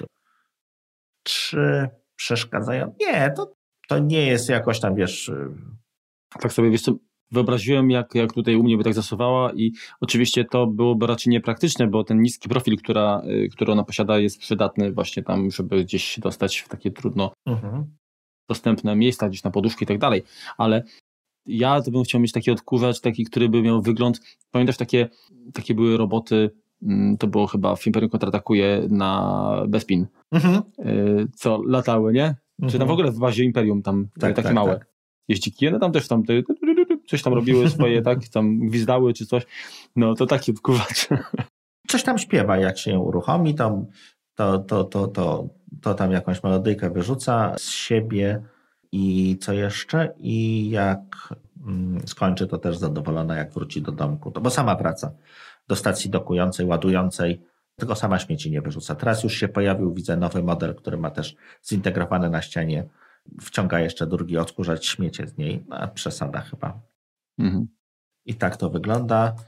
czy przeszkadzają? Nie, to, to nie jest jakoś tam, wiesz... Tak sobie, wiesz co, wyobraziłem, jak, jak tutaj u mnie by tak zasuwała i oczywiście to byłoby raczej niepraktyczne, bo ten niski profil, która, który ona posiada, jest przydatny właśnie tam, żeby gdzieś się dostać w takie trudno mhm. dostępne miejsca, gdzieś na poduszki i tak dalej, ale ja to bym chciał mieć taki odkurzacz, taki, który by miał wygląd, pamiętasz, takie, takie były roboty, to było chyba w Imperium Kontratakuje na Bespin, mhm. co latały, nie? Mhm. Czy tam w ogóle w bazie Imperium tam tak, takie tak, małe. Tak. Jeździki, no tam też tam coś tam robiły swoje, tak, tam gwizdały czy coś, no to taki odkurzacz. Coś tam śpiewa, jak się uruchomi, to, to, to, to, to, to tam jakąś melodyjkę wyrzuca z siebie i co jeszcze? I jak mm, skończy, to też zadowolona, jak wróci do domku, to, bo sama wraca do stacji dokującej, ładującej, tylko sama śmieci nie wyrzuca. Teraz już się pojawił, widzę, nowy model, który ma też zintegrowane na ścianie, wciąga jeszcze drugi odkurzacz, śmiecie z niej, no, przesada chyba. Mhm. I tak to wygląda.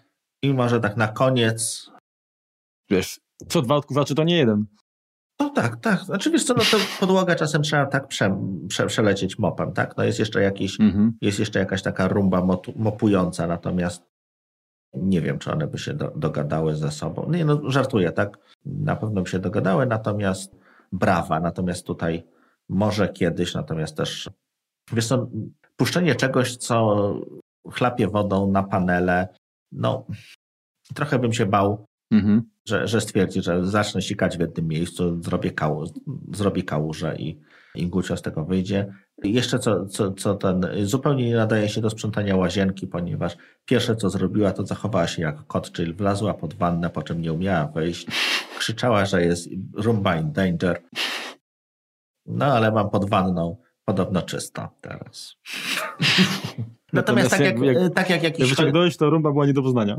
I może tak na koniec... Wiesz, co dwa odkurzacze to nie jeden. No tak, tak. Znaczy wiesz co, no to podłoga czasem trzeba tak prze, prze, przelecieć mopem, tak? No jest jeszcze jakiś, mhm. jest jeszcze jakaś taka rumba motu, mopująca, natomiast nie wiem, czy one by się do, dogadały ze sobą. Nie, no żartuję, tak? Na pewno by się dogadały, natomiast brawa, natomiast tutaj może kiedyś, natomiast też wiesz co, puszczenie czegoś, co chlapie wodą na panele, no trochę bym się bał, mhm. że, że stwierdzi, że zacznę sikać w jednym miejscu, zrobię, kału, zrobię kałużę i, i Gucio z tego wyjdzie. I jeszcze co, co, co ten, zupełnie nie nadaje się do sprzątania łazienki, ponieważ pierwsze co zrobiła, to zachowała się jak kot, czyli wlazła pod wannę, po czym nie umiała wejść. Krzyczała, że jest Roomba in danger. No ale mam pod wanną podobno czysto teraz. Natomiast, Natomiast tak jak, jak, jak, tak jak jakiś... Jakby tak dojść, to Roomba była nie do poznania.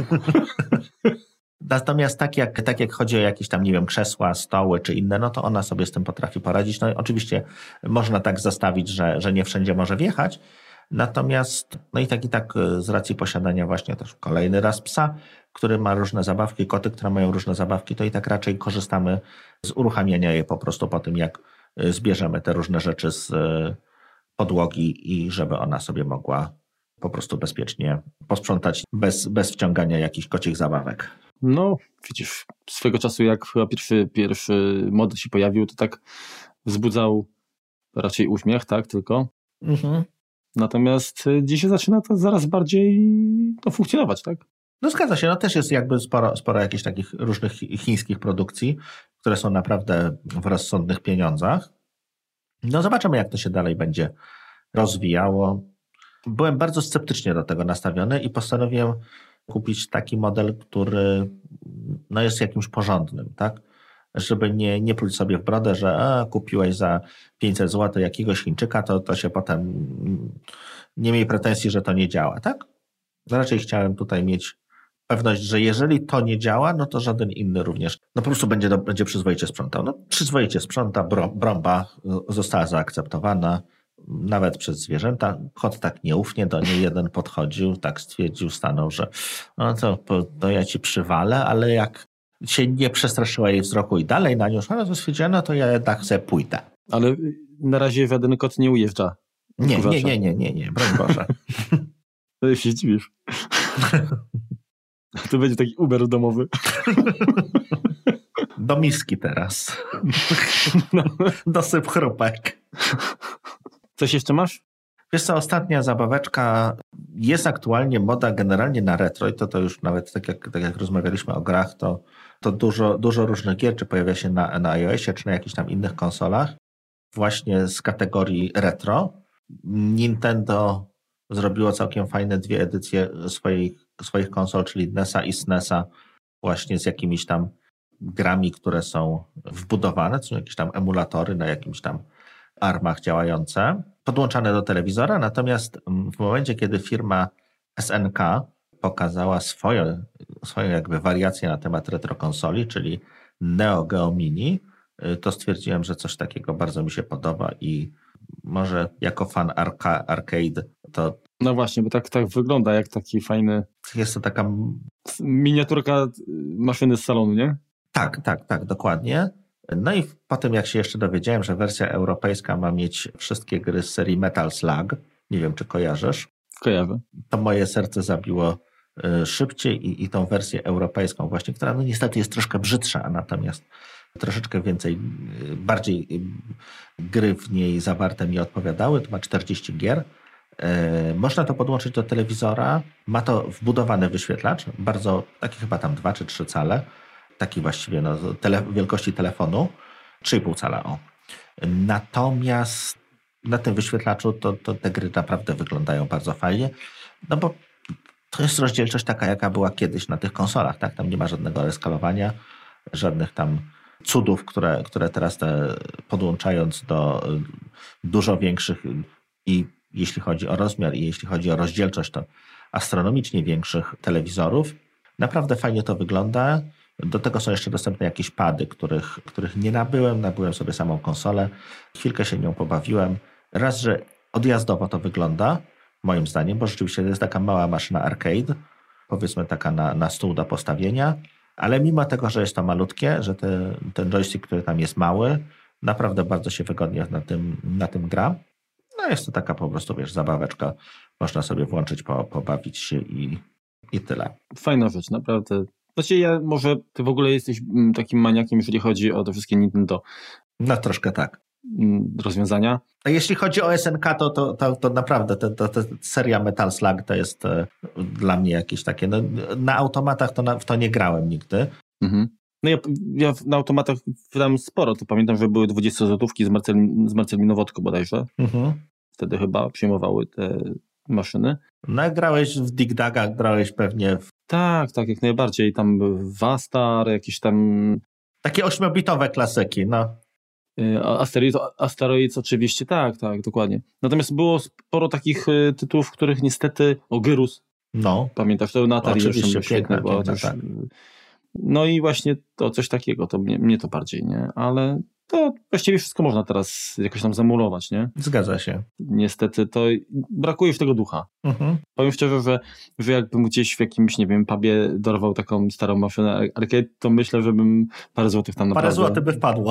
Natomiast tak jak, tak jak chodzi o jakieś tam, nie wiem, krzesła, stoły czy inne, no to ona sobie z tym potrafi poradzić. No i oczywiście można tak zastawić, że, że nie wszędzie może wjechać. Natomiast, no i tak i tak z racji posiadania właśnie też kolejny raz psa, który ma różne zabawki, koty, które mają różne zabawki, to i tak raczej korzystamy z uruchamiania je po prostu po tym, jak zbierzemy te różne rzeczy z podłogi i żeby ona sobie mogła po prostu bezpiecznie posprzątać bez, bez wciągania jakichś kocich zabawek. No, widzisz, swego czasu jak chyba pierwszy, pierwszy model się pojawił, to tak wzbudzał raczej uśmiech, tak, tylko. Mhm. Natomiast dzisiaj zaczyna to zaraz bardziej no, funkcjonować, tak? No zgadza się, no też jest jakby sporo, sporo jakichś takich różnych chińskich produkcji, które są naprawdę w rozsądnych pieniądzach. No zobaczymy, jak to się dalej będzie rozwijało. Byłem bardzo sceptycznie do tego nastawiony i postanowiłem kupić taki model, który no jest jakimś porządnym, tak? Żeby nie, nie pluć sobie w brodę, że a, kupiłeś za pięćset złotych jakiegoś Chińczyka, to, to się potem nie miej pretensji, że to nie działa, tak? Raczej chciałem tutaj mieć pewność, że jeżeli to nie działa, no to żaden inny również, no po prostu będzie, będzie przyzwoicie sprzątał. No przyzwoicie sprząta, Bromba została zaakceptowana, nawet przez zwierzęta. Kot tak nieufnie do niej jeden podchodził, tak stwierdził, stanął, że no to, to ja ci przywalę, ale jak się nie przestraszyła jej wzroku i dalej na nią szła, no to stwierdziła, no to ja jednak sobie pójdę. Ale na razie żaden kot nie ujeżdża. Nie, nie, nie, nie, nie, nie, broń Boże. To się dziwisz. To będzie taki Uber domowy. Do miski teraz. No. Dosyp chrupek. Coś jeszcze masz? Wiesz co, ostatnia zabaweczka, jest aktualnie moda generalnie na retro i to, to już nawet tak jak, tak jak rozmawialiśmy o grach, to, to dużo, dużo różnych gier, czy pojawia się na, na iOSie, czy na jakichś tam innych konsolach, właśnie z kategorii retro. Nintendo zrobiło całkiem fajne dwie edycje swoich, swoich konsol, czyli N E S a i S N E S a, właśnie z jakimiś tam grami, które są wbudowane, to są jakieś tam emulatory na jakimś tam armach działające, podłączane do telewizora, natomiast w momencie, kiedy firma S N K pokazała swoją, swoją jakby wariację na temat retro konsoli, czyli Neo Geo Mini, to stwierdziłem, że coś takiego bardzo mi się podoba i może jako fan arca- arcade to... No właśnie, bo tak, tak wygląda jak taki fajny... Jest to taka... Miniaturka maszyny z salonu, nie? Tak, tak, tak, dokładnie. No i po tym, jak się jeszcze dowiedziałem, że wersja europejska ma mieć wszystkie gry z serii Metal Slug, nie wiem, czy kojarzysz? Kojarzę. To moje serce zabiło szybciej i, i tą wersję europejską właśnie, która no niestety jest troszkę brzydsza, a natomiast troszeczkę więcej, bardziej gry w niej zawarte mi odpowiadały. To ma czterdzieści gier. Można to podłączyć do telewizora. Ma to wbudowany wyświetlacz, bardzo taki chyba tam dwa czy trzy cale. Taki właściwie no, tele, wielkości telefonu, trzy i pół cala. O. Natomiast na tym wyświetlaczu to, to te gry naprawdę wyglądają bardzo fajnie, no bo to jest rozdzielczość taka, jaka była kiedyś na tych konsolach. Tak? Tam nie ma żadnego reskalowania, żadnych tam cudów, które, które teraz te, podłączając do dużo większych i jeśli chodzi o rozmiar i jeśli chodzi o rozdzielczość, to astronomicznie większych telewizorów. Naprawdę fajnie to wygląda. Do tego są jeszcze dostępne jakieś pady, których, których nie nabyłem. Nabyłem sobie samą konsolę. Chwilkę się nią pobawiłem. Raz, że odjazdowo to wygląda, moim zdaniem, bo rzeczywiście to jest taka mała maszyna arcade. powiedzmy taka na, na stół do postawienia, ale mimo tego, że jest to malutkie, że te, ten joystick, który tam jest mały, naprawdę bardzo się wygodnie na tym, na tym gra. No jest to taka po prostu, wiesz, zabaweczka. Można sobie włączyć, po, pobawić się i, i tyle. Fajna rzecz, naprawdę. Znaczy ja może, ty w ogóle jesteś takim maniakiem, jeżeli chodzi o te wszystkie Nintendo. No troszkę tak. Rozwiązania. A jeśli chodzi o S N K, to, to, to, to naprawdę ta to, to seria Metal Slug to jest e, dla mnie jakieś takie, no, na automatach to na, w to nie grałem nigdy. Mhm. No ja, ja na automatach wydałem sporo, to pamiętam, że były dwudziestozłotówki z, Marcel, z Marcelinowodką bodajże. Mhm. Wtedy chyba przyjmowały te maszyny. No jak grałeś w Dig Daga, grałeś pewnie w... Tak, tak, jak najbardziej. Tam Wastar, jakieś tam... Takie ośmiobitowe klasyki, no. Asteroids, Asteroids oczywiście, tak, tak, dokładnie. Natomiast było sporo takich y, tytułów, w których niestety Ogyrus, no. Pamiętasz, to na Atari Oczywiście, zresztą świetne, piękna, bo piękna, też, tak. No i właśnie to coś takiego, to mnie, mnie to bardziej, nie? Ale to właściwie wszystko można teraz jakoś tam zamulować, nie? Zgadza się. Niestety to brakuje już tego ducha. Mhm. Powiem szczerze, że, że jakbym gdzieś w jakimś, nie wiem, pubie dorwał taką starą maszynę arcade, to myślę, że bym parę złotych tam naprawdę... Parę złotych by wpadło.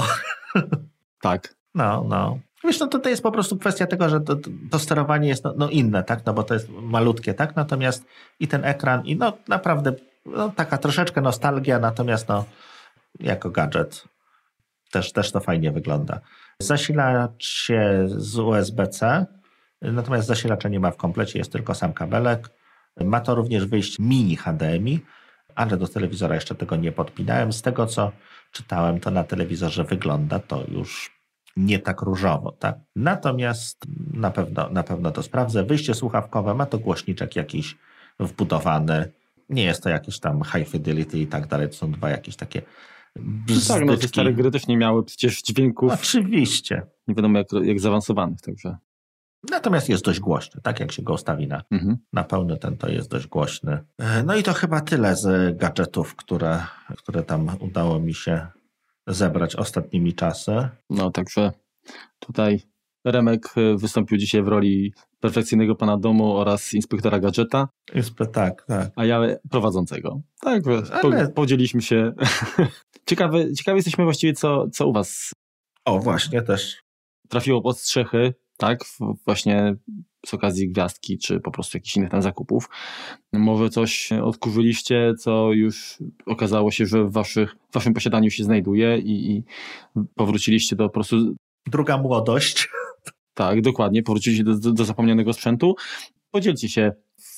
Tak. No, no. Wiesz, no to, to jest po prostu kwestia tego, że to, to sterowanie jest no, no inne, tak? No bo to jest malutkie, tak? Natomiast i ten ekran, i no naprawdę no, taka troszeczkę nostalgia, natomiast no jako gadżet też, też to fajnie wygląda. Zasilacz się z U S B C, natomiast zasilacza nie ma w komplecie, jest tylko sam kabelek. Ma to również wyjść mini H D M I, ale do telewizora jeszcze tego nie podpinałem. Z tego, co czytałem, to na telewizorze wygląda to już nie tak różowo, tak? Natomiast na pewno, na pewno to sprawdzę. Wyjście słuchawkowe, ma to głośniczek jakiś wbudowany. Nie jest to jakieś tam high fidelity i tak dalej. To są dwa jakieś takie bzdyczki. Tak, no te stare gry też nie miały przecież dźwięków. Oczywiście. Nie wiadomo jak, jak zaawansowanych, także. Natomiast jest dość głośny, tak jak się go ustawi na, mhm. na pełny, ten to jest dość głośny. No i to chyba tyle z gadżetów, które, które tam udało mi się zebrać ostatnimi czasy. No także tutaj Remek wystąpił dzisiaj w roli perfekcyjnego pana domu oraz inspektora gadżeta. Tak, tak. A ja prowadzącego. Tak, Ale... po, podzieliliśmy się. Ciekawe, ciekawe jesteśmy właściwie, co, co u was. O, właśnie też. Trafiło pod strzechy, tak, właśnie z okazji gwiazdki, czy po prostu jakichś innych tam zakupów. Może coś odkurzyliście, co już okazało się, że w, waszych, w waszym posiadaniu się znajduje i, i powróciliście do po prostu... Druga młodość. Tak, dokładnie, powróciliście do, do, do zapomnianego sprzętu. Podzielcie się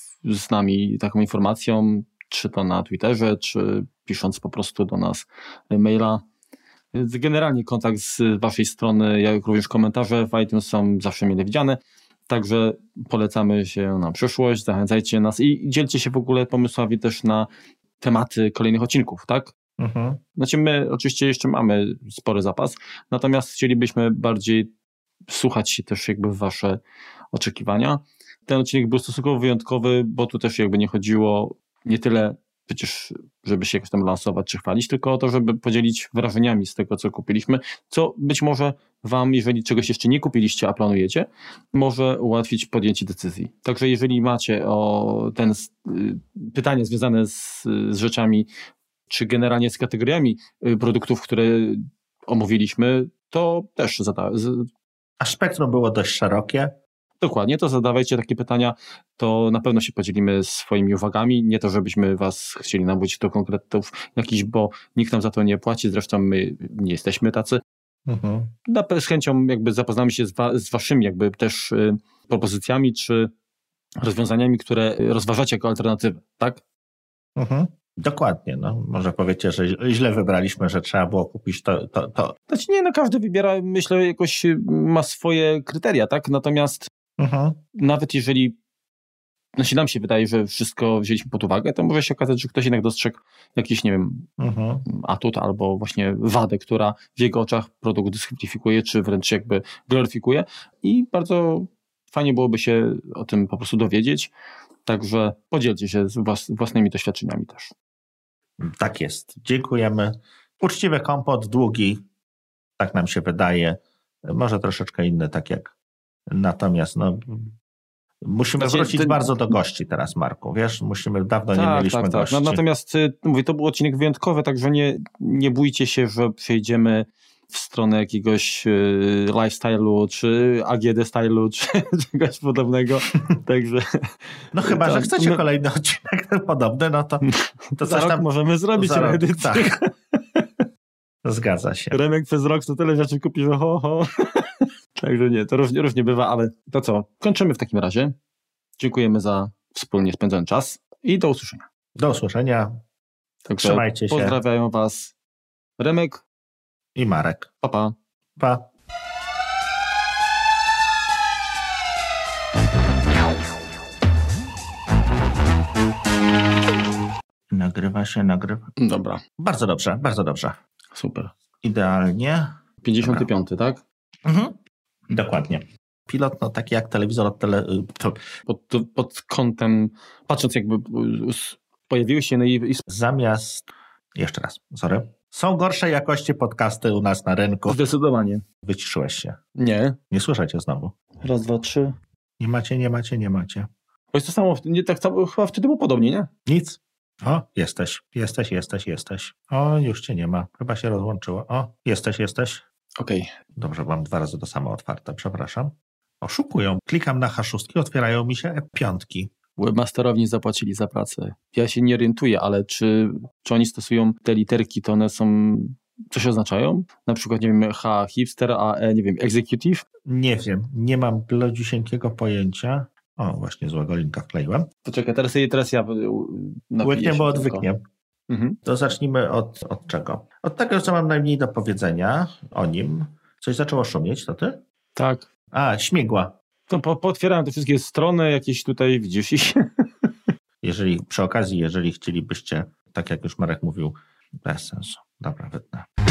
z nami taką informacją, czy to na Twitterze, czy pisząc po prostu do nas maila. Generalnie kontakt z waszej strony, jak również komentarze w iTunes są zawsze mile widziane. Także polecamy się na przyszłość, zachęcajcie nas i dzielcie się w ogóle pomysłami też na tematy kolejnych odcinków, tak? Mhm. Znaczy my oczywiście jeszcze mamy spory zapas, natomiast chcielibyśmy bardziej wsłuchać się też jakby w wasze oczekiwania. Ten odcinek był stosunkowo wyjątkowy, bo tu też jakby nie chodziło nie tyle przecież, żeby się jakoś tam lansować czy chwalić, tylko o to, żeby podzielić wrażeniami z tego, co kupiliśmy, co być może wam, jeżeli czegoś jeszcze nie kupiliście, a planujecie, może ułatwić podjęcie decyzji. Także jeżeli macie o ten pytania związane z, z rzeczami, czy generalnie z kategoriami produktów, które omówiliśmy, to też zada. A spektrum było dość szerokie. Dokładnie, to zadawajcie takie pytania, to na pewno się podzielimy swoimi uwagami, nie to, żebyśmy was chcieli namówić do konkretów jakichś, bo nikt nam za to nie płaci, zresztą my nie jesteśmy tacy. Mhm. Z chęcią jakby zapoznamy się z, wa- z waszymi jakby też y, propozycjami czy rozwiązaniami, które rozważacie jako alternatywę, tak? Mhm. Dokładnie, no może powiecie, że źle wybraliśmy, że trzeba było kupić to, to, to. Znaczy nie, no każdy wybiera, myślę, jakoś ma swoje kryteria, tak? Natomiast mhm. nawet jeżeli no się nam się wydaje, że wszystko wzięliśmy pod uwagę, to może się okazać, że ktoś jednak dostrzegł jakiś, nie wiem, mhm. atut albo właśnie wadę, która w jego oczach produkt dyskwalifikuje, czy wręcz jakby gloryfikuje i bardzo fajnie byłoby się o tym po prostu dowiedzieć, także podzielcie się z włas- własnymi doświadczeniami też. Tak jest. Dziękujemy. Uczciwy kompot, długi, tak nam się wydaje. Może troszeczkę inny, tak jak. Natomiast no, Musimy Znaczy, wrócić ten- bardzo do gości teraz, Marku. Wiesz, musimy, dawno nie Tak, mieliśmy tak, tak. gości. No, natomiast y, mówię, to był odcinek wyjątkowy, także nie, nie bójcie się, że przejdziemy w stronę jakiegoś y, lifestyle'u, czy A G D style'u, czy czegoś podobnego. Także No chyba, tak, że chcecie my- kolejny odcinek podobny, no to, to za coś rok tam... możemy zrobić za rok, reedycję. tak. Zgadza się. Remek przez rok to tyle rzeczy kupi, że ho, ho. Także nie, to różnie, różnie bywa, ale to co? Kończymy w takim razie. Dziękujemy za wspólnie spędzony czas i do usłyszenia. Do usłyszenia. Także Trzymajcie się. pozdrawiają Was Remek, I Marek. pa, pa. Pa. Nagrywa się, nagrywa. Dobra, Bardzo dobrze, bardzo dobrze. super. Idealnie. pięćdziesiąty piąty, tak? Mhm. Dokładnie. Pilot, no taki jak telewizor od tele... To Pod, pod kątem, patrząc jakby y, pojawiły się no i, i zamiast... Jeszcze raz, sorry. Są gorszej jakości podcasty u nas na rynku. zdecydowanie. Wyciszyłeś się. Nie. Nie słyszycie znowu. Raz, dwa, trzy. Nie macie, nie macie, nie macie. Bo jest to samo, nie, tak samo, chyba wtedy było podobnie, nie? Nic. O, jesteś, jesteś, jesteś, jesteś. O, już cię nie ma. Chyba się rozłączyło. O, jesteś, jesteś. Okej. Dobrze, mam dwa razy to samo otwarte, przepraszam. Oszukują. Klikam na H sześć, otwierają mi się E pięć. Webmasterowni zapłacili za pracę. Ja się nie orientuję, ale czy, czy oni stosują te literki, to one są, coś oznaczają? Na przykład, nie wiem, H hipster, a E, nie wiem, executive? Nie wiem, nie mam blodziusieńkiego pojęcia. O, właśnie złego linka wkleiłem. To czekaj, teraz, teraz ja napiję Łykniemy, się odwykniemy. Mhm. To zacznijmy od, od czego? Od tego, co mam najmniej do powiedzenia o nim. Coś zaczęło szumieć, to ty? Tak. A, śmigła. To po, pootwierałem te wszystkie strony, jakieś tutaj widzisz i Jeżeli przy okazji, jeżeli chcielibyście, tak jak już Marek mówił, bez sensu. Dobra, wytnę.